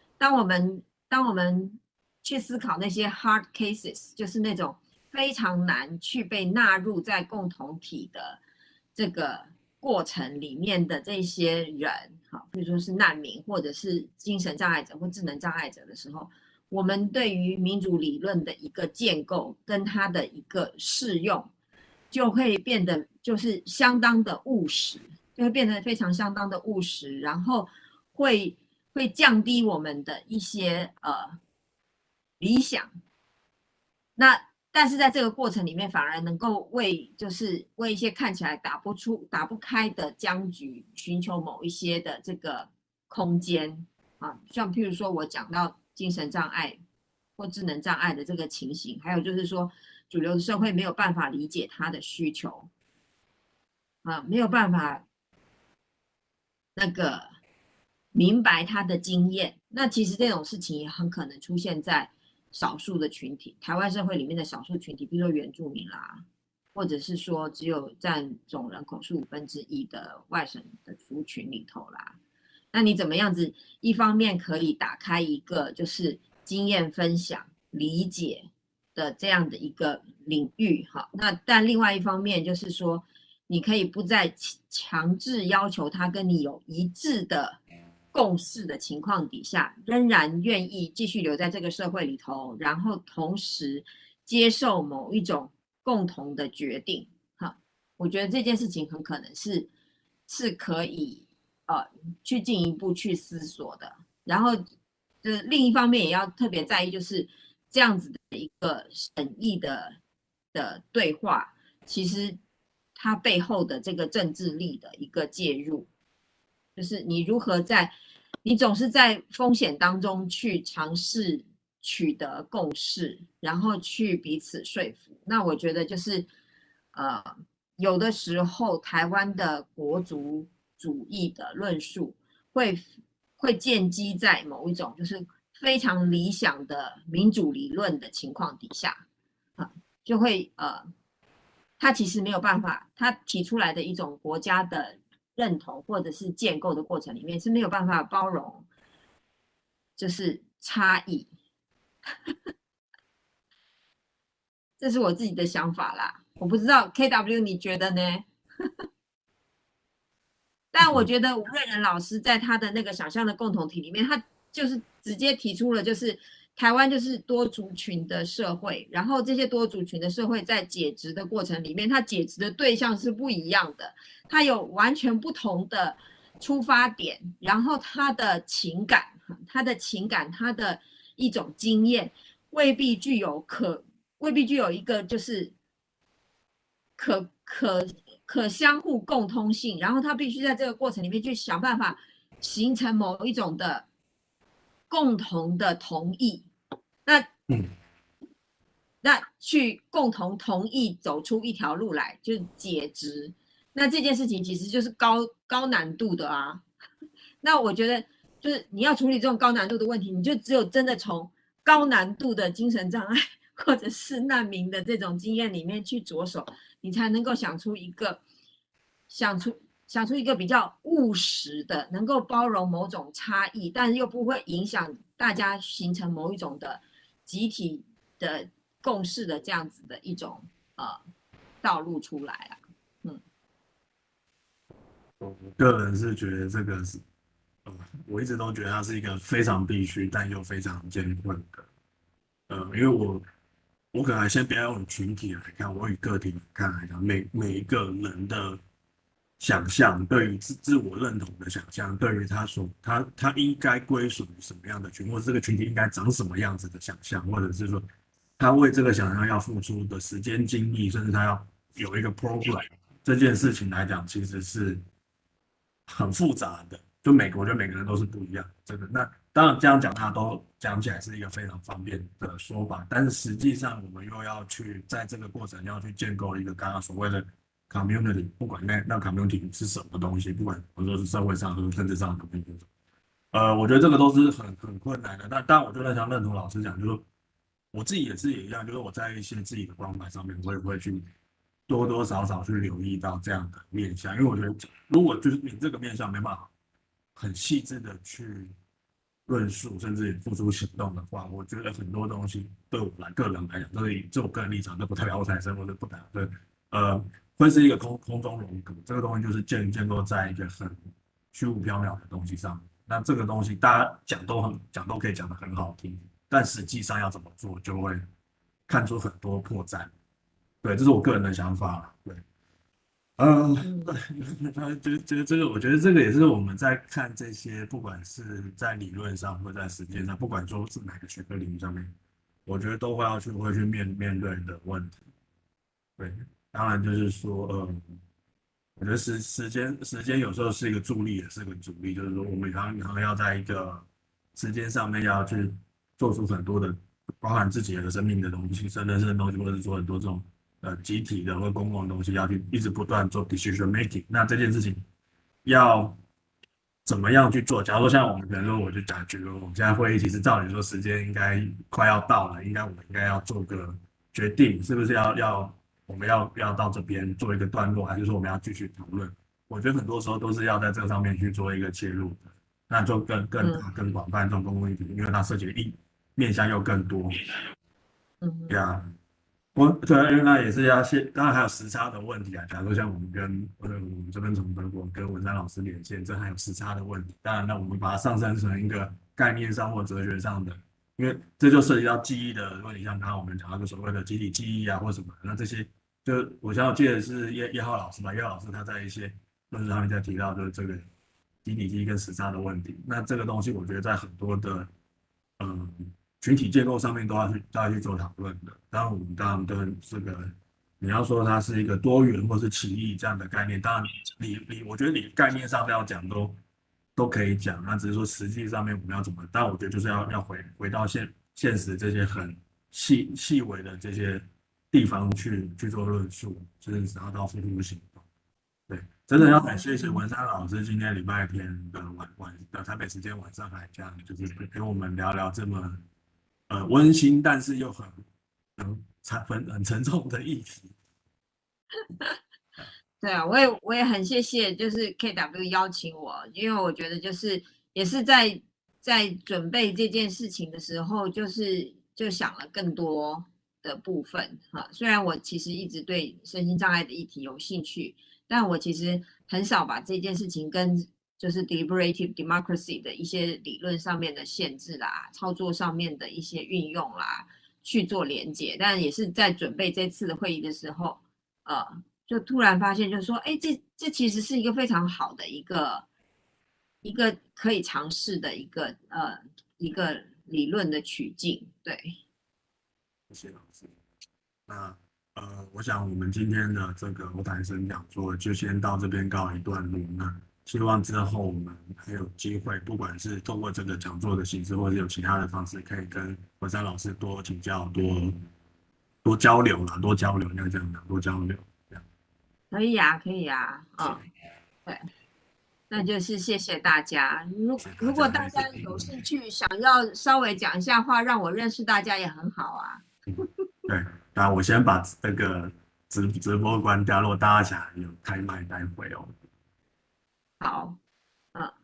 当我们去思考那些 hard cases，就是那种非常难去被纳入在共同体的这个过程里面的这些人，好，比如说是难民或者是精神障碍者或智能障碍者的时候，我们对于民主理论的一个建构跟它的一个适用，就会变得就是相当的务实，就会变得非常相当的务实，然后会降低我们的一些理想。那但是在这个过程里面，反而能够为一些看起来打不开的僵局，寻求某一些的这个空间啊，像譬如说我讲到精神障碍或智能障碍的这个情形，还有就是说主流的社会没有办法理解他的需求啊，没有办法那个明白他的经验。那其实这种事情也很可能出现在少数的群体，台湾社会里面的少数群体，比如说原住民啦，或者是说只有占总人口1/15的外省的族群里头啦。那你怎么样子？一方面可以打开一个就是经验分享、理解的这样的一个领域，哈。那但另外一方面就是说，你可以不再强制要求他跟你有一致的共识的情况底下，仍然愿意继续留在这个社会里头，然后同时接受某一种共同的决定，哈。我觉得这件事情很可能是可以去进一步去思索的。然后，另一方面也要特别在意，就是这样子的一个审议的对话，其实它背后的这个政治力的一个介入，就是你如何你总是在风险当中去尝试取得共识，然后去彼此说服。那我觉得就是呃，有的时候台湾的国族主义的论述会建基在某一种就是非常理想的民主理论的情况底下，就会他其实没有办法，他提出来的一种国家的认同或者是建构的过程里面是没有办法包容，就是差异。这是我自己的想法啦，我不知道 KW 你觉得呢？但我觉得吴瑞仁老师在他的那个想象的共同体里面，他就是直接提出了，就是台湾就是多族群的社会，然后这些多族群的社会在解职的过程里面，它解职的对象是不一样的，它有完全不同的出发点，然后他的情感，他的一种经验，未必具有一个就是可可可相互共通性，然后他必须在这个过程里面去想办法形成某一种的共同的同意，那去共同同意走出一条路来，就是解职。那这件事情其实就是高难度的啊。那我觉得就是你要处理这种高难度的问题，你就只有真的从高难度的精神障碍或者是难民的这种经验里面去着手，你才能够想出一个比较务实的，能够包容某种差异，但是又不会影响大家形成某一种的集体的共识的这样子的一种道路出来啊。 我个人是觉得这个是，我一直都觉得它是一个非常必须但又非常艰困的，因为我可能先不要用群体来看，我以个体来看来讲，每一个人的想象，对于自我认同的想象，对于他应该归属于什么样的群，或者这个群体应该长什么样子的想象，或者是说他为这个想象要付出的时间精力，甚至他要有一个 program 这件事情来讲，其实是很复杂的。我觉得每个人都是不一样，这个那当然这样讲，大家都讲起来是一个非常方便的说法，但是实际上我们又要去在这个过程要去建构一个刚刚所谓的 community， 不管那 community 是什么东西，不管我说是社会上或者政治上的 community，我觉得这个都是很困难的。那当然，我就在想认同老师讲，就是说我自己也一样，就是我在一些自己的光盘上面，我也会去多多少少去留意到这样的面向，因为我觉得如果就是你这个面向没办法很细致的去论述，甚至付出行动的话，我觉得很多东西对我个人来讲，这我个人立场，这不代表我产生或者不谈，对，会是一个空中楼阁，这个东西就是建构在一个很虚无缥缈的东西上面。那这个东西大家都可以讲得很好听，但实际上要怎么做，就会看出很多破绽。对，这是我个人的想法。对，对，这个，我觉得这个也是我们在看这些，不管是在理论上或在实践上，不管说是哪个学科领域上面，我觉得都会去面对的问题。对，当然就是说，我觉得时间有时候是一个助力，也是个阻力。就是说，我们常常要在一个时间上面要去做出很多的，包含自己的生命的东西、人生的东西，或者是做很多这种集体的或公共的东西，要去一直不断做 decision making。那这件事情要怎么样去做？假如说像我们可能说，我就觉得我们现在会议其实照理说时间应该快要到了，我们应该要做个决定，是不是我们要到这边做一个段落，还是说我们要继续讨论？我觉得很多时候都是要在这个上面去做一个切入的，那就更大、更广泛这种公共议题，因为它涉及的面向又更多。对啊，对啊，因为那也是当然还有时差的问题啊。假如说像我们这边从德国跟文山老师连线，这还有时差的问题。当然，那我们把它上升成一个概念上或哲学上的，因为这就涉及到记忆的问题，像刚刚我们讲到就所谓的集体记忆啊，或什么，那这些我记得是叶浩老师吧，叶浩老师他在一些论述上面在提到就是这个集体记忆跟时差的问题。那这个东西，我觉得在很多的嗯群体结构上面都要去做讨论的。当然跟这个你要说它是一个多元或是歧义这样的概念，当然我觉得你概念上要讲都可以讲，那只是说实际上面我们要怎么，但我觉得就是要回到现实这些很细微的这些地方去做论述，就是然后到付诸行动。对，真的要感谢文山老师今天礼拜天的台北时间晚上来讲，就是陪我们聊聊这么温馨但是又很沉重的议题。 对啊，我也很谢谢，就是 KW 邀请我，因为我觉得就是也是在准备这件事情的时候，就想了更多的部分哈。虽然我其实一直对身心障碍的议题有兴趣，但我其实很少把这件事情跟就是 deliberative democracy 的一些理论上面的限制啦、操作上面的一些运用啦去做连接。但也是在准备这次的会议的时候，就突然发现，就是说，哎，这其实是一个非常好的一个可以尝试的一个理论的取径，对。 谢谢老师。那我想我们今天的这个欧台生讲座就先到这边告一段落。那希望之后我们还有机会，不管是通过这个讲座的形式，或者有其他的方式，可以跟文山老师多请教、多交流啦，多交流，应该这样讲，多交流。 可以啊，可以啊，对。 那就是谢谢大家。 谢谢如果大没家事有兴趣，想要稍微讲一下话，让我认识大家也很好啊。 对，那我先把那个直播关掉，如果大家想有开麦待会哦。 好，嗯。